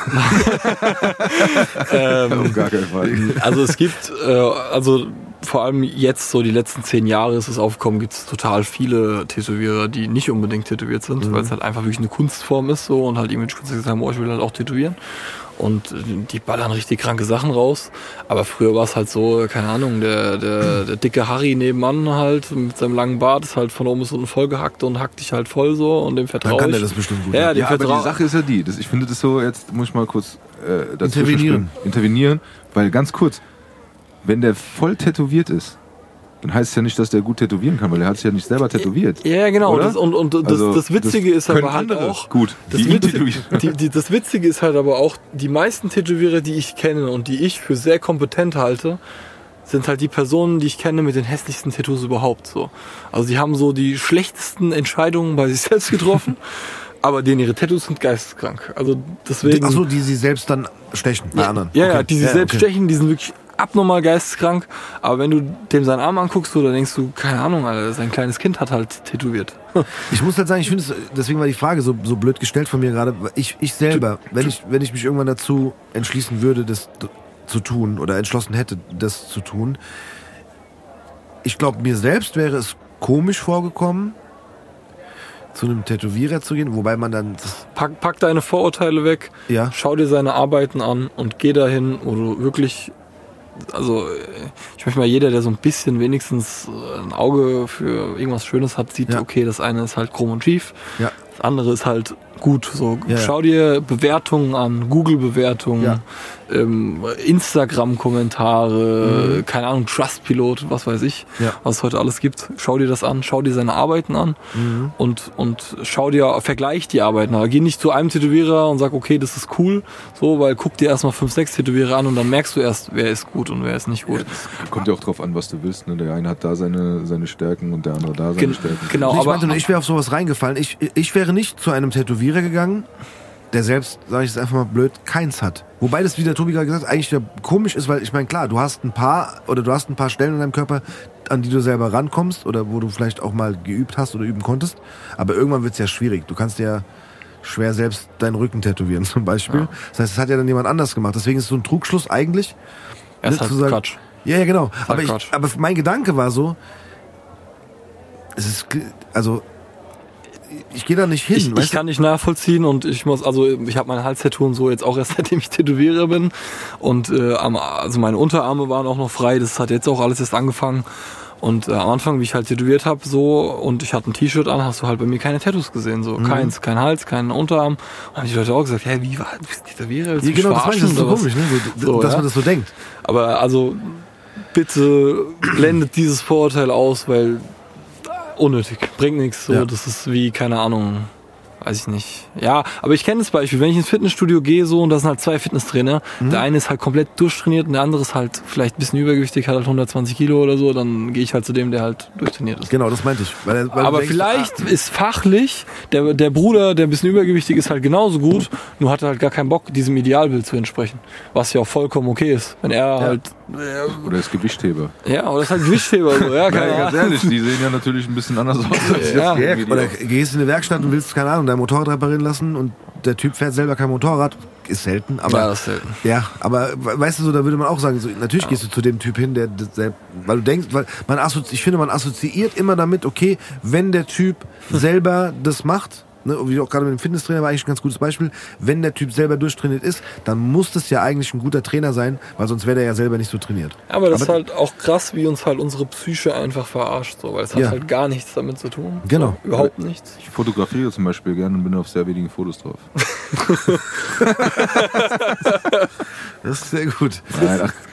Auf gar keinen Fall. Also es gibt, also vor allem jetzt, so die letzten 10 Jahre ist es aufgekommen, gibt es total viele Tätowierer, die nicht unbedingt tätowiert sind, weil es halt einfach wirklich eine Kunstform ist so und halt irgendwelche Künstler gesagt haben, oh, ich will halt auch tätowieren. Und die ballern richtig kranke Sachen raus. Aber früher war es halt so, keine Ahnung, der dicke Harry nebenmann halt mit seinem langen Bart ist halt von oben bis unten vollgehackt und hackt dich halt voll so und dem vertraue ich.
Dann kann der das bestimmt gut.
Ja,
aber die Sache ist ja die, ich finde das so, jetzt muss ich mal kurz intervenieren, weil ganz kurz, wenn der voll tätowiert ist, dann heißt es ja nicht, dass der gut tätowieren kann, weil er hat sich ja nicht selber tätowiert.
Ja, genau.
Das
Witzige ist aber halt auch...
Gut,
das Witzige ist halt aber auch, die meisten Tätowierer, die ich kenne und die ich für sehr kompetent halte, sind halt die Personen, die ich kenne mit den hässlichsten Tattoos überhaupt. So. Also die haben so die schlechtesten Entscheidungen bei sich selbst getroffen, aber denen ihre Tattoos sind geisteskrank. Also deswegen...
Achso, die sie selbst dann stechen bei anderen.
Ja, okay. Die sie selbst stechen, die sind wirklich abnormal geisteskrank, aber wenn du dem seinen Arm anguckst, dann denkst du, keine Ahnung, Alter, sein kleines Kind hat halt tätowiert.
Ich muss halt sagen, ich finde es, deswegen war die Frage so blöd gestellt von mir gerade, ich selber, wenn ich mich irgendwann dazu entschließen würde, das zu tun oder entschlossen hätte, das zu tun, ich glaube, mir selbst wäre es komisch vorgekommen, zu einem Tätowierer zu gehen, wobei man dann...
Pack deine Vorurteile weg, schau dir seine Arbeiten an und geh dahin, wo du wirklich... Also ich möchte mal, jeder, der so ein bisschen wenigstens ein Auge für irgendwas Schönes hat, sieht, okay, das eine ist halt krumm und schief, das andere ist halt gut. So, schau dir Bewertungen an, Google-Bewertungen, Instagram-Kommentare, keine Ahnung, Trustpilot, was weiß ich, was es heute alles gibt. Schau dir das an, schau dir seine Arbeiten an und schau dir, vergleich die Arbeiten. Aber geh nicht zu einem Tätowierer und sag, okay, das ist cool, so, weil guck dir erstmal 5, 6 Tätowierer an und dann merkst du erst, wer ist gut und wer ist nicht gut.
Ja, das kommt ja auch drauf an, was du willst. Ne? Der eine hat da seine Stärken und der andere da seine Stärken.
Genau, ich wäre auf sowas reingefallen. Ich wäre nicht zu einem Tätowierer gegangen, der selbst, sage ich es einfach mal blöd, keins hat. Wobei das, wie der Tobi gerade gesagt hat, eigentlich komisch ist, weil ich meine, klar, du hast ein paar Stellen in deinem Körper, an die du selber rankommst oder wo du vielleicht auch mal geübt hast oder üben konntest, aber irgendwann wird es ja schwierig. Du kannst ja schwer selbst deinen Rücken tätowieren zum Beispiel. Ja. Das heißt, das hat ja dann jemand anders gemacht. Deswegen ist es so ein Trugschluss eigentlich.
Das ist halt Quatsch.
Ja, genau. Aber mein Gedanke war so, ich gehe da nicht hin.
Ich kann nicht nachvollziehen und ich habe mein Halstattoo und so jetzt auch erst seitdem ich Tätowierer bin und also meine Unterarme waren auch noch frei, das hat jetzt auch alles erst angefangen und am Anfang, wie ich halt tätowiert habe so und ich hatte ein T-Shirt an, hast du halt bei mir keine Tattoos gesehen, so keins, kein Hals, kein Unterarm und haben die Leute auch gesagt, hey, wie war du bist Tätowierer?
Ja, genau, das ist so komisch, ne? Dass man das so denkt.
Aber also bitte blendet dieses Vorurteil aus, weil unnötig, bringt nichts, so, das ist wie, keine Ahnung, weiß ich nicht. Ja, aber ich kenne das Beispiel, wenn ich ins Fitnessstudio gehe so und da sind halt 2 Fitnesstrainer, der eine ist halt komplett durchtrainiert und der andere ist halt vielleicht ein bisschen übergewichtig, hat halt 120 Kilo oder so, dann gehe ich halt zu dem, der halt durchtrainiert ist.
Genau, das meinte ich. Weil
aber vielleicht ist fachlich, der Bruder, der ein bisschen übergewichtig ist, halt genauso gut, nur hat er halt gar keinen Bock, diesem Idealbild zu entsprechen. Was ja auch vollkommen okay ist, wenn er halt...
Oder ist Gewichtheber.
Ja, oder ist halt Gewichtheber, so, ja, keine Ahnung.
Ganz ehrlich, die sehen ja natürlich ein bisschen anders aus als jetzt.
Oder gehst in eine Werkstatt und willst, keine Ahnung, dein Motorrad reparieren lassen und der Typ fährt selber kein Motorrad. Ist selten, aber...
Ja, das ist selten.
Ja, aber weißt du so, da würde man auch sagen, so, natürlich gehst du zu dem Typ hin, weil du denkst, ich finde, man assoziiert immer damit, okay, wenn der Typ selber das macht, ne, wie auch gerade mit dem Fitnesstrainer war eigentlich ein ganz gutes Beispiel, wenn der Typ selber durchtrainiert ist, dann muss das ja eigentlich ein guter Trainer sein, weil sonst wäre der ja selber nicht so trainiert.
Aber das ist halt auch krass, wie uns halt unsere Psyche einfach verarscht, so, weil es hat halt gar nichts damit zu tun.
Genau.
So, überhaupt nichts.
Ich fotografiere zum Beispiel gerne und bin auf sehr wenigen Fotos drauf.
Das ist sehr gut.
Nein,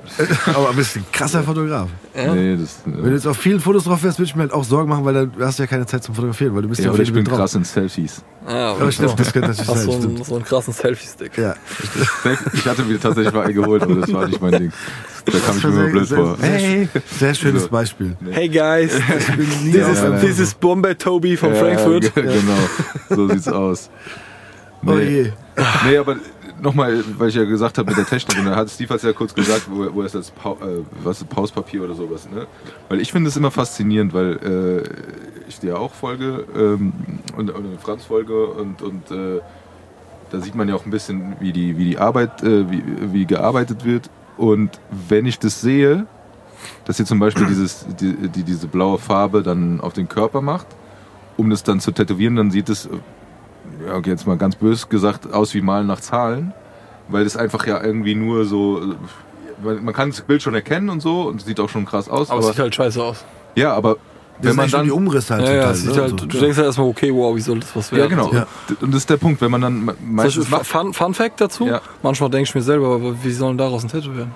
Aber bist ein krasser Fotograf.
Ja.
Nee, das,
Wenn du jetzt auf vielen Fotos drauf wärst, würde ich mir halt auch Sorgen machen, weil dann hast du ja keine Zeit zum Fotografieren, weil du bist ja
ja,
auf
aber ich
jedem
bin
Bild
krass in Selfies.
Ja,
Aber stimmt, das könnte natürlich
hast
sein. Stimmt.
so einen krassen Selfie-Stick.
Ja.
Ich hatte mir tatsächlich mal einen geholt, aber das war nicht mein Ding. Da kam ich mir immer blöd vor.
Hey, sehr schönes Beispiel.
Hey guys,
Nein.
this is Bombay Toby von Frankfurt.
Genau, so sieht's aus. Nee,
Oh je.
nee, aber nochmal, weil ich ja gesagt habe mit der Technik, und da hat Steve ja kurz gesagt, wo ist das Pauspapier oder sowas, ne? Weil ich finde es immer faszinierend, weil ich dir auch folge und Franz folge und da sieht man ja auch ein bisschen, wie die Arbeit, wie gearbeitet wird. Und wenn ich das sehe, dass ihr zum Beispiel diese blaue Farbe dann auf den Körper macht, um das dann zu tätowieren, dann sieht es, ja, okay, jetzt mal ganz böse gesagt, aus wie Malen nach Zahlen, weil das einfach ja irgendwie nur so, man kann das Bild schon erkennen und so und sieht auch schon krass aus.
Aber es sieht halt scheiße aus.
Ja, aber wenn man dann
die Umrisse halt
Ja,
total,
es sieht
ne?
halt,
So,
du denkst halt erstmal, okay, wow, wie soll das was werden?
ja, genau.
Ja.
Und das ist der Punkt, wenn man dann meistens macht.
Fun Fact dazu,
Ja.
manchmal denke ich mir selber, aber wie sollen daraus ein Tattoo werden?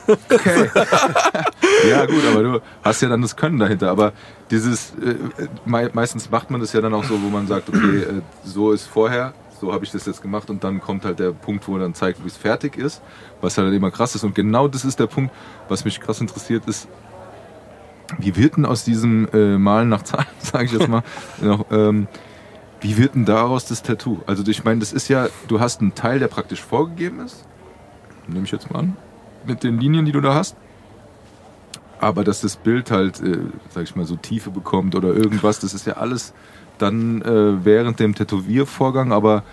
Ja gut, aber du hast ja dann das Können dahinter. Aber dieses, meistens macht man das ja dann auch so, wo man sagt, okay, so ist vorher, so habe ich das jetzt gemacht und dann kommt halt der Punkt, wo er dann zeigt, wie es fertig ist, was halt immer krass ist. Und genau das ist der Punkt, was mich krass interessiert, ist, wie wird denn aus diesem Malen nach Zahlen, sage ich jetzt mal, noch, wie wird denn daraus das Tattoo? Also ich meine, das ist ja, du hast einen Teil, der praktisch vorgegeben ist, nehme ich jetzt mal an, mit den Linien, die du da hast. Aber dass das Bild halt, sag ich mal, so Tiefe bekommt oder irgendwas, das ist ja alles dann während dem Tätowiervorgang, aber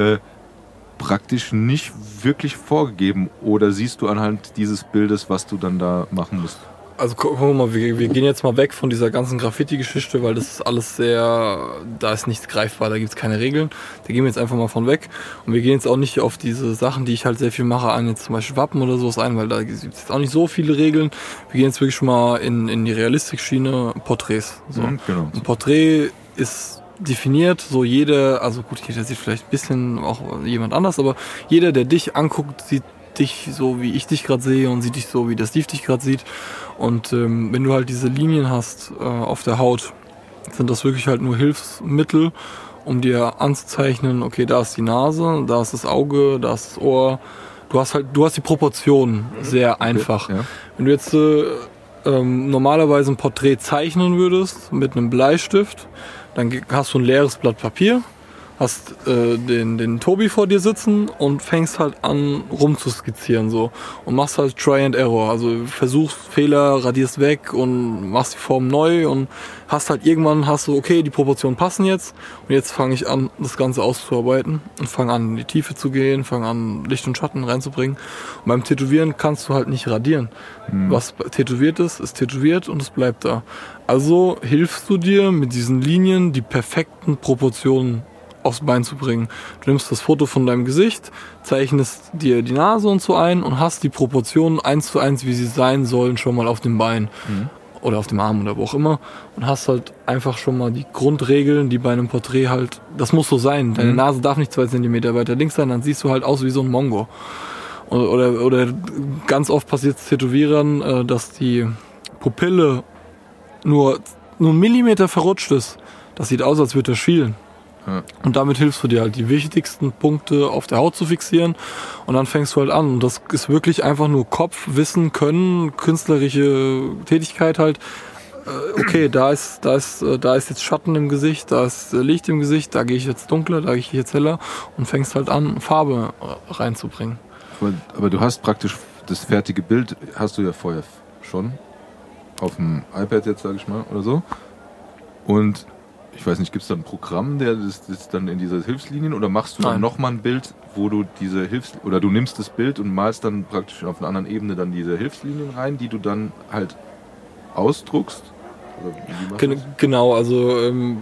praktisch nicht wirklich vorgegeben. Oder siehst du anhand dieses Bildes, was du dann da machen musst?
Also gucken wir mal, wir gehen jetzt mal weg von dieser ganzen Graffiti-Geschichte, weil das ist alles sehr, da ist nichts greifbar, da gibt es keine Regeln. Da gehen wir jetzt einfach mal von weg. Und wir gehen jetzt auch nicht auf diese Sachen, die ich halt sehr viel mache, an jetzt zum Beispiel Wappen oder sowas ein, weil da gibt es jetzt auch nicht so viele Regeln. Wir gehen jetzt wirklich mal in die Realistikschiene, Porträts. So.
Genau.
Ein Porträt ist definiert, so jeder, also gut, jeder sieht vielleicht ein bisschen auch jemand anders, aber jeder, der dich anguckt, sieht dich so, wie ich dich gerade sehe und sieht dich so, wie der Steve dich gerade sieht. Und wenn du halt diese Linien hast auf der Haut, sind das wirklich halt nur Hilfsmittel, um dir anzuzeichnen, okay, da ist die Nase, da ist das Auge, da ist das Ohr. Du hast die Proportionen sehr einfach.
Ja.
Wenn du jetzt normalerweise ein Porträt zeichnen würdest mit einem Bleistift, dann hast du ein leeres Blatt Papier, hast den Tobi vor dir sitzen und fängst halt an rumzuskizzieren so und machst halt Try and Error, also versuchst Fehler, radierst weg und machst die Form neu und irgendwann hast du, okay, die Proportionen passen jetzt und jetzt fange ich an, das Ganze auszuarbeiten und fange an, in die Tiefe zu gehen, fange an, Licht und Schatten reinzubringen. Und beim Tätowieren kannst du halt nicht radieren. Was tätowiert ist tätowiert und es bleibt da. Also hilfst du dir mit diesen Linien die perfekten Proportionen aufs Bein zu bringen. Du nimmst das Foto von deinem Gesicht, zeichnest dir die Nase und so ein und hast die Proportionen 1:1, wie sie sein sollen, schon mal auf dem Bein oder auf dem Arm oder wo auch immer und hast halt einfach schon mal die Grundregeln, die bei einem Porträt halt, das muss so sein. Deine Nase darf nicht 2 Zentimeter weiter links sein, dann siehst du halt aus wie so ein Mongo. Oder ganz oft passiert es Tätowierern, dass die Pupille nur einen Millimeter verrutscht ist. Das sieht aus, als würde er schielen. Und damit hilfst du dir halt, die wichtigsten Punkte auf der Haut zu fixieren und dann fängst du halt an. Und das ist wirklich einfach nur Kopf, Wissen, Können, künstlerische Tätigkeit halt. Okay, da ist jetzt Schatten im Gesicht, da ist Licht im Gesicht, da gehe ich jetzt dunkler, da gehe ich jetzt heller und fängst halt an, Farbe reinzubringen.
Aber du hast praktisch das fertige Bild, hast du ja vorher schon auf dem iPad jetzt, sage ich mal, oder so. Und ich weiß nicht, gibt es da ein Programm, der das dann in diese Hilfslinien oder machst du dann nochmal ein Bild, wo du oder du nimmst das Bild und malst dann praktisch auf einer anderen Ebene dann diese Hilfslinien rein, die du dann halt ausdruckst? Oder wie machst du das?
Genau, also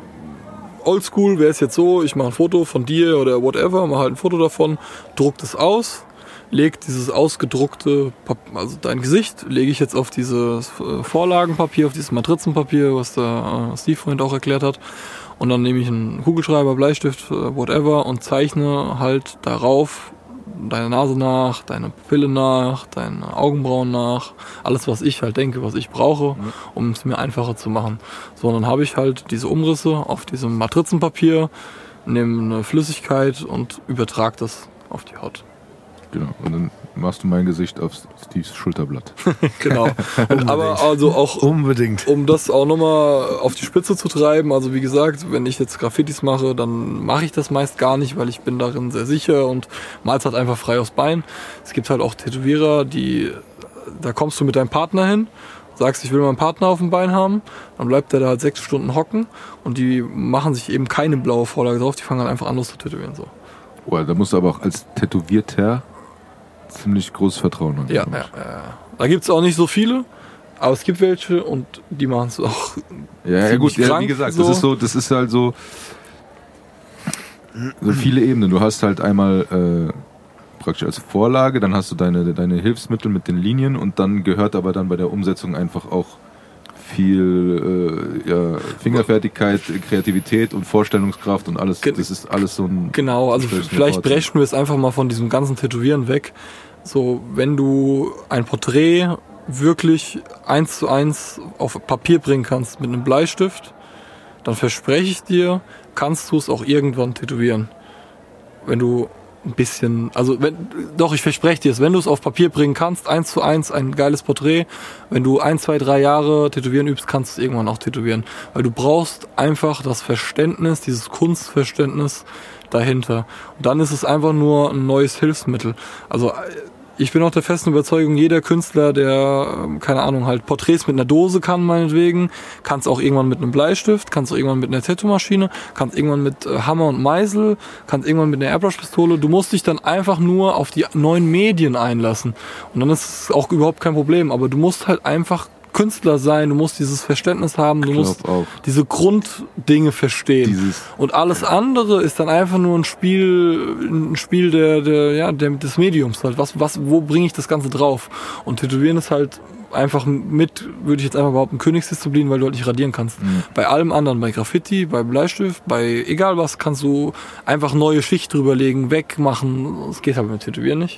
oldschool wäre es jetzt so, ich mache ein Foto von dir oder whatever, mache halt ein Foto davon, druck das aus, leg dieses ausgedruckte, also dein Gesicht, lege ich jetzt auf dieses Vorlagenpapier, auf dieses Matrizenpapier, was der Steve vorhin auch erklärt hat. Und dann nehme ich einen Kugelschreiber, Bleistift, whatever und zeichne halt darauf deine Nase nach, deine Pupille nach, deine Augenbrauen nach, alles, was ich halt denke, was ich brauche, um es mir einfacher zu machen. So, und dann habe ich halt diese Umrisse auf diesem Matrizenpapier, nehme eine Flüssigkeit und übertrage das auf die Haut.
Genau, und dann machst du mein Gesicht auf Steves Schulterblatt.
Genau. Aber also auch
unbedingt,
um das auch nochmal auf die Spitze zu treiben, also wie gesagt, wenn ich jetzt Graffitis mache, dann mache ich das meist gar nicht, weil ich bin darin sehr sicher und mal's halt einfach frei aufs Bein. Es gibt halt auch Tätowierer, da kommst du mit deinem Partner hin, sagst, ich will meinen Partner auf dem Bein haben, dann bleibt der da halt 6 Stunden hocken und die machen sich eben keine blaue Vorlage drauf, die fangen halt einfach an, los zu tätowieren. So.
Boah, da musst du aber auch als Tätowierter ziemlich großes Vertrauen haben.
Ja. Da gibt's auch nicht so viele, aber es gibt welche und die machen es auch.
Ja, gut,
krank,
wie gesagt, das ist halt so viele Ebenen. Du hast halt einmal praktisch als Vorlage, dann hast du deine Hilfsmittel mit den Linien und dann gehört aber dann bei der Umsetzung einfach auch viel Fingerfertigkeit, Kreativität und Vorstellungskraft und alles. Das ist alles so ein...
Genau, also vielleicht brechen wir es einfach mal von diesem ganzen Tätowieren weg. So, wenn du ein Porträt wirklich 1:1 auf Papier bringen kannst mit einem Bleistift, dann verspreche ich dir, kannst du es auch irgendwann tätowieren. Wenn du ein bisschen, ich verspreche dir es, wenn du es auf Papier bringen kannst, 1:1, ein geiles Porträt, wenn du 1, 2, 3 Jahre Tätowieren übst, kannst du es irgendwann auch tätowieren. Weil du brauchst einfach das Verständnis, dieses Kunstverständnis dahinter. Und dann ist es einfach nur ein neues Hilfsmittel. Also ich bin auch der festen Überzeugung, jeder Künstler, der, keine Ahnung, halt Porträts mit einer Dose kann, meinetwegen, kann es auch irgendwann mit einem Bleistift, kann es auch irgendwann mit einer Tattoo-Maschine, kann es irgendwann mit Hammer und Meißel, kann es irgendwann mit einer Airbrush-Pistole. Du musst dich dann einfach nur auf die neuen Medien einlassen. Und dann ist es auch überhaupt kein Problem. Aber du musst halt einfach Künstler sein, du musst dieses Verständnis haben, du musst auch diese Grunddinge verstehen. Und alles andere ist dann einfach nur ein Spiel des Mediums halt. Wo bringe ich das Ganze drauf? Und Tätowieren ist halt einfach würde ich jetzt einfach behaupten, Königsdisziplin, weil du halt nicht radieren kannst. Bei allem anderen, bei Graffiti, bei Bleistift, bei egal was, kannst du einfach neue Schicht drüberlegen, wegmachen. Das geht halt mit Tätowieren nicht.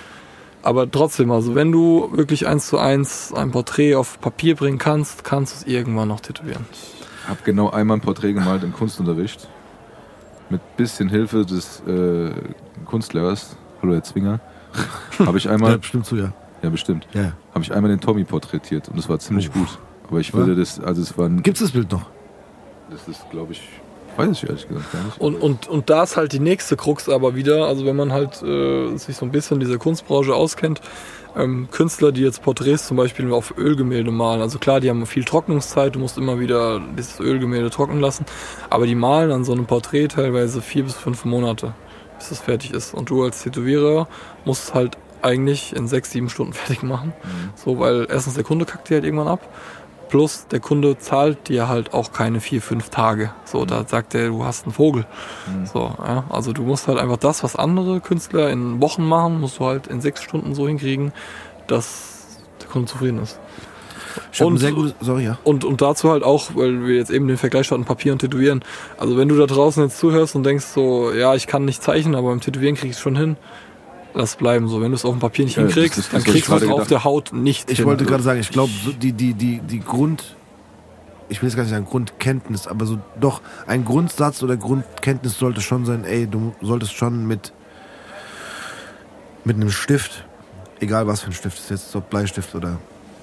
Aber trotzdem, also wenn du wirklich 1:1 ein Porträt auf Papier bringen kannst, kannst du es irgendwann noch tätowieren.
Ich habe genau einmal ein Porträt gemalt im Kunstunterricht. Mit bisschen Hilfe des Kunstlehrers, hallo Herr Zwinger, habe ich einmal...
Ja, bestimmt so, ja.
Ja, bestimmt.
Ja.
Habe ich einmal den Tommy porträtiert und das war ziemlich gut. Aber ich würde es war...
Gibt's das Bild noch?
Das ist, glaube ich... Weiß ich ehrlich gesagt gar nicht.
Und da ist halt die nächste Krux aber wieder, also wenn man halt sich so ein bisschen in dieser Kunstbranche auskennt, Künstler, die jetzt Porträts zum Beispiel auf Ölgemälde malen, also klar, die haben viel Trocknungszeit, du musst immer wieder dieses Ölgemälde trocknen lassen, aber die malen an so einem Porträt teilweise 4 bis 5 Monate, bis es fertig ist. Und du als Tätowierer musst es halt eigentlich in 6, 7 Stunden fertig machen, so, weil erstens der Kunde kackt dir halt irgendwann ab. Plus, der Kunde zahlt dir halt auch keine 4, 5 Tage. So, da sagt er, du hast einen Vogel. So, ja. Also du musst halt einfach das, was andere Künstler in Wochen machen, musst du halt in 6 Stunden so hinkriegen, dass der Kunde zufrieden ist.
Und sehr gut, sorry, ja.
Und dazu halt auch, weil wir jetzt eben den Vergleich hatten, Papier und Tätowieren. Also wenn du da draußen jetzt zuhörst und denkst so, ja, ich kann nicht zeichnen, aber beim Tätowieren krieg ich es schon hin. Lass bleiben so. Wenn du es auf dem Papier nicht hinkriegst, dann kriegst du es auf der Haut nicht hin.
Ich wollte gerade sagen, ich glaube, die Grund, ich will jetzt gar nicht sagen Grundkenntnis, aber so doch ein Grundsatz oder Grundkenntnis sollte schon sein, du solltest schon mit einem Stift, egal was für ein Stift, ist jetzt ob Bleistift oder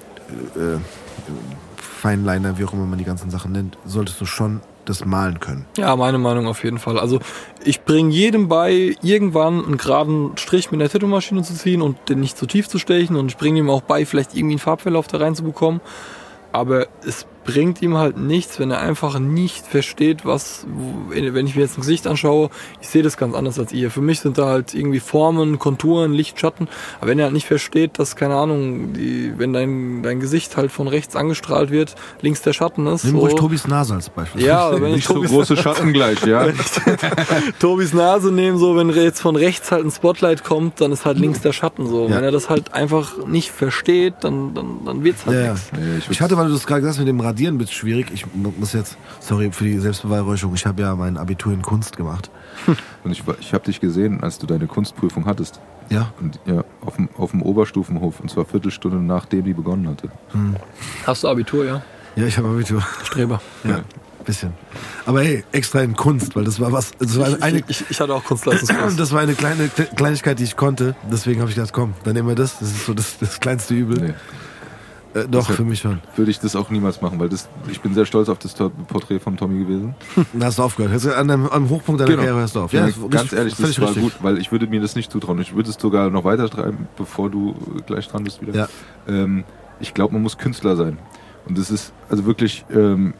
Feinliner, wie auch immer man die ganzen Sachen nennt, solltest du schon das malen können.
Ja, meine Meinung auf jeden Fall. Also ich bringe jedem bei, irgendwann einen geraden Strich mit der Tattoo-Maschine zu ziehen und den nicht zu tief zu stechen, und ich bringe ihm auch bei, vielleicht irgendwie einen Farbverlauf da reinzubekommen. Aber es bringt ihm halt nichts, wenn er einfach nicht versteht, wenn ich mir jetzt ein Gesicht anschaue, ich sehe das ganz anders als ihr. Für mich sind da halt irgendwie Formen, Konturen, Licht, Schatten. Aber wenn er halt nicht versteht, dass, keine Ahnung, wenn dein Gesicht halt von rechts angestrahlt wird, links der Schatten ist.
Nimm ruhig Tobis Nase als Beispiel.
Ja, wenn
nicht so große Schatten gleich, ja.
Wenn ich Tobis Nase nehme, so, wenn jetzt von rechts halt ein Spotlight kommt, dann ist halt links der Schatten so. Ja. Wenn er das halt einfach nicht versteht, dann wird's halt nichts.
Ja. Ich hatte, weil du das gerade gesagt hast mit dem Radieren, Tätowieren ein bisschen schwierig. Ich muss jetzt, sorry für die Selbstbeweihräucherung, ich habe ja mein Abitur in Kunst gemacht.
Und ich habe dich gesehen, als du deine Kunstprüfung hattest.
Ja.
Und ja, auf dem Oberstufenhof, und zwar Viertelstunde nachdem die begonnen hatte.
Hast du Abitur, ja?
Ja, ich habe Abitur.
Streber.
Ja, bisschen. Aber hey, extra in Kunst, weil das war was. Das war
Ich hatte auch Kunstleistungskurs.
Das war eine Kleinigkeit, die ich konnte. Deswegen habe ich gedacht, komm, dann nehmen wir das. Das ist so das kleinste Übel.
Nee.
Doch,
Deshalb
für mich schon.
Würde ich das auch niemals machen, weil ich bin sehr stolz auf das Porträt von Tommy gewesen.
Da hast du aufgehört. Am Hochpunkt deiner Karriere hörst du auf.
Ja,
Ja,
ganz ehrlich, das war
richtig.
gut, weil ich würde mir das nicht zutrauen. Ich würde es sogar noch weiter treiben, bevor du gleich dran bist wieder.
Ja.
Ich glaube, man muss Künstler sein. Und das ist also wirklich, und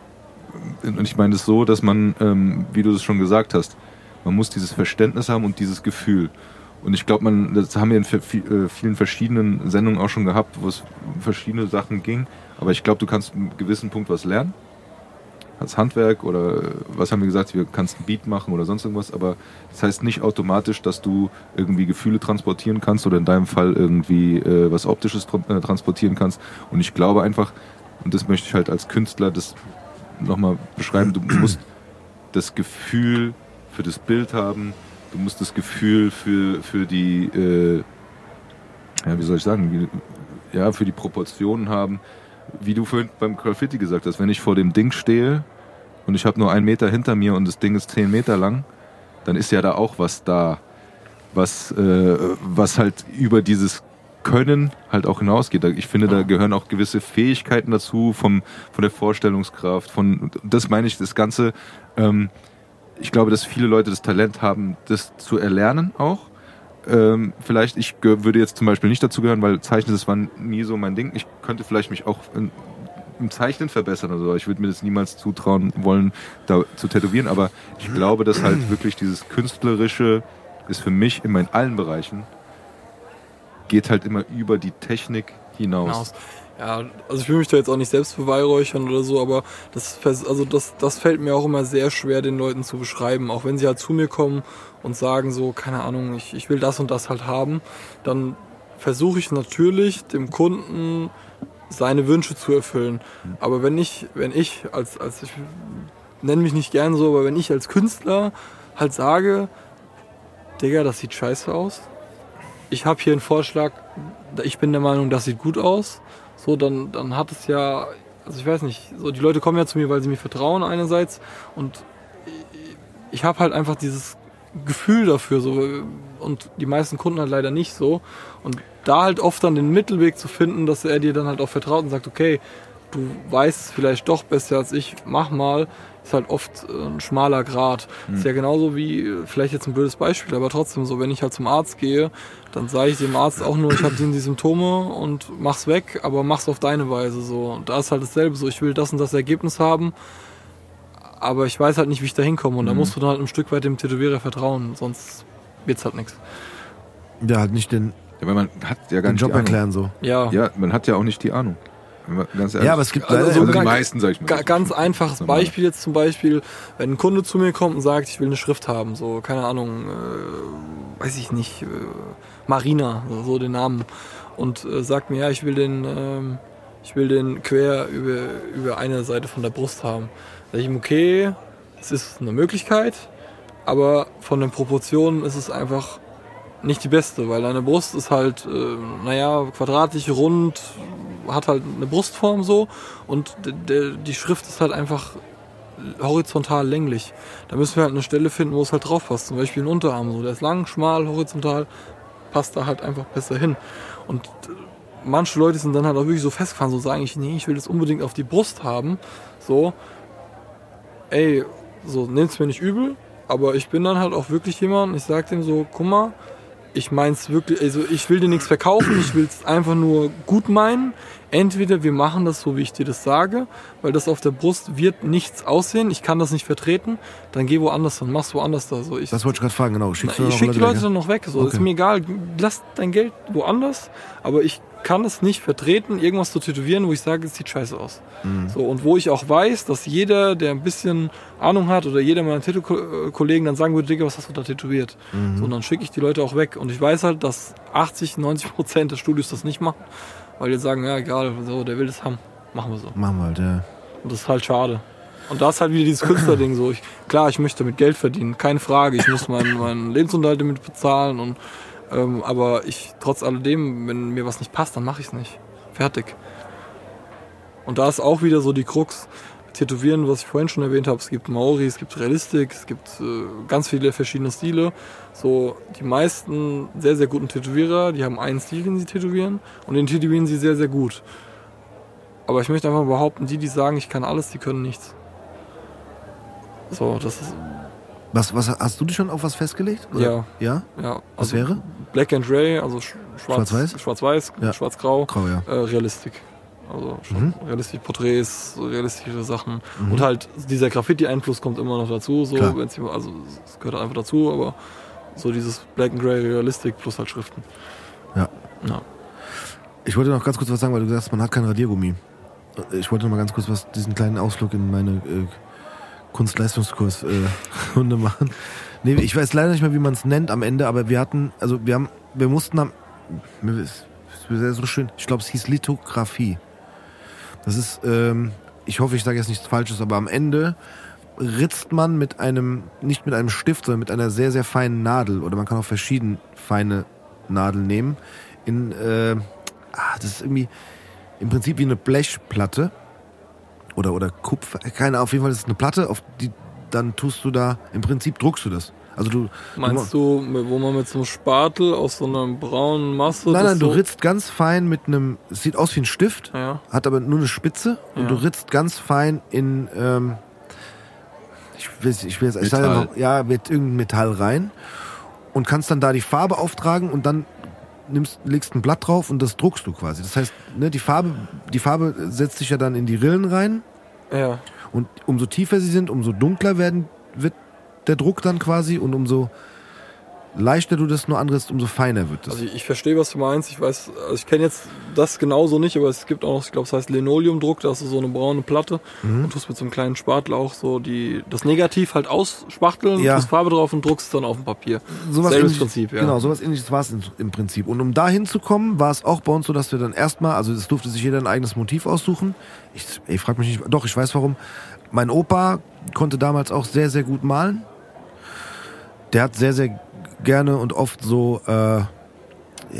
ich meine es so, dass man, wie du es schon gesagt hast, man muss dieses Verständnis haben und dieses Gefühl. Und ich glaube, das haben wir in vielen verschiedenen Sendungen auch schon gehabt, wo es um verschiedene Sachen ging. Aber ich glaube, du kannst einen gewissen Punkt was lernen. Als Handwerk oder was haben wir gesagt, du kannst einen Beat machen oder sonst irgendwas. Aber das heißt nicht automatisch, dass du irgendwie Gefühle transportieren kannst oder in deinem Fall irgendwie was Optisches transportieren kannst. Und ich glaube einfach, und das möchte ich halt als Künstler das nochmal beschreiben, du musst das Gefühl für das Bild haben. Du musst das Gefühl für die, wie soll ich sagen, für die Proportionen haben. Wie du vorhin beim Graffiti gesagt hast, wenn ich vor dem Ding stehe und ich habe nur 1 Meter hinter mir und das Ding ist 10 Meter lang, dann ist ja da auch was da, was halt über dieses Können halt auch hinausgeht. Ich finde, da gehören auch gewisse Fähigkeiten dazu, von der Vorstellungskraft, das meine ich, das Ganze. Ich glaube, dass viele Leute das Talent haben, das zu erlernen auch. Vielleicht, ich würde jetzt zum Beispiel nicht dazu gehören, weil Zeichnen, das war nie so mein Ding. Ich könnte vielleicht mich auch im Zeichnen verbessern oder so. Ich würde mir das niemals zutrauen wollen, da zu tätowieren. Aber ich glaube, dass halt wirklich dieses Künstlerische ist für mich in allen Bereichen, geht halt immer über die Technik hinaus.
Ja, also ich will mich da jetzt auch nicht selbst beweihräuchern oder so, aber das fällt mir auch immer sehr schwer, den Leuten zu beschreiben. Auch wenn sie halt zu mir kommen und sagen so, keine Ahnung, ich will das und das halt haben, dann versuche ich natürlich dem Kunden seine Wünsche zu erfüllen. Aber wenn ich als ich nenne mich nicht gern so, aber wenn ich als Künstler halt sage, Digga, das sieht scheiße aus, ich habe hier einen Vorschlag, ich bin der Meinung, das sieht gut aus, so, dann hat es ja, also ich weiß nicht, so die Leute kommen ja zu mir, weil sie mir vertrauen einerseits und ich habe halt einfach dieses Gefühl dafür so und die meisten Kunden halt leider nicht so und da halt oft dann den Mittelweg zu finden, dass er dir dann halt auch vertraut und sagt, okay, du weißt es vielleicht doch besser als ich, mach mal, ist halt oft ein schmaler Grat. Ist ja genauso wie, vielleicht jetzt ein blödes Beispiel, aber trotzdem so, wenn ich halt zum Arzt gehe, dann sage ich dem Arzt auch nur, ich habe die Symptome und mach's weg, aber mach's auf deine Weise so. Und da ist halt dasselbe so, ich will das und das Ergebnis haben, aber ich weiß halt nicht, wie ich da hinkomme und da musst du dann halt ein Stück weit dem Tätowierer vertrauen, sonst wird's halt nichts.
Ja, halt nicht den
weil man hat ja gar nicht
Job
die Ahnung.
erklären so.
Ja,
Man hat ja auch nicht die Ahnung. Ganz ehrlich.
Ja, aber es gibt
Also
leider
so
die
ganz-
meisten, sag ich mal.
Ganz einfaches Beispiel jetzt zum Beispiel, wenn ein Kunde zu mir kommt und sagt, ich will eine Schrift haben, so, keine Ahnung, weiß ich nicht, Marina, so den Namen, und sagt mir, ja, ich will den quer über eine Seite von der Brust haben. Sag ich ihm, okay, es ist eine Möglichkeit, aber von den Proportionen ist es einfach nicht die beste, weil deine Brust ist halt, quadratisch, rund, hat halt eine Brustform so und die Schrift ist halt einfach horizontal länglich. Da müssen wir halt eine Stelle finden, wo es halt drauf passt. Zum Beispiel ein Unterarm so, der ist lang, schmal, horizontal, passt da halt einfach besser hin. Und manche Leute sind dann halt auch wirklich so festgefahren, so sagen ich will das unbedingt auf die Brust haben. So, ey, so nehmt's mir nicht übel, aber ich bin dann halt auch wirklich jemand, ich sag dem so, guck mal, ich mein's wirklich, also ich will dir nichts verkaufen, ich will's einfach nur gut meinen. Entweder wir machen das so, wie ich dir das sage, weil das auf der Brust wird nichts aussehen, ich kann das nicht vertreten, dann geh woanders hin, mach's woanders da. So,
Das wollte ich gerade fragen, genau.
ich schicke die Leute dann noch weg, so,
Okay.
ist mir egal, lass dein Geld woanders, aber ich kann es nicht vertreten, irgendwas zu tätowieren, wo ich sage, es sieht scheiße aus. So, und wo ich auch weiß, dass jeder, der ein bisschen Ahnung hat oder jeder meiner Tattoo-Kollegen dann sagen würde, Digga, was hast du da tätowiert? So, und dann schicke ich die Leute auch weg. Und ich weiß halt, dass 80-90% der Studios das nicht machen, weil die sagen, ja egal, so, der will das haben, machen wir so.
Machen wir halt, ja.
Und das ist halt schade. Und da ist halt wieder dieses Künstlerding so. Klar, ich möchte damit Geld verdienen, keine Frage. Ich muss meinen Lebensunterhalt damit bezahlen. Und, aber trotz alledem, wenn mir was nicht passt, dann mache ich es nicht. Fertig. Und da ist auch wieder so die Krux. Tätowieren, was ich vorhin schon erwähnt habe. Es gibt Maori, es gibt Realistik, es gibt ganz viele verschiedene Stile. So, die meisten sehr, sehr guten Tätowierer, die haben einen Stil, den sie tätowieren. Und den tätowieren sie sehr, sehr gut. Aber ich möchte einfach behaupten, die sagen, ich kann alles, die können nichts. So, das ist...
Was hast du dich schon auf was festgelegt? Oder?
Ja.
Ja?
Also
Was wäre?
Black and Grey, also
Schwarz-Weiß?
Schwarz-Weiß,
Ja.
Schwarz-Grau.
Grau, ja.
Realistik. Also schon realistische Porträts, realistische Sachen. Und halt dieser Graffiti-Einfluss kommt immer noch dazu. So,
Klar.
also es gehört einfach dazu, aber so dieses Black and Grey Realistik plus halt Schriften.
Ja. Ich wollte noch ganz kurz was sagen, weil du gesagt hast, man hat kein Radiergummi. Ich wollte noch mal ganz kurz diesen kleinen Ausflug in meine Kunstleistungskurs Runde machen. Nee, ich weiß leider nicht mehr, wie man es nennt am Ende, aber wir mussten das wäre so schön, ich glaube, es hieß Lithografie. Das ist, ich hoffe, ich sage jetzt nichts Falsches, aber am Ende ritzt man nicht mit einem Stift, sondern mit einer sehr, sehr feinen Nadel, oder man kann auch verschieden feine Nadeln nehmen, das ist irgendwie im Prinzip wie eine Blechplatte oder Kupfer, keine Ahnung, auf jeden Fall ist es eine Platte, auf die dann im Prinzip druckst du das. Also
Meinst du, wo man mit so einem Spatel aus so einer braunen Masse...
Nein, du ritzt ganz fein mit einem... Es sieht aus wie ein Stift, hat aber nur eine Spitze. Und du ritzt ganz fein in... ich will jetzt
Metall.
Mit irgendeinem Metall rein. Und kannst dann da die Farbe auftragen und dann legst ein Blatt drauf und das druckst du quasi. Das heißt, ne, die Farbe setzt sich ja dann in die Rillen rein.
Ja.
Und umso tiefer sie sind, umso dunkler wird der Druck dann quasi, und umso leichter du das nur anrichst, umso feiner wird es.
Also ich verstehe, was du meinst. Ich kenne jetzt das genauso nicht, aber es gibt auch noch, ich glaube, es heißt Linoleumdruck, da hast du so eine braune Platte und tust mit so einem kleinen Spatel auch so das Negativ halt ausspachteln, tust Farbe drauf und druckst es dann auf dem Papier. Selbes Prinzip, ja.
Genau, sowas ähnliches war es im Prinzip. Und um da hinzukommen, war es auch bei uns so, dass wir dann erstmal, also es durfte sich jeder ein eigenes Motiv aussuchen. Ich frage mich nicht, doch, ich weiß warum. Mein Opa konnte damals auch sehr, sehr gut malen. Der hat sehr, sehr gerne und oft so, wie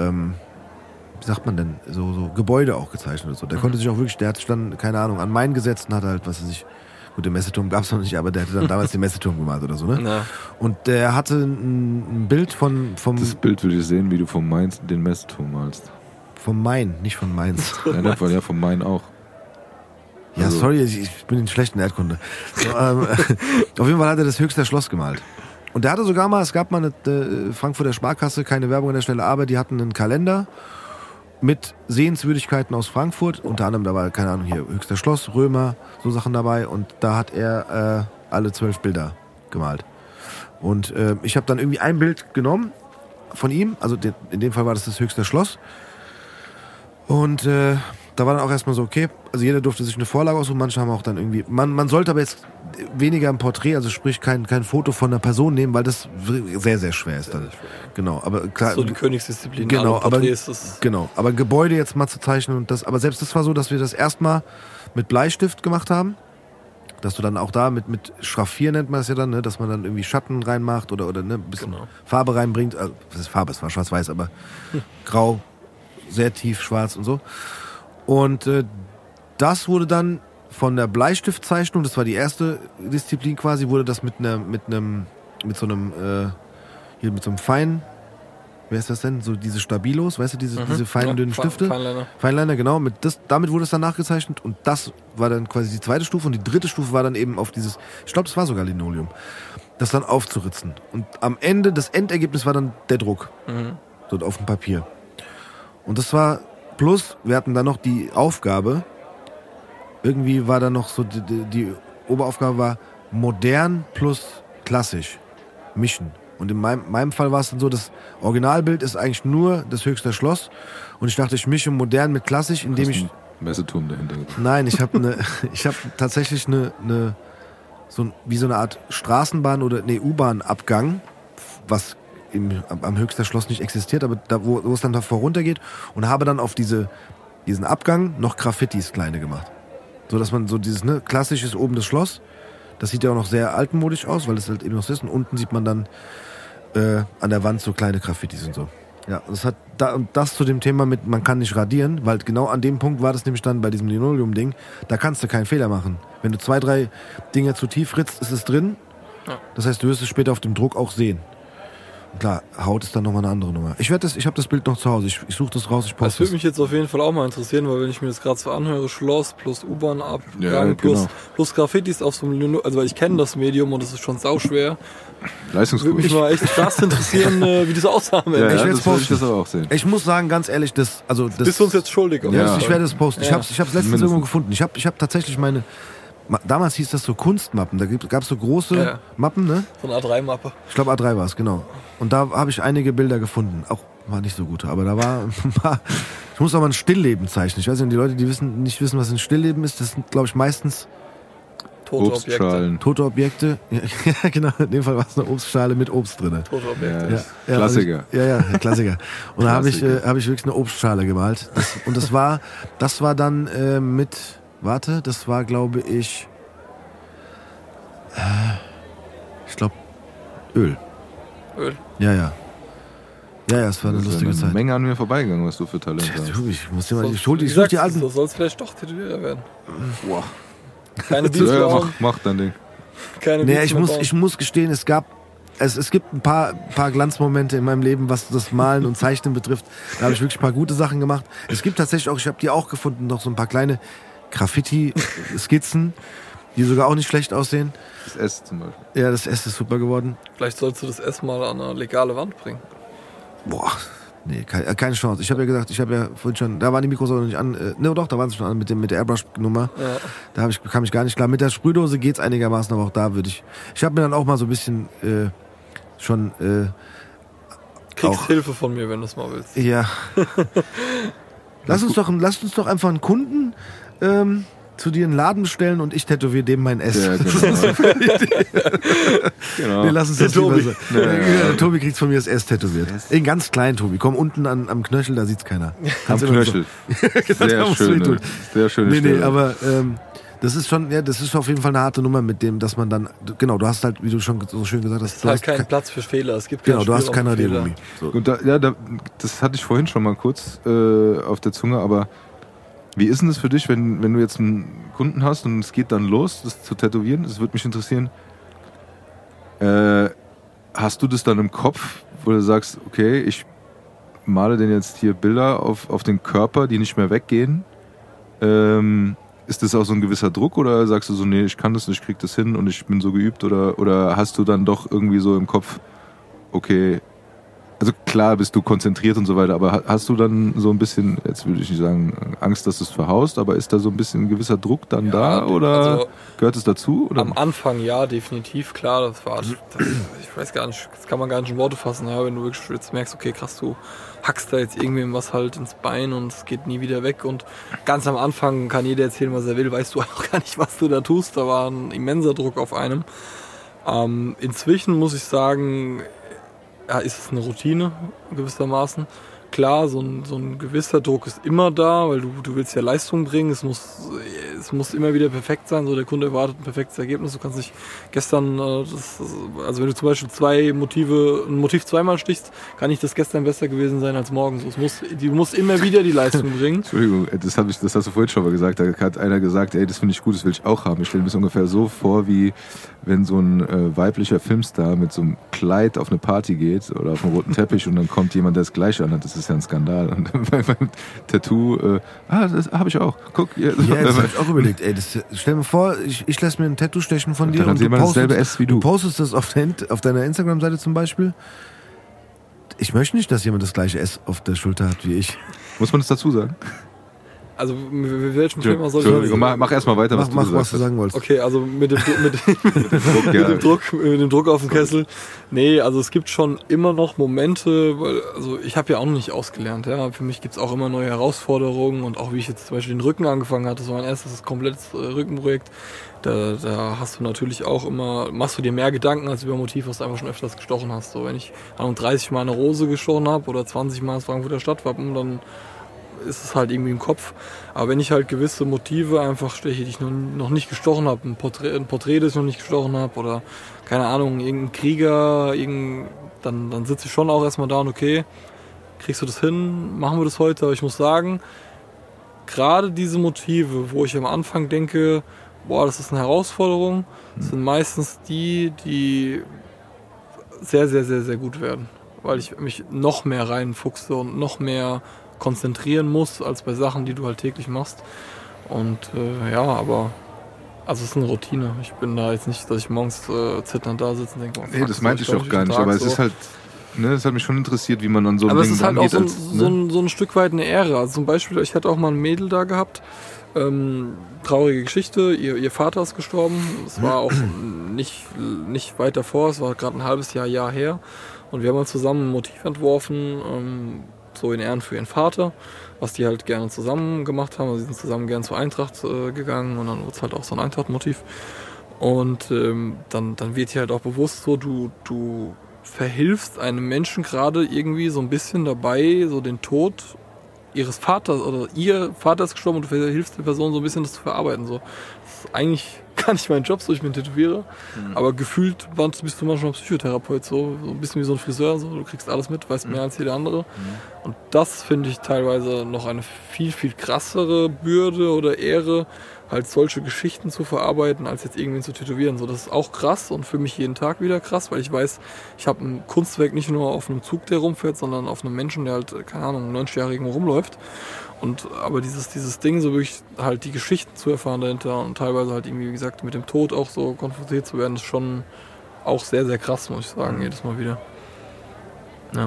sagt man denn, so Gebäude auch gezeichnet oder so. Der konnte sich auch wirklich, der hat sich dann, keine Ahnung, an Main gesetzt und hat halt, was weiß ich, gut, den Messeturm gab es noch nicht, aber der hatte dann damals den Messeturm gemalt oder so, ne? Ja. Und der hatte ein Bild vom...
Das Bild würde ich sehen, wie du vom Main den Messeturm malst.
Vom Main, nicht von Mainz.
Ja, vom Main auch.
Ja, also. Sorry, ich bin in schlechten Erdkunde. So, auf jeden Fall hat er das Höchster Schloss gemalt. Und der hatte sogar mal, es gab mal eine Frankfurter Sparkasse, keine Werbung an der Stelle, aber die hatten einen Kalender mit Sehenswürdigkeiten aus Frankfurt. Unter anderem, da war, keine Ahnung, hier Höchster Schloss, Römer, so Sachen dabei. Und da hat er alle 12 Bilder gemalt. Und ich habe dann irgendwie ein Bild genommen von ihm. Also in dem Fall war das Höchster Schloss. Und da war dann auch erstmal so, okay, also jeder durfte sich eine Vorlage aussuchen, manche haben auch dann irgendwie, man sollte aber jetzt weniger ein Porträt, also sprich kein Foto von einer Person nehmen, weil das sehr, sehr schwer ist dann. Genau, aber klar.
So die Königsdisziplin,
genau, aber
ein
Gebäude jetzt mal zu zeichnen und das, aber selbst das war so, dass wir das erstmal mit Bleistift gemacht haben, dass du dann auch da mit Schraffier nennt man es ja dann, ne, dass man dann irgendwie Schatten reinmacht oder ne, ein bisschen Farbe reinbringt, also, was ist Farbe, es war schwarz-weiß, aber grau, sehr tief schwarz und so. Und das wurde dann von der Bleistiftzeichnung, das war die erste Disziplin quasi, wurde das mit so einem feinen, wer ist das denn? So diese Stabilos, weißt du, diese feinen, dünnen Stifte? Feinliner, genau. Damit wurde es dann nachgezeichnet und das war dann quasi die zweite Stufe und die dritte Stufe war dann eben auf dieses, ich glaube, das war sogar Linoleum, das dann aufzuritzen. Und am Ende, das Endergebnis war dann der Druck. So auf dem Papier. Und das war, plus, wir hatten dann noch die Aufgabe, irgendwie war dann noch so, die Oberaufgabe war modern plus klassisch. Mischen. Und in meinem Fall war es dann so, das Originalbild ist eigentlich nur das Höchster Schloss. Und ich dachte, ich mische modern mit klassisch, indem ich...
Messeturm dahinter.
Nein, ich habe tatsächlich wie so eine Art Straßenbahn oder U-Bahn-Abgang, was am Höchster Schloss nicht existiert, aber da, wo es dann davor runtergeht, und habe dann auf diesen Abgang noch Graffitis kleine gemacht. So dass man so dieses, ne, klassisches oben das Schloss, das sieht ja auch noch sehr altmodisch aus, weil es halt eben noch ist. Und unten sieht man dann an der Wand so kleine Graffitis und so. Ja, das zu dem Thema mit, man kann nicht radieren, weil genau an dem Punkt war das nämlich dann bei diesem Linoleum-Ding, da kannst du keinen Fehler machen. Wenn du 2, 3 Dinge zu tief ritzt, ist es drin. Ja. Das heißt, du wirst es später auf dem Druck auch sehen. Und klar, Haut ist dann nochmal eine andere Nummer. Ich habe das Bild noch zu Hause, ich suche das raus, ich poste
das. Das würde mich jetzt auf jeden Fall auch mal interessieren, weil wenn ich mir das gerade so anhöre, Schloss plus U-Bahn-Abgang plus Graffitis auf so einem Linoleum, also weil ich kenne das Medium und das ist schon sauschwer.
Leistungsgut.
Würde mich mal echt krass interessieren, wie das aussah.
Ja, das will ich das aber auch sehen.
Ich muss sagen, ganz ehrlich, das
bist du uns jetzt schuldig.
Ja, ich werde es posten. Ja. Ich habe es letztens irgendwo gefunden. Ich hab tatsächlich damals hieß das so Kunstmappen. Da gab es so große Mappen, ne?
So eine A3-Mappe.
Ich glaube A3 war es, genau. Und da habe ich einige Bilder gefunden. Auch war nicht so gute, aber da war ich muss aber ein Stillleben zeichnen. Ich weiß nicht, die Leute, die nicht wissen, was ein Stillleben ist, das sind, glaube ich, meistens Tote Objekte. Ja, genau. In dem Fall war es eine Obstschale mit Obst drin.
Tote Objekte.
Ja, Klassiker.
Klassiker. Und da habe ich wirklich eine Obstschale gemalt. Das war dann das war, glaube ich, Öl. Ja, es war eine lustige Zeit.
Eine Menge an mir vorbeigegangen, was du für Talent hast.
Ich hol die alten.
Du sollst vielleicht doch Tätowierer werden.
Wow.
Keine Beats bauen.
Mach dein Ding.
Keine Beats ich muss gestehen, es gibt ein paar Glanzmomente in meinem Leben, was das Malen und Zeichnen betrifft. Da habe ich wirklich ein paar gute Sachen gemacht. Es gibt tatsächlich auch, ich habe die auch gefunden, noch so ein paar kleine Graffiti-Skizzen, die sogar auch nicht schlecht aussehen.
Das S zum Beispiel.
Ja, das S ist super geworden.
Vielleicht sollst du das S mal an eine legale Wand bringen.
Boah, nee, keine Chance. Ich habe ja gesagt, vorhin schon, da waren die Mikros auch noch nicht an. Ne, doch, da waren sie schon an mit der Airbrush-Nummer. Ja. Da kam ich gar nicht klar. Mit der Sprühdose geht's einigermaßen, aber auch da würde ich. Ich habe mir dann auch mal so ein bisschen
kriegst Hilfe von mir, wenn du es mal willst.
Ja. Lass uns doch einfach einen Kunden zu dir in den Laden bestellen und ich tätowiere dem mein S.
Ja, genau.
Das ist eine super Idee. Genau. Nee, lass uns das lieber so. Tobi kriegt von mir das S tätowiert. In ganz klein, Tobi. Komm unten am Knöchel, da sieht's keiner.
Am Knöchel.
Genau,
sehr schöne Stelle.
Nee, aber das ist schon, das ist auf jeden Fall eine harte Nummer mit dem, dass man dann, genau, du hast halt, wie du schon so schön gesagt hast,
es ist halt keinen Platz für Fehler. Es gibt
du hast keinen Radiergummi.
So. Und das hatte ich vorhin schon mal kurz auf der Zunge, aber wie ist denn das für dich, wenn du jetzt einen Kunden hast und es geht dann los, das zu tätowieren? Das würde mich interessieren. Hast du das dann im Kopf, wo du sagst, okay, ich male denn jetzt hier Bilder auf den Körper, die nicht mehr weggehen? Ist das auch so ein gewisser Druck oder sagst du so, nee, ich kann das nicht, ich krieg das hin und ich bin so geübt oder hast du dann doch irgendwie so im Kopf, okay, also klar bist du konzentriert und so weiter, aber hast du dann so ein bisschen, jetzt würde ich nicht sagen, Angst, dass du es verhaust, aber ist da so ein bisschen ein gewisser Druck dann da oder gehört es dazu? Oder?
Am Anfang ja, definitiv, klar, ich weiß gar nicht, das kann man gar nicht in Worte fassen, ja, wenn du wirklich jetzt merkst, okay, krass, du hackst da jetzt irgendwem was halt ins Bein und es geht nie wieder weg und ganz am Anfang kann jeder erzählen, was er will, weißt du auch gar nicht, was du da tust, da war ein immenser Druck auf einem. Inzwischen muss ich sagen, ja, ist es eine Routine gewissermaßen. Klar, so ein gewisser Druck ist immer da, weil du willst ja Leistung bringen, es muss immer wieder perfekt sein, so der Kunde erwartet ein perfektes Ergebnis. Du kannst nicht gestern, also wenn du zum Beispiel ein Motiv zweimal stichst, kann nicht das gestern besser gewesen sein als morgen. So, du musst immer wieder die Leistung bringen.
Entschuldigung, das hast du vorhin schon mal gesagt, da hat einer gesagt, ey, das finde ich gut, das will ich auch haben. Ich stelle mir das ungefähr so vor, wie wenn so ein weiblicher Filmstar mit so einem Kleid auf eine Party geht oder auf einen roten Teppich und dann kommt jemand, der das Gleiche anhat. Das ist ja ein Skandal. Und beim Tattoo, das habe ich auch. Guck.
Ja, das habe ich auch überlegt. Ey, stell mir vor, ich lasse mir ein Tattoo stechen von dir
dann hat jemand dasselbe S wie du.
Du postest das auf deiner Instagram-Seite zum Beispiel. Ich möchte nicht, dass jemand das gleiche S auf der Schulter hat wie ich.
Muss man das dazu sagen?
Also mit welchem Thema soll ich
mach erstmal weiter, was du
sagen wolltest.
Okay, also mit dem Druck auf dem Kessel. Nee, also es gibt schon immer noch Momente, weil, also ich habe ja auch noch nicht ausgelernt. Ja. Für mich gibt es auch immer neue Herausforderungen und auch wie ich jetzt zum Beispiel den Rücken angefangen hatte, das war mein erstes komplettes Rückenprojekt. Da hast du natürlich auch immer, machst du dir mehr Gedanken als über Motiv, was du einfach schon öfters gestochen hast. So, wenn ich 30 Mal eine Rose gestochen habe oder 20 Mal das Frankfurter Stadtwappen, dann ist es halt irgendwie im Kopf. Aber wenn ich halt gewisse Motive einfach steche, die ich noch nicht gestochen habe, ein Porträt, das ich noch nicht gestochen habe oder keine Ahnung, irgendein Krieger, dann sitze ich schon auch erstmal da und okay, kriegst du das hin, machen wir das heute. Aber ich muss sagen, gerade diese Motive, wo ich am Anfang denke, boah, das ist eine Herausforderung, sind meistens die sehr, sehr, sehr, sehr gut werden. Weil ich mich noch mehr reinfuchse und noch mehr konzentrieren muss, als bei Sachen, die du halt täglich machst. Und aber also es ist eine Routine. Ich bin da jetzt nicht, dass ich morgens zitternd da sitze und denke, oh, fuck,
Nee, das meinte ich auch gar nicht, aber es ist halt, es hat mich schon interessiert, wie man an so ein
aber
Ding
es ist halt auch
rangeht.
so ein Stück weit eine Ehre. Also zum Beispiel, ich hatte auch mal ein Mädel da gehabt, traurige Geschichte, ihr Vater ist gestorben. Es war auch nicht weit davor, es war gerade ein halbes Jahr her. Und wir haben halt zusammen ein Motiv entworfen, so in Ehren für ihren Vater, was die halt gerne zusammen gemacht haben. Also sie sind zusammen gerne zur Eintracht gegangen und dann wurde es halt auch so ein Eintracht-Motiv. Und dann wird hier halt auch bewusst so, du verhilfst einem Menschen gerade irgendwie so ein bisschen dabei, so den Tod ihres Vaters oder ihr Vater ist gestorben und du verhilfst der Person so ein bisschen das zu verarbeiten. So. Das ist eigentlich gar nicht mein Job, so ich bin Tätowierer, aber gefühlt bist du manchmal Psychotherapeut, so ein bisschen wie so ein Friseur, so du kriegst alles mit, weißt mehr als jeder andere. Und das finde ich teilweise noch eine viel, viel krassere Bürde oder Ehre, halt solche Geschichten zu verarbeiten, als jetzt irgendwie zu tätowieren. So, das ist auch krass und für mich jeden Tag wieder krass, weil ich weiß, ich habe ein Kunstwerk nicht nur auf einem Zug, der rumfährt, sondern auf einem Menschen, der halt, keine Ahnung, 90-Jährigen rumläuft. Aber dieses Ding, so wirklich halt die Geschichten zu erfahren dahinter und teilweise halt irgendwie, wie gesagt, mit dem Tod auch so konfrontiert zu werden, ist schon auch sehr, sehr krass, muss ich sagen, jedes Mal wieder. Ja.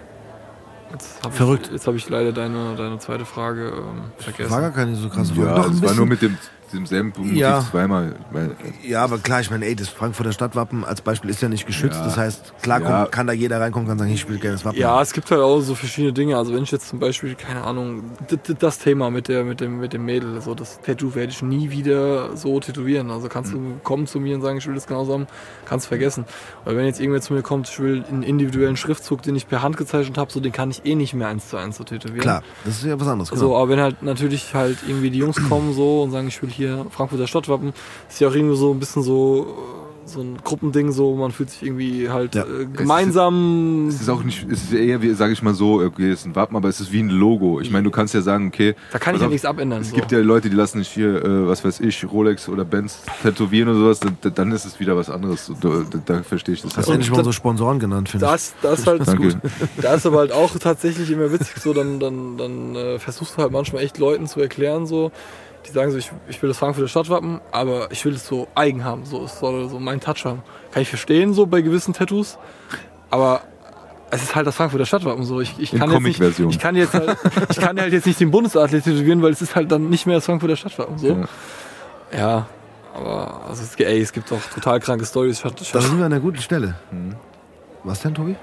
Verrückt.
Jetzt habe ich leider deine zweite Frage vergessen.
War gar keine so krasse Frage.
Ja,
Doch, ein
es war
bisschen.
nur mit demselben Motiv
Ja.
zweimal.
Ja, aber klar, ich meine, das Frankfurter Stadtwappen als Beispiel ist ja nicht geschützt.
Ja.
Das heißt, klar
Ja.
kann da jeder reinkommen und kann sagen, ich spiele gerne das Wappen.
Ja, es gibt halt auch so verschiedene Dinge. Also wenn ich jetzt zum Beispiel, keine Ahnung, das Thema mit dem Mädel, so das Tattoo werde ich nie wieder so tätowieren. Also kannst du kommen zu mir und sagen, ich will das genauso haben, kannst vergessen. Oder wenn jetzt irgendwer zu mir kommt, ich will einen individuellen Schriftzug, den ich per Hand gezeichnet habe, so den kann ich eh nicht mehr 1:1 so tätowieren.
Klar, das ist ja was anderes. Genau.
So, aber wenn halt natürlich halt irgendwie die Jungs kommen so und sagen, ich will hier Frankfurter Stadtwappen, ist ja auch irgendwie so ein bisschen so ein Gruppending, so man fühlt sich irgendwie halt
Ja.
gemeinsam.
Es ist auch nicht, es ist eher wie, sage ich mal so, okay, es ist ein Wappen, aber es ist wie ein Logo. Ich meine, du kannst ja sagen, okay,
Da kann ich
pass
ja
auf,
nichts abändern.
es
so.
gibt ja Leute, die lassen nicht hier, was weiß ich, Rolex oder Benz tätowieren oder sowas, dann ist es wieder was anderes. Da verstehe ich das.
Hast du endlich mal unsere Sponsoren genannt, finde ich.
Das ist halt
Danke.
Da ist aber halt auch tatsächlich immer witzig, so dann versuchst du halt manchmal echt Leuten zu erklären, so, die sagen so, ich will das Frankfurter Stadtwappen, aber ich will es so eigen haben, so, es soll so meinen Touch haben. Kann ich verstehen, so bei gewissen Tattoos, aber es ist halt das Frankfurter Stadtwappen, so, ich kann jetzt nicht,
Comic-Version.
ich kann halt jetzt nicht den Bundesadler tätowieren, weil es ist halt dann nicht mehr das Frankfurter Stadtwappen, so. Ja, aber also es gibt auch total kranke Storys.
Da sind wir an einer guten Stelle. Was denn, Tobi?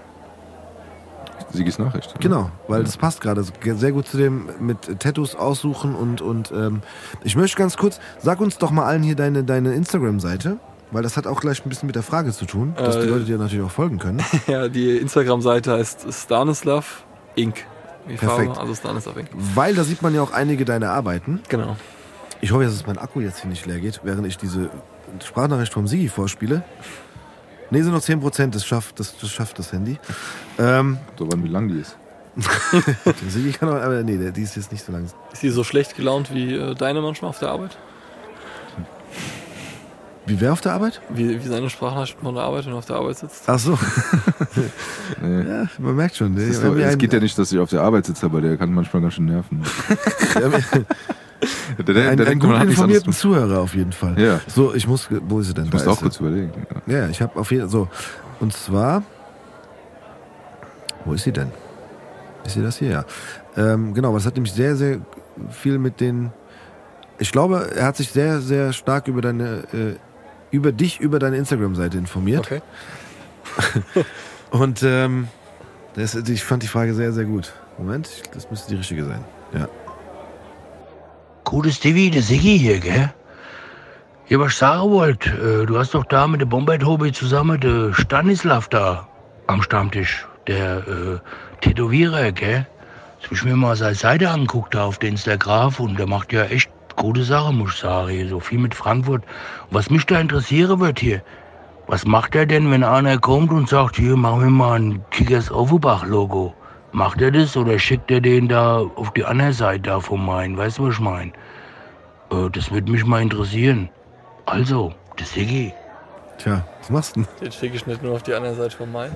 Sigis Nachricht.
Genau, weil das passt gerade sehr gut zu dem mit Tattoos aussuchen und ich möchte ganz kurz, sag uns doch mal allen hier deine Instagram-Seite, weil das hat auch gleich ein bisschen mit der Frage zu tun, dass die Leute dir natürlich auch folgen können.
Ja, die Instagram-Seite heißt Stanislav Inc. Wie
Perfekt.
Farbe, also Stanislav Inc.
Weil da sieht man ja auch einige deiner Arbeiten.
Genau.
Ich hoffe, dass mein Akku jetzt hier nicht leer geht, während ich diese Sprachnachricht vom Sigi vorspiele. Nee, sind noch 10%, das schafft das Handy.
So wann wie lang die ist.
Der Sigi kann aber nee, die ist jetzt nicht so lang.
Ist sie so schlecht gelaunt wie deine manchmal auf der Arbeit?
Wie wer auf der Arbeit?
Wie seine Sprachnachrichten von der Arbeit, wenn er auf der Arbeit sitzt?
Ach so.
Nee.
Ja, man merkt schon.
Es geht ja nicht, dass ich auf der Arbeit sitze, aber der kann manchmal ganz schön nerven.
Einen gut informierten Zuhörer auf jeden Fall.
Ja.
So, wo ist sie denn?
Ich muss
Da
auch
ist
kurz
sie.
überlegen.
Ja, ich habe auf jeden Fall, so. Und zwar, wo ist sie denn? Ist sie das hier? Ja. Genau, aber es hat nämlich sehr, sehr viel mit den, ich glaube, er hat sich sehr, sehr stark über deine Instagram-Seite informiert.
Okay.
Und ich fand die Frage sehr, sehr gut. Moment, das müsste die richtige sein. Ja.
Gutes Stevie, der Siggi hier, gell? Ja, was ich sagen wollte, du hast doch da mit dem Bombay-Tobi zusammen den Stanislav da am Stammtisch, der Tätowierer, gell? Jetzt hab ich mir mal seine Seite angeguckt da auf den Instagram und der macht ja echt gute Sache, muss ich sagen. Hier, so viel mit Frankfurt. Und was mich da interessieren wird hier, was macht er denn, wenn einer kommt und sagt, hier, machen wir mal ein Kickers-Offenbach-Logo? Macht er das oder schickt er den da auf die andere Seite da vom Main? Weißt du, was ich meine? Das würde mich mal interessieren. Also, der Siggi.
Tja, was machst du denn?
Den schicke ich nicht nur auf die andere Seite vom Main.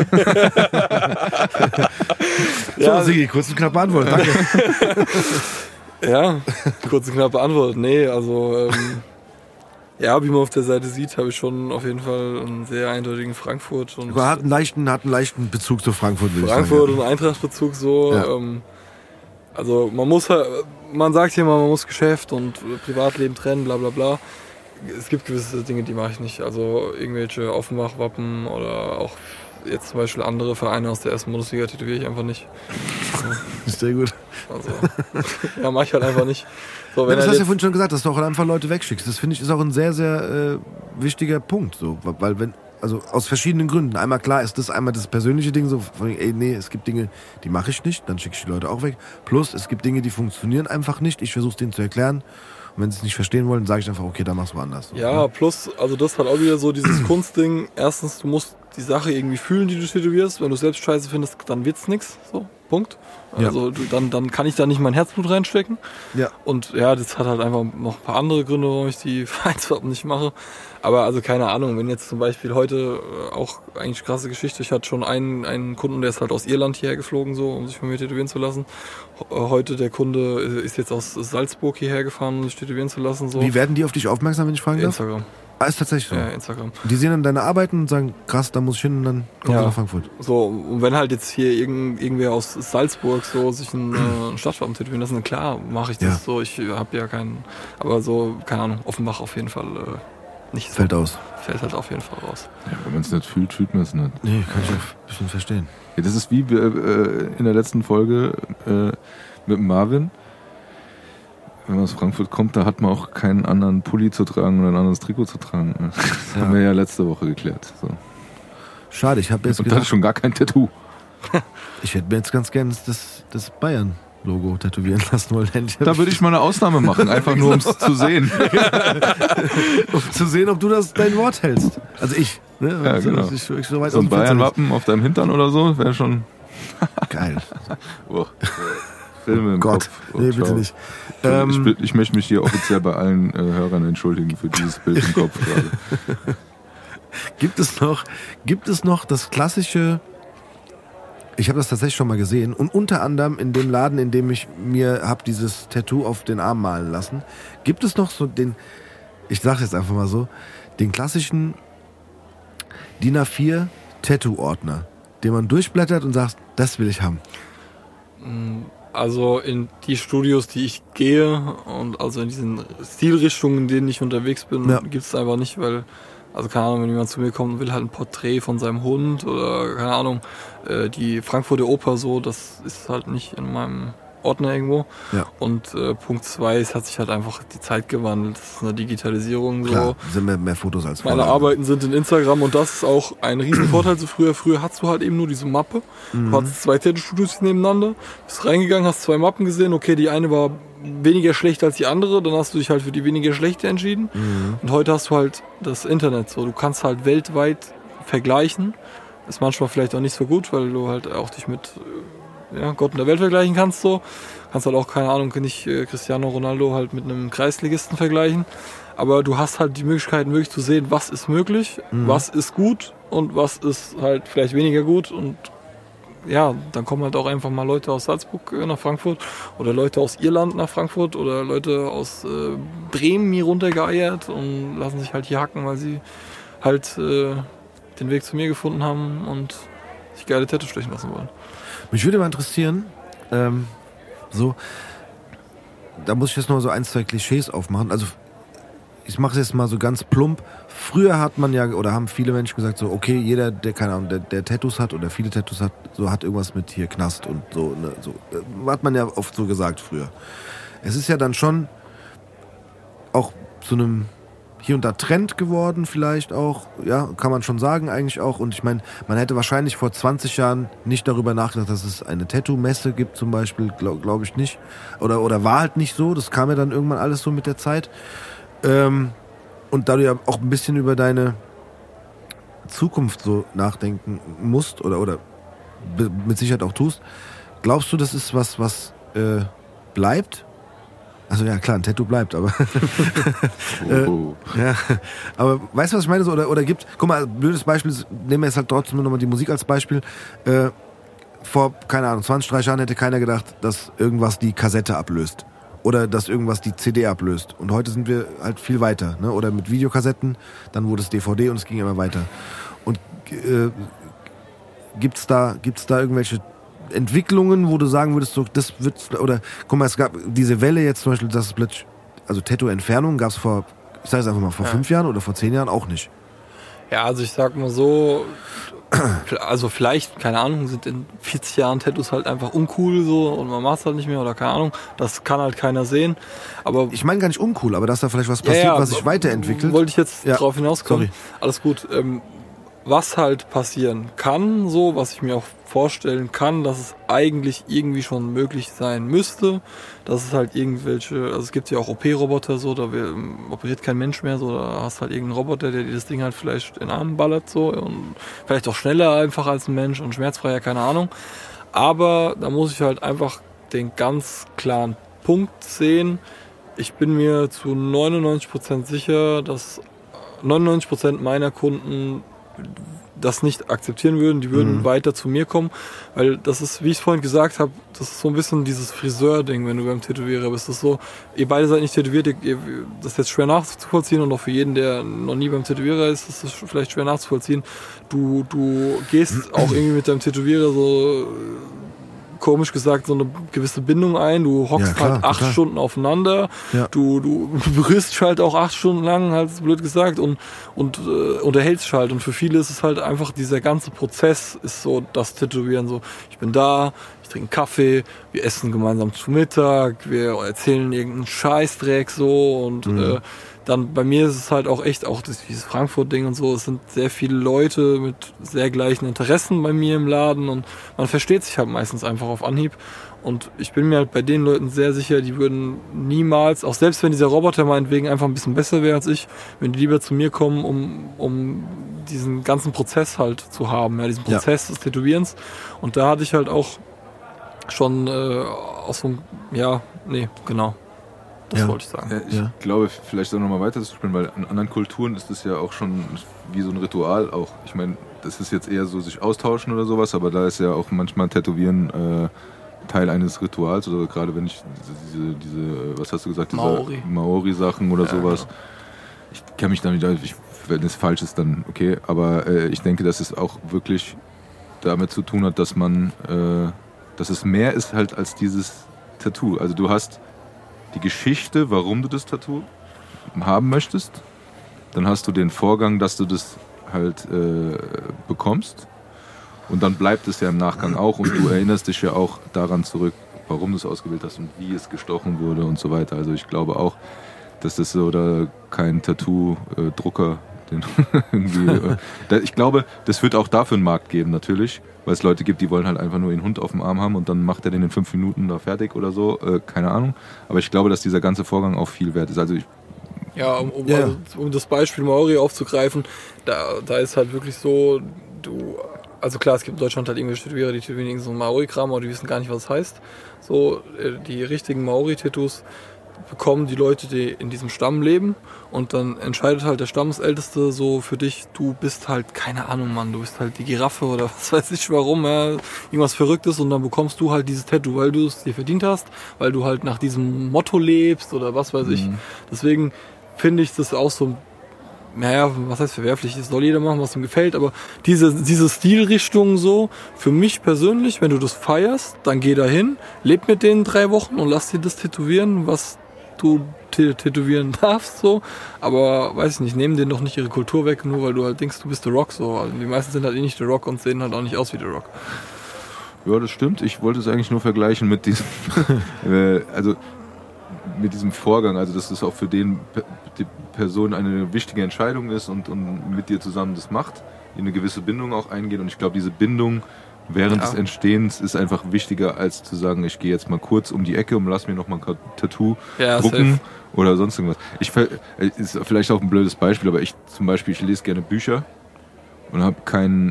So, Sigi, kurz und knapp beantwortet, danke.
Ja, kurz und knapp beantwortet. Nee, also ja, wie man auf der Seite sieht, habe ich schon auf jeden Fall einen sehr eindeutigen Frankfurt und
Aber hat einen leichten Bezug zu Frankfurt, würde ich
Frankfurt
sagen.
und Eintracht-Bezug so.
Ja.
Also man sagt hier mal, man muss Geschäft und Privatleben trennen, bla bla bla. Es gibt gewisse Dinge, die mache ich nicht. Also irgendwelche Offenbach-Wappen oder auch jetzt zum Beispiel andere Vereine aus der ersten Bundesliga tätowiere ich einfach nicht.
Sehr gut.
Also, ja, mache ich halt einfach nicht. So,
Das hast du ja vorhin schon gesagt, dass du auch einfach Leute wegschickst. Das finde ich ist auch ein sehr, sehr wichtiger Punkt. So. Weil also aus verschiedenen Gründen. Einmal klar ist das einmal das persönliche Ding, so von, ey, nee, es gibt Dinge, die mache ich nicht, dann schicke ich die Leute auch weg. Plus, es gibt Dinge, die funktionieren einfach nicht. Ich versuche es denen zu erklären. Und wenn sie es nicht verstehen wollen, sage ich einfach, okay, dann mach's woanders.
Ja, plus, also das hat auch wieder so dieses Kunstding. Erstens, du musst die Sache irgendwie fühlen, die du tätowierst. Wenn du selbst scheiße findest, dann wird's nix. So, Punkt. Also dann kann ich da nicht mein Herzblut reinstecken.
Ja.
Und ja, das hat halt einfach noch ein paar andere Gründe, warum ich die Vereinsfarben nicht mache. Aber also keine Ahnung, wenn jetzt zum Beispiel heute auch eigentlich krasse Geschichte, ich hatte schon einen Kunden, der ist halt aus Irland hierher geflogen, so, um sich von mir tätowieren zu lassen. Heute der Kunde ist jetzt aus Salzburg hierher gefahren, um sich tätowieren zu lassen. So.
Wie werden die auf dich aufmerksam, wenn ich fragen darf?
Instagram.
Ah, ist tatsächlich so.
Ja, Instagram.
Die sehen dann deine Arbeiten und sagen, krass, da muss ich hin und dann kommt er nach Frankfurt.
So, und wenn halt jetzt hier irgendwer aus Salzburg so sich ein Stadtwappen tätowieren lassen, dann klar mache ich das
Ja.
so. Ich habe ja keinen, aber so, keine Ahnung, Offenbach auf jeden Fall nicht so.
Fällt aus.
Fällt halt auf jeden Fall raus.
Ja, wenn man es nicht fühlt, fühlt man es nicht.
Nee, kann ich auch ein bisschen verstehen.
Ja, das ist wie in der letzten Folge mit Marvin. Wenn man aus Frankfurt kommt, da hat man auch keinen anderen Pulli zu tragen oder ein anderes Trikot zu tragen. Das haben wir ja letzte Woche geklärt. So.
Schade, ich habe jetzt
Und da hatte schon gar kein Tattoo.
ich hätte mir jetzt ganz gerne das Bayern-Logo tätowieren lassen wollen.
Da würde ich mal eine Ausnahme machen, einfach nur um es zu sehen.
um zu sehen, ob du dein Wort hältst. Also ich. Ne?
Ja, genau.
Ich so weit
So
aus
ein
dem Fenster
Bayern-Wappen auf deinem Hintern oder so, wäre schon...
Geil.
Oh. Filme im
Gott,
Kopf.
nee, bitte nicht.
Ich möchte mich hier offiziell bei allen Hörern entschuldigen für dieses Bild im Kopf gerade.
Gibt es noch das klassische, ich habe das tatsächlich schon mal gesehen und unter anderem in dem Laden, in dem ich mir habe dieses Tattoo auf den Arm malen lassen, gibt es noch so den, ich sage jetzt einfach mal so, den klassischen DIN A4 Tattoo-Ordner, den man durchblättert und sagt, das will ich haben.
Also in die Studios, die ich gehe und also in diesen Stilrichtungen, in denen ich unterwegs bin, gibt es einfach nicht, weil, also keine Ahnung, wenn jemand zu mir kommt und will halt ein Porträt von seinem Hund oder keine Ahnung, die Frankfurter Oper so, das ist halt nicht in meinem Ordner irgendwo. Ja. Und Punkt 2, es hat sich halt einfach die Zeit gewandelt. Das ist eine Digitalisierung.
Klar, so. Sind mehr Fotos als
Meine Arbeiten sind in Instagram und das ist auch ein Riesenvorteil zu früher. Früher hattest du halt eben nur diese Mappe. Du hattest 2 Tattoo-Studios nebeneinander, bist reingegangen, hast 2 Mappen gesehen. Okay, die eine war weniger schlecht als die andere, dann hast du dich halt für die weniger schlechte entschieden. Und heute hast du halt das Internet. So, du kannst halt weltweit vergleichen. Ist manchmal vielleicht auch nicht so gut, weil du halt auch dich mit Gott in der Welt vergleichen kannst. So. Kannst halt auch, keine Ahnung, nicht Cristiano Ronaldo halt mit einem Kreisligisten vergleichen. Aber du hast halt die Möglichkeiten wirklich zu sehen, was ist möglich, was ist gut und was ist halt vielleicht weniger gut. Und ja, dann kommen halt auch einfach mal Leute aus Salzburg nach Frankfurt oder Leute aus Irland nach Frankfurt oder Leute aus Bremen hier runtergeeiert und lassen sich halt hier hacken, weil sie halt den Weg zu mir gefunden haben und sich geile Tattoo stechen lassen wollen.
Mich würde mal interessieren, da muss ich jetzt noch so 1, 2 Klischees aufmachen. Also ich mache es jetzt mal so ganz plump. Früher hat man ja, oder haben viele Menschen gesagt, so okay, jeder, der keine Ahnung, der Tattoos hat oder viele Tattoos hat, so hat irgendwas mit hier Knast und so, ne, so. Hat man ja oft so gesagt früher. Es ist ja dann schon auch zu einem hier und da Trend geworden vielleicht auch, ja, kann man schon sagen eigentlich auch. Und ich meine, man hätte wahrscheinlich vor 20 Jahren nicht darüber nachgedacht, dass es eine Tattoo-Messe gibt zum Beispiel, glaube ich nicht. Oder war halt nicht so, das kam ja dann irgendwann alles so mit der Zeit. Und da du ja auch ein bisschen über deine Zukunft so nachdenken musst oder mit Sicherheit auch tust, glaubst du, das ist was bleibt? Also ja, klar, ein Tattoo bleibt, aber ja, aber weißt du, was ich meine? So, oder gibt, guck mal, blödes Beispiel, nehmen wir jetzt halt trotzdem nur nochmal die Musik als Beispiel. Vor, keine Ahnung, 20, 30 Jahren hätte keiner gedacht, dass irgendwas die Kassette ablöst. Oder dass irgendwas die CD ablöst. Und heute sind wir halt viel weiter. Ne? Oder mit Videokassetten, dann wurde es DVD und es ging immer weiter. Und gibt's da irgendwelche Entwicklungen, wo du sagen würdest, so, das wird, oder guck mal, es gab diese Welle jetzt zum Beispiel, dass es plötzlich, also Tattoo-Entfernung gab es vor, ich sage es einfach mal, vor 5 Jahren oder vor 10 Jahren auch nicht.
Ja, also ich sag mal so, also vielleicht, keine Ahnung, sind in 40 Jahren Tattoos halt einfach uncool so und man macht es halt nicht mehr oder keine Ahnung, das kann halt keiner sehen. Aber
ich meine gar nicht uncool, aber dass da vielleicht was passiert, was sich weiterentwickelt.
Wollte ich jetzt drauf hinauskommen.
Sorry.
Alles gut. Was halt passieren kann, so, was ich mir auch vorstellen kann, dass es eigentlich irgendwie schon möglich sein müsste, dass es halt irgendwelche, also es gibt ja auch OP-Roboter, so, da operiert kein Mensch mehr, so, da hast halt irgendeinen Roboter, der dir das Ding halt vielleicht in den Arm ballert, so, und vielleicht auch schneller einfach als ein Mensch und schmerzfreier, keine Ahnung. Aber da muss ich halt einfach den ganz klaren Punkt sehen. Ich bin mir zu 99% sicher, dass 99% meiner Kunden das nicht akzeptieren würden, die würden weiter zu mir kommen, weil das ist, wie ich es vorhin gesagt habe, das ist so ein bisschen dieses Friseur-Ding, wenn du beim Tätowierer bist. Das ist so, ihr beide seid nicht tätowiert, das ist jetzt schwer nachzuvollziehen und auch für jeden, der noch nie beim Tätowierer ist, das ist vielleicht schwer nachzuvollziehen. Du gehst auch irgendwie mit deinem Tätowierer so, komisch gesagt, so eine gewisse Bindung ein. Du hockst halt 8 Stunden aufeinander. Ja. Du berührst halt auch 8 Stunden lang, halt blöd gesagt, und unterhältst halt. Und für viele ist es halt einfach, dieser ganze Prozess ist so das Tätowieren. So, ich bin da, ich trinke einen Kaffee, wir essen gemeinsam zu Mittag, wir erzählen irgendeinen Scheißdreck so und dann bei mir ist es halt auch echt, auch dieses Frankfurt-Ding und so, es sind sehr viele Leute mit sehr gleichen Interessen bei mir im Laden und man versteht sich halt meistens einfach auf Anhieb. Und ich bin mir halt bei den Leuten sehr sicher, die würden niemals, auch selbst wenn dieser Roboter meinetwegen einfach ein bisschen besser wäre als ich, würden die lieber zu mir kommen, um diesen ganzen Prozess halt zu haben, ja, diesen Prozess des Tätowierens. Und da hatte ich halt auch schon aus so einem, das wollte ich sagen.
Ich glaube, vielleicht auch nochmal weiter zu spielen, weil in anderen Kulturen ist das ja auch schon wie so ein Ritual auch. Ich meine, das ist jetzt eher so sich austauschen oder sowas, aber da ist ja auch manchmal Tätowieren Teil eines Rituals, oder gerade wenn ich diese was hast du gesagt, diese Maori-Sachen oder sowas. Genau. Ich kenne mich da nicht, wenn es falsch ist, dann okay, aber ich denke, dass es auch wirklich damit zu tun hat, dass man, dass es mehr ist halt als dieses Tattoo. Also du hast die Geschichte, warum du das Tattoo haben möchtest. Dann hast du den Vorgang, dass du das halt bekommst. Und dann bleibt es ja im Nachgang auch. Und du erinnerst dich ja auch daran zurück, warum du es ausgewählt hast und wie es gestochen wurde und so weiter. Also ich glaube auch, dass das so oder kein Tattoo-Drucker irgendwie... ich glaube, das wird auch dafür einen Markt geben natürlich. Weil es Leute gibt, die wollen halt einfach nur ihren Hund auf dem Arm haben und dann macht er den in 5 Minuten da fertig oder so. Keine Ahnung. Aber ich glaube, dass dieser ganze Vorgang auch viel wert ist. Also
um das Beispiel Maori aufzugreifen, da ist halt wirklich so, also klar, es gibt in Deutschland halt irgendwelche Tätowierer, die tätowieren so einen Maori-Kram, aber die wissen gar nicht, was es heißt. So, die richtigen Maori-Tattoos bekommen die Leute, die in diesem Stamm leben, und dann entscheidet halt der Stammesälteste so für dich, du bist halt, keine Ahnung, Mann, du bist halt die Giraffe oder was weiß ich warum, ja, irgendwas Verrücktes, und dann bekommst du halt dieses Tattoo, weil du es dir verdient hast, weil du halt nach diesem Motto lebst oder was weiß ich. Deswegen finde ich das auch so, naja, was heißt verwerflich, das soll jeder machen, was ihm gefällt, aber diese Stilrichtung so, für mich persönlich, wenn du das feierst, dann geh da hin, leb mit denen 3 Wochen und lass dir das tätowieren, was du tätowieren darfst, so, aber weiß ich nicht, nehmen denen doch nicht ihre Kultur weg, nur weil du halt denkst, du bist The Rock, so. Also die meisten sind halt nicht The Rock und sehen halt auch nicht aus wie The Rock.
Ja, das stimmt. Ich wollte es eigentlich nur vergleichen mit diesem, also mit diesem Vorgang, also dass es auch für die Person eine wichtige Entscheidung ist und mit dir zusammen das macht, die eine gewisse Bindung auch eingeht. Und ich glaube, diese Bindung während des Entstehens ist einfach wichtiger, als zu sagen, ich gehe jetzt mal kurz um die Ecke und lass mir noch mal ein Tattoo drucken oder sonst irgendwas. Ist vielleicht auch ein blödes Beispiel, aber ich lese gerne Bücher und habe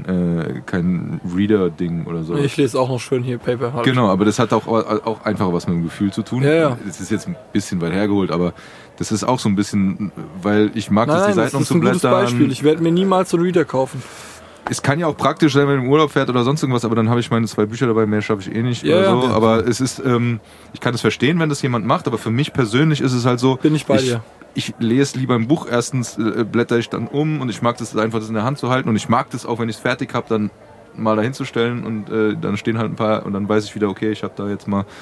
kein Reader-Ding oder so.
Ich lese auch noch schön hier Paper halt.
Genau, aber das hat auch einfach was mit dem Gefühl zu tun.
Ja.
Das ist jetzt ein bisschen weit hergeholt, aber das ist auch so ein bisschen, weil ich mag die Seiten um zu blättern. Das ist ein gutes Beispiel.
Ich werde mir niemals so einen Reader kaufen.
Es kann ja auch praktisch sein, wenn man im Urlaub fährt oder sonst irgendwas, aber dann habe ich meine 2 Bücher dabei, mehr schaffe ich eh nicht oder so. Aber es ist, ich kann es verstehen, wenn das jemand macht, aber für mich persönlich ist es halt so.
Bin ich bei dir.
Ich lese lieber ein Buch, erstens blätter ich dann um und ich mag das einfach, das in der Hand zu halten und ich mag das auch, wenn ich es fertig habe, dann mal dahin zu stellen und dann stehen halt ein paar und dann weiß ich wieder, okay, ich habe da jetzt mal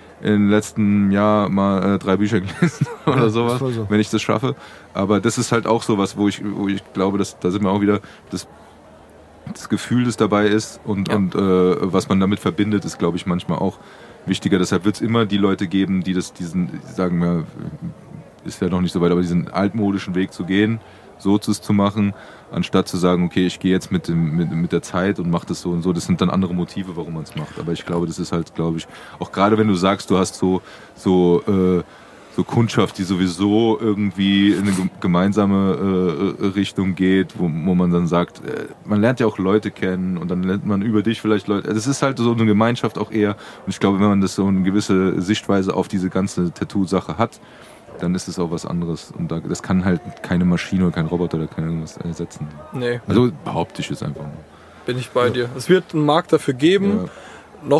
im letzten Jahr mal 3 Bücher gelesen oder sowas, wenn ich das schaffe. Aber das ist halt auch sowas, wo ich glaube, dass da sind wir auch wieder, das Gefühl, das dabei ist und was man damit verbindet, ist, glaube ich, manchmal auch wichtiger. Deshalb wird es immer die Leute geben, die sagen wir, ist ja noch nicht so weit, aber diesen altmodischen Weg zu gehen, so zu machen, anstatt zu sagen, okay, ich gehe jetzt mit der Zeit und mache das so und so. Das sind dann andere Motive, warum man es macht. Aber ich glaube, das ist halt, glaube ich, auch gerade wenn du sagst, du hast so Kundschaft, die sowieso irgendwie in eine gemeinsame Richtung geht, wo man dann sagt, man lernt ja auch Leute kennen und dann lernt man über dich vielleicht Leute. Das ist halt so eine Gemeinschaft auch eher. Und ich glaube, wenn man das so eine gewisse Sichtweise auf diese ganze Tattoo-Sache hat, dann ist es auch was anderes. Und das kann halt keine Maschine oder kein Roboter oder kein irgendwas ersetzen.
Nee.
Also behaupte ich es einfach mal.
Bin ich bei dir. Es wird einen Markt dafür geben. Ja. Noch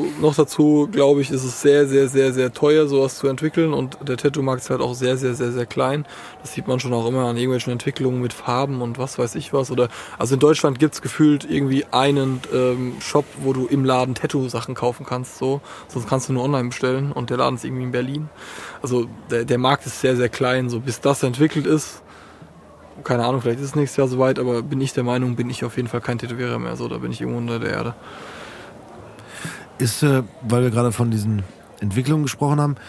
dazu, glaube ich, ist es sehr, sehr, sehr, sehr teuer, sowas zu entwickeln und der Tattoo-Markt ist halt auch sehr, sehr, sehr, sehr klein. Das sieht man schon auch immer an irgendwelchen Entwicklungen mit Farben und was weiß ich was. Also in Deutschland gibt's gefühlt irgendwie einen Shop, wo du im Laden Tattoo-Sachen kaufen kannst, so. Sonst kannst du nur online bestellen und der Laden ist irgendwie in Berlin. Also der Markt ist sehr, sehr klein, so bis das entwickelt ist. Keine Ahnung, vielleicht ist es nächstes Jahr soweit, aber bin ich der Meinung, bin ich auf jeden Fall kein Tätowierer mehr, so, da bin ich irgendwo unter der Erde.
Ist, weil wir gerade von diesen Entwicklungen gesprochen haben,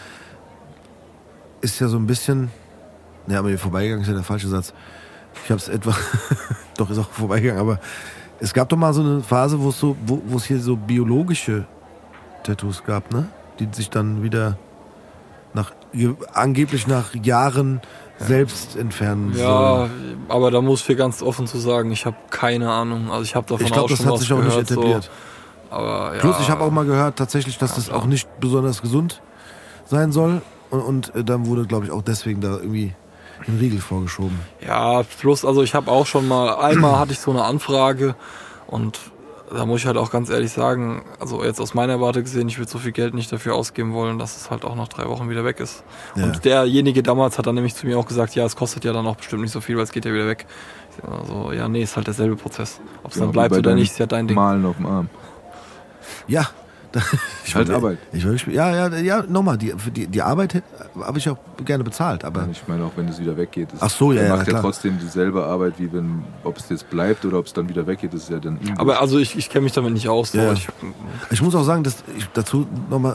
ist ja so ein bisschen, aber hier vorbeigegangen ist ja der falsche Satz. Ich habe es etwa, doch ist auch vorbeigegangen, aber es gab doch mal so eine Phase, wo es hier so biologische Tattoos gab, ne? Die sich dann wieder angeblich nach Jahren selbst entfernen sollen.
Ja, aber da muss ich dir ganz offen zu sagen, ich habe keine Ahnung. Also ich habe davon auch schon was gehört. Ich glaube, das hat sich auch nicht etabliert.
So. Aber, ja. Plus, ich habe auch mal gehört, tatsächlich, dass das auch nicht besonders gesund sein soll. Und dann wurde, glaube ich, auch deswegen da irgendwie ein Riegel vorgeschoben.
Ja, plus, also ich habe auch schon einmal hatte ich so eine Anfrage und da muss ich halt auch ganz ehrlich sagen, also jetzt aus meiner Warte gesehen, ich würde so viel Geld nicht dafür ausgeben wollen, dass es halt auch nach 3 Wochen wieder weg ist. Ja. Und derjenige damals hat dann nämlich zu mir auch gesagt, ja, es kostet ja dann auch bestimmt nicht so viel, weil es geht ja wieder weg. Also, ja, nee, ist halt derselbe Prozess. Ob es dann bleibt oder nicht, ist ja dein Ding.
Malen auf dem Arm.
Ja.
Arbeit.
Nochmal, die Arbeit habe ich auch gerne bezahlt. Aber
ich meine auch, wenn es wieder weggeht.
Ach so, ja,
macht ja trotzdem dieselbe Arbeit, wie wenn, ob es jetzt bleibt oder ob es dann wieder weggeht, das ist ja dann.
Aber also ich kenne mich damit nicht aus.
Ja. Ich muss auch sagen, dass ich dazu nochmal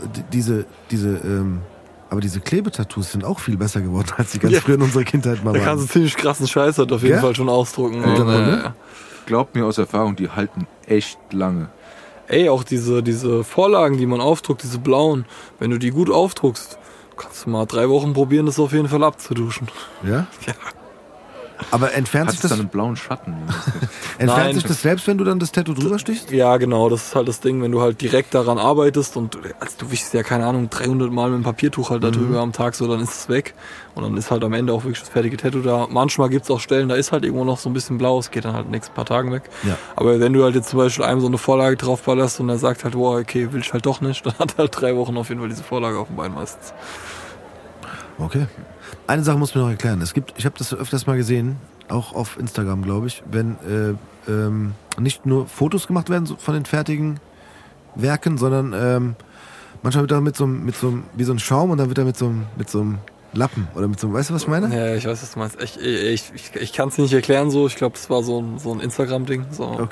aber diese Klebetattoos sind auch viel besser geworden, als die ganz früher in unserer Kindheit mal waren.
Da kannst du ziemlich krassen Scheiß halt auf jeden Fall schon ausdrucken.
Glaubt mir aus Erfahrung, die halten echt lange.
Ey, auch diese Vorlagen, die man aufdruckt, diese blauen, wenn du die gut aufdruckst, kannst du mal 3 Wochen probieren, das auf jeden Fall abzuduschen.
Ja? Ja. Aber entfernt sich das
dann einen blauen Schatten?
Entfernt sich das selbst, wenn du dann das Tattoo drüber stichst?
Ja, genau, das ist halt das Ding, wenn du halt direkt daran arbeitest und also du wischst ja, keine Ahnung, 300 Mal mit dem Papiertuch halt da drüber am Tag, so, dann ist es weg und dann ist halt am Ende auch wirklich das fertige Tattoo da. Manchmal gibt's auch Stellen, da ist halt irgendwo noch so ein bisschen blau, es geht dann halt in den nächsten paar Tagen weg. Ja. Aber wenn du halt jetzt zum Beispiel einem so eine Vorlage draufballerst und er sagt halt, wow, okay, will ich halt doch nicht, dann hat er halt 3 Wochen auf jeden Fall diese Vorlage auf dem Bein meistens.
Okay. Eine Sache muss mir noch erklären. Ich habe das öfters mal gesehen, auch auf Instagram, glaube ich, wenn nicht nur Fotos gemacht werden von den fertigen Werken, sondern manchmal wird da mit so wie so ein Schaum und dann wird da mit so einem Lappen oder mit so einem, weißt du, was ich meine?
Ja, ich weiß, was du meinst. Ich kann es nicht erklären so. Ich glaube, das war so ein Instagram-Ding. So
okay.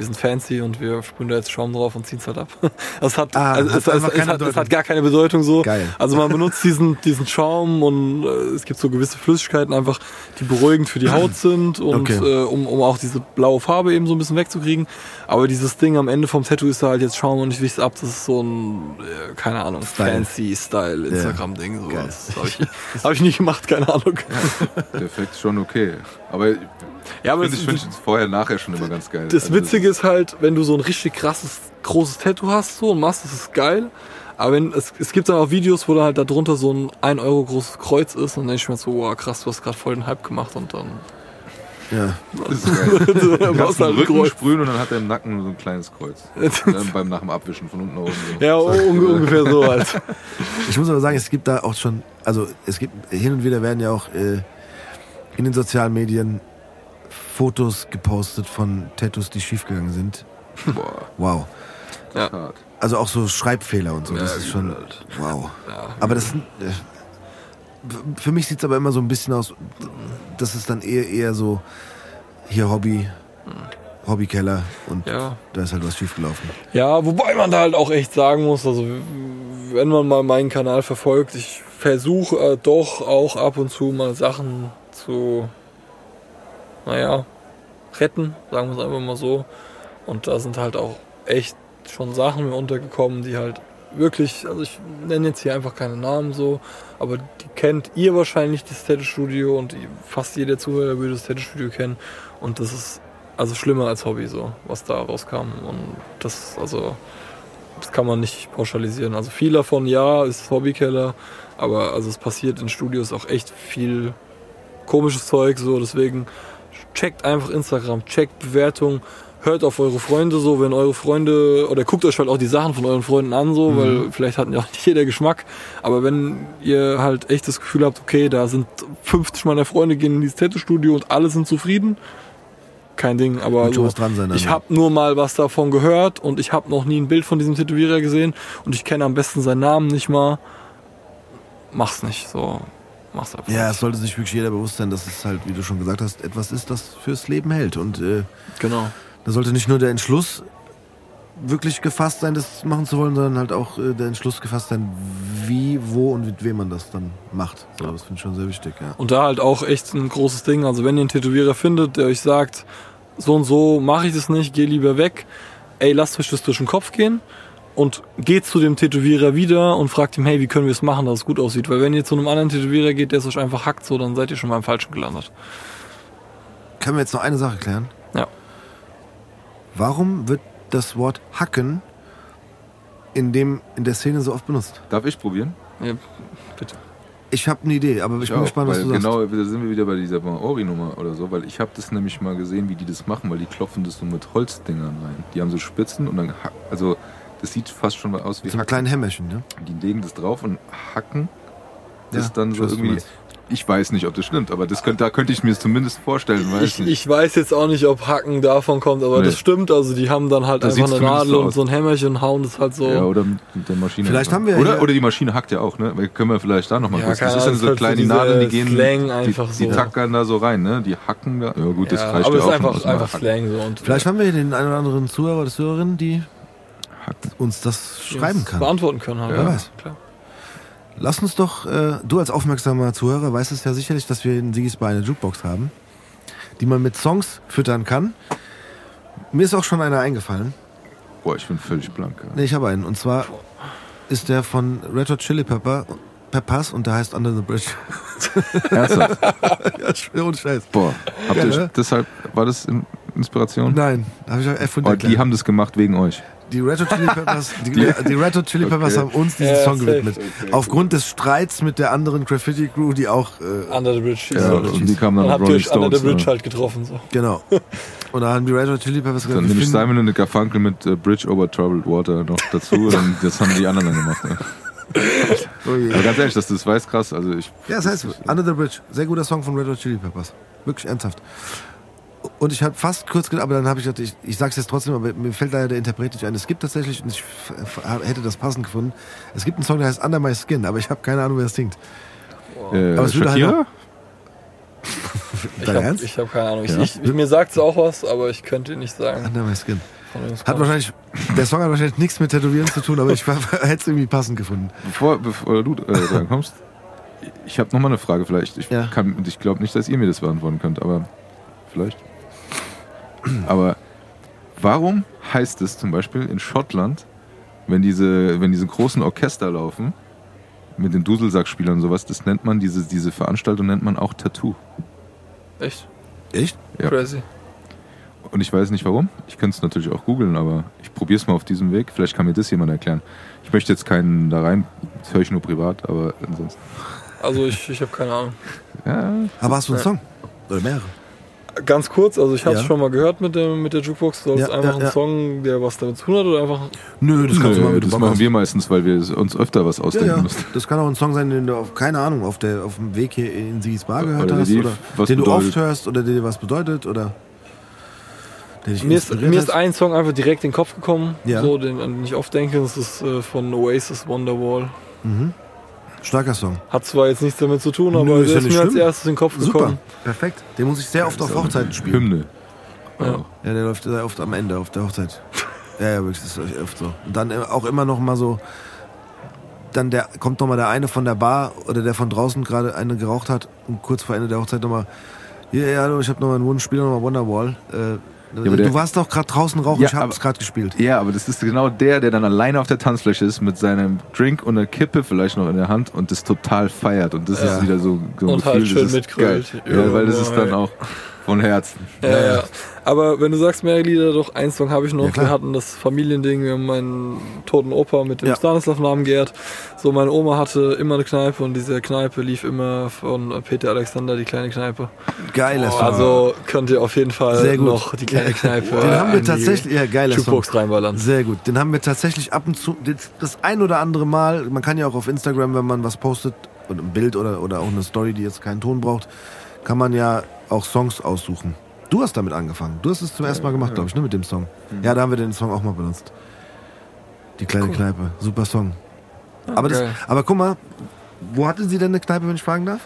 wir sind fancy und wir sprühen da jetzt Schaum drauf und ziehen es halt ab. Das hat, es hat gar keine Bedeutung so.
Geil.
Also man benutzt diesen Schaum und es gibt so gewisse Flüssigkeiten einfach, die beruhigend für die Haut sind und um auch diese blaue Farbe eben so ein bisschen wegzukriegen. Aber dieses Ding am Ende vom Tattoo ist da halt jetzt Schaum und ich wich's ab. Das ist so ein, keine Ahnung, fancy Style Instagram-Ding. So. Das hab ich nie gemacht, keine Ahnung.
Der Effekt ist schon okay. Aber ich finde es vorher, nachher schon immer ganz geil.
Das Witzige ist halt, wenn du so ein richtig krasses, großes Tattoo hast so und machst, das ist geil. Aber es gibt dann auch Videos, wo da halt da drunter so ein 1 Euro großes Kreuz ist und dann denke ich mir so, wow, krass, du hast gerade voll den Hype gemacht und dann...
Ja.
Das ist geil. Du kannst den Rücken sprühen und dann hat er im Nacken so ein kleines Kreuz. Nach dem Abwischen von unten nach oben. So.
Ja, ungefähr so halt.
Ich muss aber sagen, es gibt da auch schon, also es gibt hin und wieder werden ja auch in den sozialen Medien Fotos gepostet von Tattoos, die schiefgegangen sind.
Boah.
Wow.
Das ist hart.
Also auch so Schreibfehler und so. Das
Ja,
ist schon
halt.
wow.
Ja.
Aber das für mich sieht es aber immer so ein bisschen aus, das ist dann eher so hier Hobbykeller und
Ja.
da ist halt was schiefgelaufen.
Ja, wobei man da halt auch echt sagen muss, also wenn man mal meinen Kanal verfolgt, ich versuche doch auch ab und zu mal Sachen zu, retten, sagen wir es einfach mal so. Und da sind halt auch echt schon Sachen mir untergekommen, die halt wirklich, also ich nenne jetzt hier einfach keine Namen so, aber die kennt ihr wahrscheinlich, das Tattoo-Studio, und fast jeder Zuhörer würde das Tattoo-Studio kennen, und das ist also schlimmer als Hobby so, was da rauskam, und das kann man nicht pauschalisieren. Also viel davon, ja, ist Hobbykeller, aber also es passiert in Studios auch echt viel komisches Zeug so, deswegen checkt einfach Instagram, checkt Bewertungen, hört auf eure Freunde so, wenn eure Freunde, oder guckt euch halt auch die Sachen von euren Freunden an so, weil vielleicht hat ja auch nicht jeder Geschmack, aber wenn ihr halt echt das Gefühl habt, okay, da sind 50 meiner Freunde gehen in dieses Tattoo-Studio und alle sind zufrieden, kein Ding, aber so,
was dran sein,
ich habe nur mal was davon gehört und ich habe noch nie ein Bild von diesem Tätowierer gesehen und ich kenne am besten seinen Namen nicht mal, mach's nicht, so, mach's einfach
Ja,
nicht.
es sollte sich wirklich jeder bewusst sein, dass es halt, wie du schon gesagt hast, etwas ist, das fürs Leben hält und
Genau.
da sollte nicht nur der Entschluss wirklich gefasst sein, das machen zu wollen, sondern halt auch der Entschluss gefasst sein, wie, wo und mit wem man das dann macht. So, das finde ich schon sehr wichtig, ja.
Und da halt auch echt ein großes Ding. Also wenn ihr einen Tätowierer findet, der euch sagt, so und so mache ich das nicht, geh lieber weg. Ey, lasst euch das durch den Kopf gehen und geht zu dem Tätowierer wieder und fragt ihm, hey, wie können wir es machen, dass es gut aussieht? Weil wenn ihr zu einem anderen Tätowierer geht, der es euch einfach hackt, so, dann seid ihr schon beim Falschen gelandet.
Können wir jetzt noch eine Sache klären?
Ja.
Warum wird das Wort hacken in der Szene so oft benutzt?
Darf ich probieren?
Ja, bitte.
Ich habe eine Idee, aber ich bin gespannt, was
weil
du sagst.
Genau, da sind wir wieder bei dieser Maori-Nummer oder so, weil ich habe das nämlich mal gesehen, wie die das machen, weil die klopfen das so mit Holzdingern rein. Die haben so Spitzen und dann also das sieht fast schon mal aus wie
So ein
Hacken.
kleinen Hämmerchen, ne?
Die legen das drauf und hacken das
Ja,
dann
ich
so
weiß, was du
irgendwie.
meinst.
Ich weiß nicht, ob das stimmt, aber da könnte ich mir es zumindest vorstellen.
Ich weiß jetzt auch nicht, ob Hacken davon kommt, aber
Nee.
das stimmt. Also die haben dann halt
Das
einfach
sieht's
eine
zumindest
Nadel
so
und
aus.
so ein Hämmerchen und hauen das halt so.
Ja, oder mit der Maschine.
Vielleicht
einfach.
haben wir
oder,
hier-
oder die Maschine hackt ja auch, ne? Weil können wir vielleicht da nochmal
Ja,
kurz.
keine
Das ist
Ahnung,
dann so
das ist
kleine
halt so
Nadeln, die
dieser
gehen.
Slang einfach
die
so.
tackern da so rein, ne? Die hacken da. Ja gut, das
Ja,
reicht
aber
ja
es
auch
ist
schon
einfach,
aus dem
einfach
Hacken.
Slang so. Und
Vielleicht haben wir hier den einen oder anderen Zuhörer oder Zuhörerin, die
Hacken.
uns das schreiben kann.
beantworten können halt.
Wer weiß.
Klar.
Lass uns doch, du als aufmerksamer Zuhörer weißt es ja sicherlich, dass wir in Sigis Bar eine Jukebox haben, die man mit Songs füttern kann. Mir ist auch schon einer eingefallen.
Boah, ich bin völlig blank. Ja.
Ne, ich habe einen. Und zwar ist der von Red Hot Chili Peppers und der heißt Under the Bridge.
Ernsthaft?
Ja, ich schwöre, ohne Scheiß.
Boah, habt
Ja,
ihr
ne?
deshalb, war das Inspiration?
Nein, habe ich erfunden.
Oh, die haben das gemacht wegen euch.
Die Red Hot Chili Peppers, die Red Hot Chili Peppers haben uns diesen
Ja,
Song
safe.
gewidmet. Aufgrund des Streits mit der anderen Graffiti Crew, die auch
Under the Bridge.
Ja,
so.
und die kamen dann
Dann
mit
habt ihr
Rolling
euch Under the
Stones.
Bridge halt getroffen. So.
genau. Und da haben die Red Hot Chili Peppers
Dann
gesagt, wir
nehme ich
finden,
Simon und Garfunkel mit Bridge Over Troubled Water noch dazu. Und das haben die anderen dann gemacht. Ja.
oh je.
Aber ganz ehrlich, dass du das weißt, krass. Also ich,
Ja, das heißt Under the Bridge. Sehr guter Song von Red Hot Chili Peppers. Wirklich ernsthaft. Und ich habe fast kurz gedacht, aber dann habe ich gedacht, ich sag's jetzt trotzdem, aber mir fällt leider der Interpret nicht ein. Es gibt tatsächlich, und ich hätte das passend gefunden, es gibt einen Song, der heißt Under My Skin, aber ich habe keine Ahnung, wer das singt. Aber es würde halt
Shakira?
Dein Ernst?
Ich habe keine Ahnung.
Ja.
Mir sagt es auch was, aber ich könnte nicht sagen.
Under My Skin.
von wem es
Hat
kommt.
wahrscheinlich, der Song hat wahrscheinlich nichts mit Tätowieren zu tun, aber ich hätte es irgendwie passend gefunden.
Bevor du da kommst, ich habe nochmal eine Frage vielleicht. Ich glaube nicht, dass ihr mir das beantworten könnt, aber vielleicht. Aber warum heißt es zum Beispiel in Schottland, wenn diese großen Orchester laufen, mit den Dudelsackspielern und sowas, das nennt man, diese Veranstaltung nennt man auch Tattoo.
Echt?
Echt?
Ja.
Crazy.
Und ich weiß nicht warum. Ich könnte es natürlich auch googeln, aber ich probiere es mal auf diesem Weg. Vielleicht kann mir das jemand erklären. Ich möchte jetzt keinen da rein, das höre ich nur privat, aber ansonsten.
Also ich habe keine Ahnung.
Ja,
Aber hast du einen Song? Oder mehrere?
Ganz kurz, also ich habe es
Ja.
schon mal gehört mit der Jukebox. Soll es
Ja,
einfach
ja.
ein Song, der was damit zu tun hat, oder einfach...
Nö, das kannst du mal, wie du
das
Bock
machen
hast.
wir meistens, weil wir uns öfter was ausdenken
Ja, ja.
müssen.
Das kann auch ein Song sein, den du keine Ahnung, auf dem Weg hier in Sigis Bar gehört
Oder
hast.
die,
Oder
was
den du
bedeutet.
oft hörst oder der dir was bedeutet. Oder der dich
Mir ist
inspiriert hat.
ein Song einfach direkt in den Kopf gekommen,
Ja.
so, an den ich oft denke. Das ist von Oasis, Wonderwall.
Starker Song.
Hat zwar jetzt nichts damit zu tun, aber
Nö, ist
der
ja
ist
nicht
mir als
schlimm.
erstes in den Kopf
Super,
gekommen.
perfekt. Den muss ich sehr oft auf Hochzeiten spielen.
Hymne.
Ja.
Ja, der läuft sehr oft am Ende auf der Hochzeit. Ja, wirklich, das ist oft so. Und dann auch immer noch mal so, dann kommt noch mal der eine von der Bar oder der von draußen gerade eine geraucht hat und kurz vor Ende der Hochzeit noch mal, ja, hallo, ich habe noch mal einen Wunsch, spiel noch mal Wonderwall.
aber
Du warst doch gerade draußen rauchen,
Ja,
ich habe
aber-
es gerade gespielt.
Ja, aber das ist genau der dann alleine auf der Tanzfläche ist mit seinem Drink und einer Kippe vielleicht noch in der Hand und das total feiert. Und das
Ja.
ist wieder so ein
Und halt
Gefühl,
schön
das ist
mitgrölt.
geil. Ja, weil das ist dann
Ja.
auch von Herzen.
Ja. Aber wenn du sagst mehrere Lieder, doch einen Song habe ich noch.
Ja, klar.
Wir hatten das Familiending, wir haben meinen toten Opa mit dem
Ja.
Stanislav-Namen geehrt. So, meine Oma hatte immer eine Kneipe und diese Kneipe lief immer von Peter Alexander, die kleine Kneipe.
Geiler Song.
Also könnt ihr auf jeden Fall
Sehr gut.
noch die kleine Kneipe
Den haben wir
in die
tatsächlich, ja, geiler Song.
Jukebox reinballern.
Sehr gut. Den haben wir tatsächlich ab und zu, das ein oder andere Mal, man kann ja auch auf Instagram, wenn man was postet, oder ein Bild oder auch eine Story, die jetzt keinen Ton braucht, kann man ja auch Songs aussuchen. Du hast damit angefangen. Du hast es zum ersten Mal gemacht, glaube ich, ne, mit dem Song. Ja, da haben wir den Song auch mal benutzt. Die kleine Kneipe. Super Song.
geil.
Aber guck mal, wo hatte sie denn eine Kneipe, wenn ich fragen darf?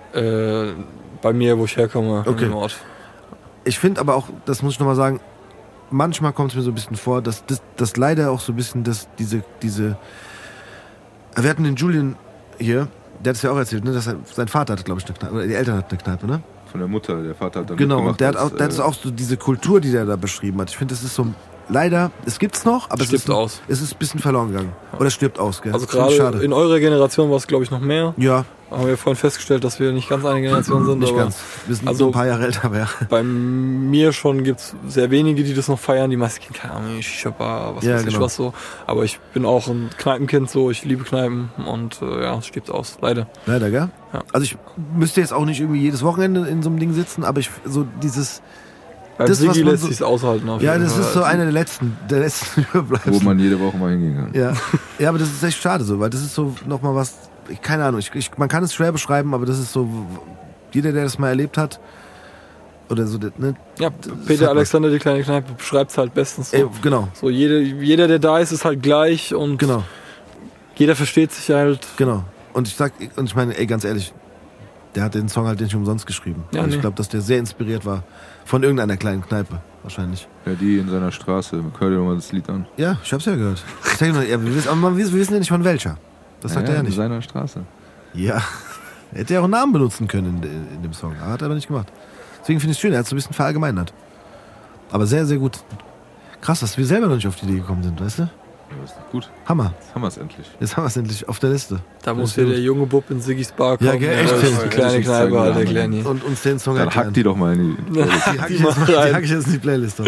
Bei mir, wo ich herkomme,
Okay.
im Ort.
Ich finde aber auch, das muss ich nochmal sagen, manchmal kommt es mir so ein bisschen vor, dass das leider auch so ein bisschen diese. Wir hatten den Julian hier, der hat es ja auch erzählt, ne, dass sein Vater hatte, glaube ich, eine Kneipe, oder die Eltern hatten eine Kneipe, ne?
Von der Mutter, der Vater hat dann
Genau,
mitgemacht
und der hat
als,
auch so diese Kultur, die der da beschrieben hat. Ich finde, das ist so, leider, es gibt's noch, aber
Stirbt aus.
Es ist ein bisschen verloren gegangen. Oder stirbt aus, gell?
Also
Das finde ich
gerade
schade.
in eurer Generation war es, glaube ich, noch mehr.
Ja,
Haben wir vorhin festgestellt, dass wir nicht ganz eine Generation sind.
nicht
aber
ganz. Wir sind
also-
so ein paar Jahre älter, aber ja.
Bei mir schon gibt es sehr wenige, die das noch feiern. Die meisten gehen, keine Ahnung, Shisha-Bar, was
Ja,
weiß ich
genau.
was so. Aber ich bin auch ein Kneipenkind, so. Ich liebe Kneipen und ja, es stirbt aus. Leider.
Leider, gell?
Ja.
Also ich müsste jetzt auch nicht irgendwie jedes Wochenende in so einem Ding sitzen, aber ich so dieses.
Beim
Das, was
Sigi
man
lässt
so-
sich's aushalten. Auf
Ja,
jeden
das
Fall.
ist so einer der letzten Überbleibsel.
wo man jede Woche mal hingehen kann.
Ja. Ja, aber das ist echt schade so, weil das ist so nochmal was, keine Ahnung, man kann es schwer beschreiben, aber das ist so, jeder, der das mal erlebt hat, oder so, ne,
Ja,
hat
Peter
man.
Alexander, die kleine Kneipe, beschreibt es halt bestens. So,
genau,
so jeder, der da ist, ist halt gleich und
genau,
jeder versteht sich halt.
genau. Und ich meine, ey, ganz ehrlich, der hat den Song halt nicht umsonst geschrieben.
Ja,
Und ich
nee.
glaube, dass der sehr inspiriert war von irgendeiner kleinen Kneipe, wahrscheinlich.
Ja, die in seiner Straße. Hör dir doch mal das Lied an.
Ja, ich hab's ja gehört. Ich sag nur, ja, aber wir wissen ja nicht von welcher. Das sagt er ja
in
nicht.
seiner Straße.
Ja, er hätte ja auch einen Namen benutzen können in dem Song. Hat er aber nicht gemacht. Deswegen finde ich es schön, er hat es so ein bisschen verallgemeinert. Aber sehr, sehr gut. Krass, dass wir selber noch nicht auf die Idee gekommen sind, weißt du?
Ja, das ist gut.
Hammer.
Jetzt haben wir es endlich.
Jetzt haben wir es endlich auf der Liste.
Da
Das
muss
ist
hier
gut.
der junge Bub in Sigis Bar kommen.
Ja, gell, echt,
das
Tim.
ist die kleine Kneipe halt erklären hier.
Und uns den Song
Dann
erklären.
hack die doch mal in die.
Die hack ich jetzt in die Playlist.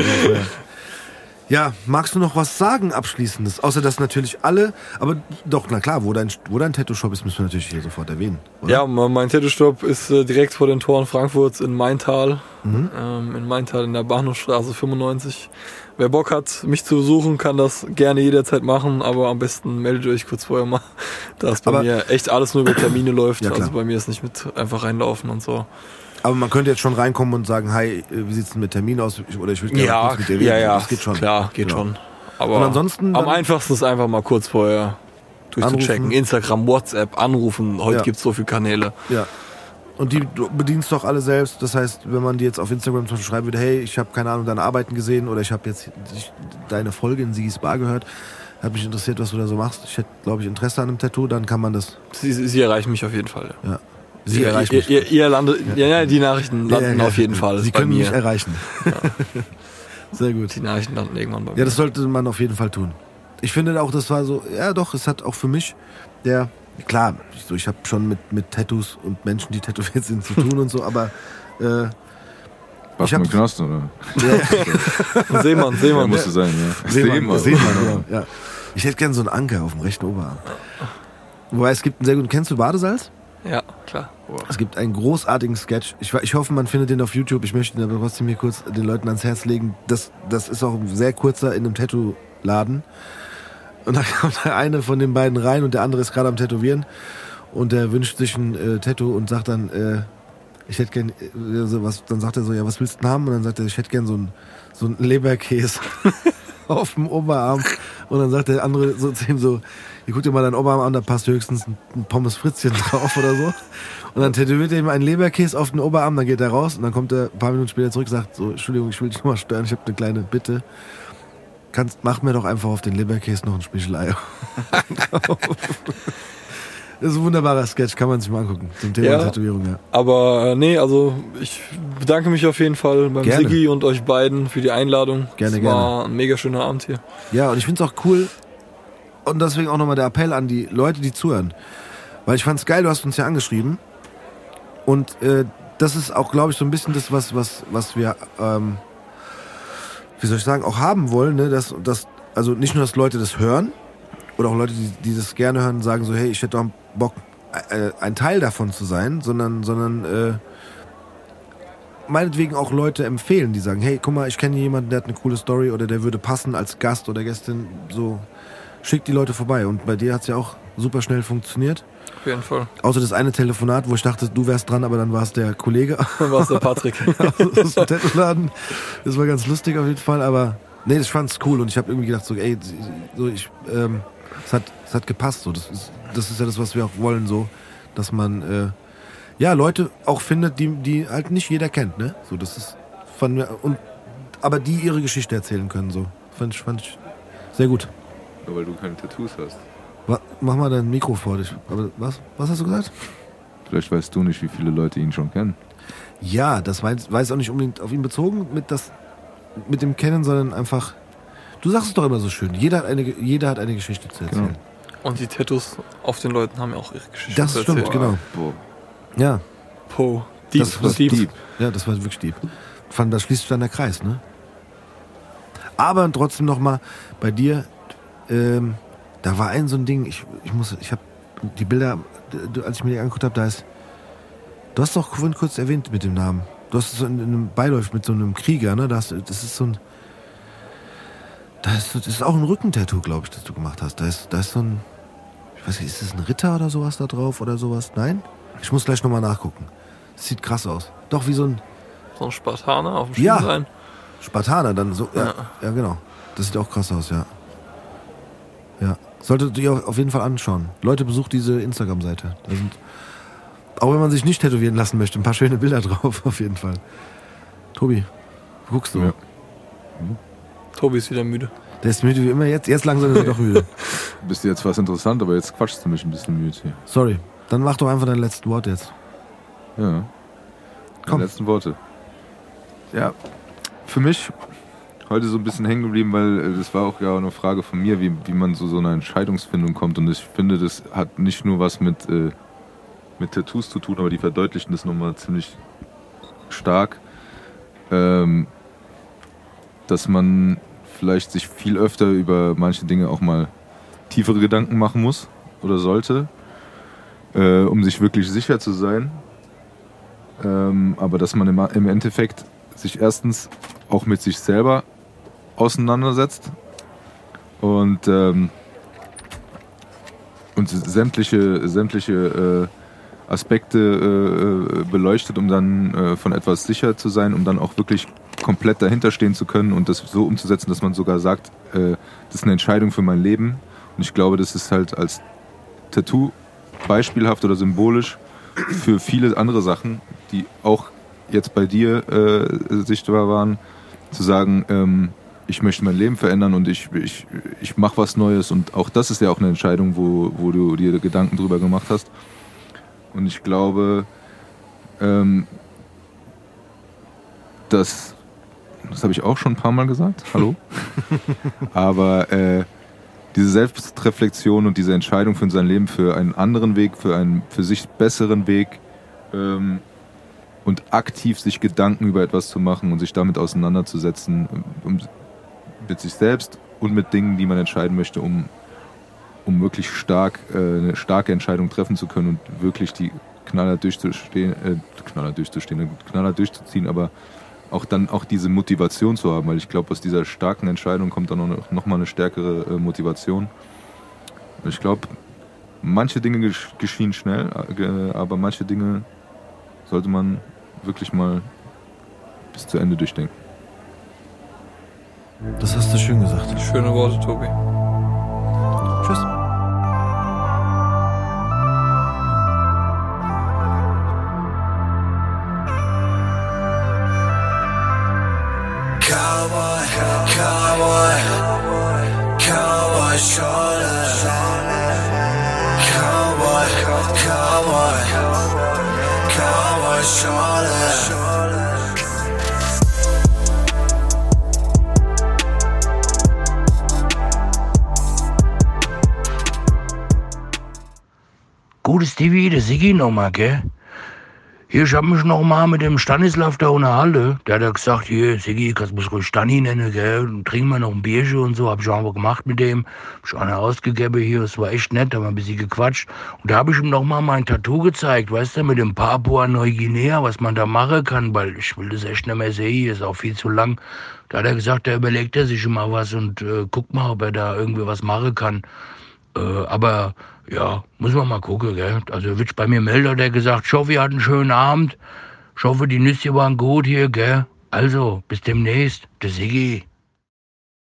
Ja, magst du noch was sagen Abschließendes? Außer dass natürlich alle, aber doch, na klar, wo dein Tattoo-Shop ist, müssen wir natürlich hier sofort erwähnen. Oder?
Ja, mein Tattoo-Shop ist direkt vor den Toren Frankfurts in Maintal. In Maintal in der Bahnhofstraße 95. Wer Bock hat, mich zu besuchen, kann das gerne jederzeit machen, aber am besten meldet euch kurz vorher mal, da es bei
Aber-
mir echt alles nur über Termine läuft.
Ja, klar.
Also bei mir ist nicht mit einfach reinlaufen und so.
Aber man könnte jetzt schon reinkommen und sagen, hi, wie sieht's denn mit Termin aus? Oder ich würde gerne kurz mit dir reden. Das geht schon.
Klar, geht
Genau.
schon. Aber
Und ansonsten
am
dann-
einfachsten ist einfach mal kurz vorher durchzuchecken.
Anrufen.
Instagram, WhatsApp, anrufen. Heute
Ja.
gibt's so viele Kanäle.
Ja. Und die du bedienst doch alle selbst. Das heißt, wenn man dir jetzt auf Instagram zum Beispiel schreiben würde, hey, ich habe keine Ahnung, deine Arbeiten gesehen oder ich habe jetzt deine Folge in Sigis Bar gehört, hat mich interessiert, was du da so machst. Ich hätte, glaube ich, Interesse an einem Tattoo, dann kann man das.
Sie erreichen mich auf jeden Fall.
Ja. Sie erreichen mich.
Ihr landet, ja, die Nachrichten landen auf jeden Fall.
Sie können mich erreichen.
Ja.
Sehr gut.
Die Nachrichten landen irgendwann bei mir.
Ja, das sollte man auf jeden Fall tun. Ich finde auch, das war so, ja doch, es hat auch für mich klar, ich habe schon mit Tattoos und Menschen, die tätowiert sind, zu tun und so, aber
warst du im Knast, oder?
Ja. Seemann.
Ja, musste sein, ja.
Seemann, ja. Ich hätte gern so einen Anker auf dem rechten Oberarm. Wobei es gibt einen sehr guten, kennst du Badesalz?
Ja, klar.
Es gibt einen großartigen Sketch. Ich hoffe, man findet den auf YouTube. Ich möchte ihn aber trotzdem hier kurz den Leuten ans Herz legen. Das ist auch ein sehr kurzer in einem Tattoo-Laden. Und da kommt der eine von den beiden rein und der andere ist gerade am Tätowieren. Und der wünscht sich ein Tattoo und sagt dann, ich hätte gern, dann sagt er so, ja, was willst du denn haben? Und dann sagt er, ich hätte gern so einen Leberkäse auf dem Oberarm. Und dann sagt der andere so zu ihm so, ihr guckt dir mal deinen Oberarm an, da passt höchstens ein Pommes Fritzchen drauf oder so. Und dann tätowiert er ihm einen Leberkäse auf den Oberarm, dann geht er raus und dann kommt er ein paar Minuten später zurück und sagt so, Entschuldigung, ich will dich nochmal stören, ich habe eine kleine Bitte. Mach mir doch einfach auf den Leberkäse noch ein Spiegelei. Das ist ein wunderbarer Sketch, kann man sich mal angucken. Zum Thema Tätowierung, ja.
Aber nee, also ich bedanke mich auf jeden Fall beim Siggi und euch beiden für die Einladung.
Gerne,
war ein mega schöner Abend hier.
Ja, und ich finde es auch cool und deswegen auch nochmal der Appell an die Leute, die zuhören. Weil ich fand es geil, du hast uns ja angeschrieben und das ist auch, glaube ich, so ein bisschen das, was wir wie soll ich sagen, auch haben wollen, ne? Dass also nicht nur, dass Leute das hören oder auch Leute, die das gerne hören, sagen so, hey, ich hätte doch Bock, ein Teil davon zu sein, sondern meinetwegen auch Leute empfehlen, die sagen, hey, guck mal, ich kenne jemanden, der hat eine coole Story oder der würde passen als Gast oder Gästin, so, schickt die Leute vorbei. Und bei dir hat es ja auch super schnell funktioniert.
Auf jeden Fall.
Außer das eine Telefonat, wo ich dachte, du wärst dran, aber dann war es der Kollege.
Dann war es der Patrick.
Aus dem Tattoo-Laden. Das war ganz lustig auf jeden Fall, aber nee, ich fand's cool und ich habe irgendwie gedacht, so, ey, es hat gepasst. So. Das ist ja das, was wir auch wollen, so, dass man Leute auch findet, die halt nicht jeder kennt, ne? So, das ist aber die ihre Geschichte erzählen können, so. Fand ich sehr gut.
Nur weil du keine Tattoos hast.
Mach mal dein Mikro vor dich. Aber was hast du gesagt?
Vielleicht weißt du nicht, wie viele Leute ihn schon kennen.
Ja, das weiß auch nicht unbedingt auf ihn bezogen mit dem Kennen, sondern einfach. Du sagst es doch immer so schön. Jeder hat eine Geschichte zu erzählen.
Genau.
Und die Tattoos auf den Leuten haben ja auch ihre Geschichte
das
zu
stimmt,
erzählen.
genau.
Boah.
Ja.
Das war
deep. Ja, das war wirklich deep. Da schließt sich dann der Kreis, ne? Aber trotzdem nochmal bei dir. Da war so ein Ding, ich habe die Bilder, als ich mir die angeguckt habe, du hast doch vorhin kurz erwähnt mit dem Namen. Du hast so in einem Beiläuft mit so einem Krieger, ne? Das ist auch ein Rückentattoo, glaube ich, das du gemacht hast. Da ist so ein, ich weiß nicht, ist das ein Ritter oder sowas da drauf oder sowas? Nein? Ich muss gleich nochmal nachgucken. Das sieht krass aus. Doch, wie so ein
Spartaner auf dem Schienbein.
Spartaner, dann so, ja, genau. Das sieht auch krass aus, ja. Ja, solltet ihr auf jeden Fall anschauen. Leute, besucht diese Instagram-Seite. Da sind, auch wenn man sich nicht tätowieren lassen möchte, ein paar schöne Bilder drauf, auf jeden Fall. Tobi, guckst du?
Ja.
Tobi ist wieder müde.
Der ist müde wie immer jetzt. Jetzt langsam ist er doch müde.
Bist du jetzt was interessant, aber jetzt quatschst du mich ein bisschen müde hier.
Sorry, dann mach doch einfach dein letztes Wort jetzt.
Ja.
Komm.
Die letzten Worte. Ja, für mich heute so ein bisschen hängen geblieben, weil das war auch ja eine Frage von mir, wie man so einer Entscheidungsfindung kommt. Und ich finde, das hat nicht nur was mit Tattoos zu tun, aber die verdeutlichen das nochmal ziemlich stark, dass man vielleicht sich viel öfter über manche Dinge auch mal tiefere Gedanken machen muss oder sollte, um sich wirklich sicher zu sein. Aber dass man im Endeffekt sich erstens auch mit sich selber auseinandersetzt und sämtliche Aspekte beleuchtet, um dann von etwas sicher zu sein, um dann auch wirklich komplett dahinter stehen zu können und das so umzusetzen, dass man sogar sagt, das ist eine Entscheidung für mein Leben. Und ich glaube, das ist halt als Tattoo beispielhaft oder symbolisch für viele andere Sachen, die auch jetzt bei dir sichtbar waren, zu sagen, ich möchte mein Leben verändern und ich mache was Neues. Und auch das ist ja auch eine Entscheidung, wo du dir Gedanken drüber gemacht hast. Und ich glaube, das habe ich auch schon ein paar Mal gesagt, hallo, aber diese Selbstreflexion und diese Entscheidung für sein Leben, für einen anderen Weg, für einen für sich besseren Weg und aktiv sich Gedanken über etwas zu machen und sich damit auseinanderzusetzen, mit sich selbst und mit Dingen, die man entscheiden möchte, um wirklich eine starke Entscheidung treffen zu können und wirklich die knallhart durchzuziehen, aber auch dann auch diese Motivation zu haben, weil ich glaube, aus dieser starken Entscheidung kommt dann noch mal eine stärkere Motivation. Ich glaube, manche Dinge geschehen schnell, aber manche Dinge sollte man wirklich mal bis zu Ende durchdenken.
Das hast du schön gesagt.
Schöne Worte, Tobi.
Tschüss.
Cowboy, cowboy, cowboy shoulder. Cowboy, cowboy, cowboy shoulder.
Gutes TV, der Siggi nochmal, gell? Hier, ich hab mich nochmal mit dem Stanislav da unterhalten. Der hat ja gesagt, hier, Siggi, kannst mich ruhig Stani nennen, gell? Und trinken wir noch ein Bierchen und so. Hab ich auch einfach gemacht mit dem. Hab ich einer ausgegeben hier. Es war echt nett, da haben wir ein bisschen gequatscht. Und da habe ich ihm nochmal mein Tattoo gezeigt, weißt du, mit dem Papua-Neuguinea, was man da machen kann, weil ich will das echt nicht mehr sehen. Hier ist auch viel zu lang. Da hat er gesagt, da überlegt er sich immer was und guckt mal, ob er da irgendwie was machen kann. Aber ja, muss man mal gucken, gell? Also wird bei mir melden, der gesagt, ich hoffe, ihr hattet einen schönen Abend. Ich hoffe, die Nüsse waren gut hier, gell? Also, bis demnächst. Der Siggi.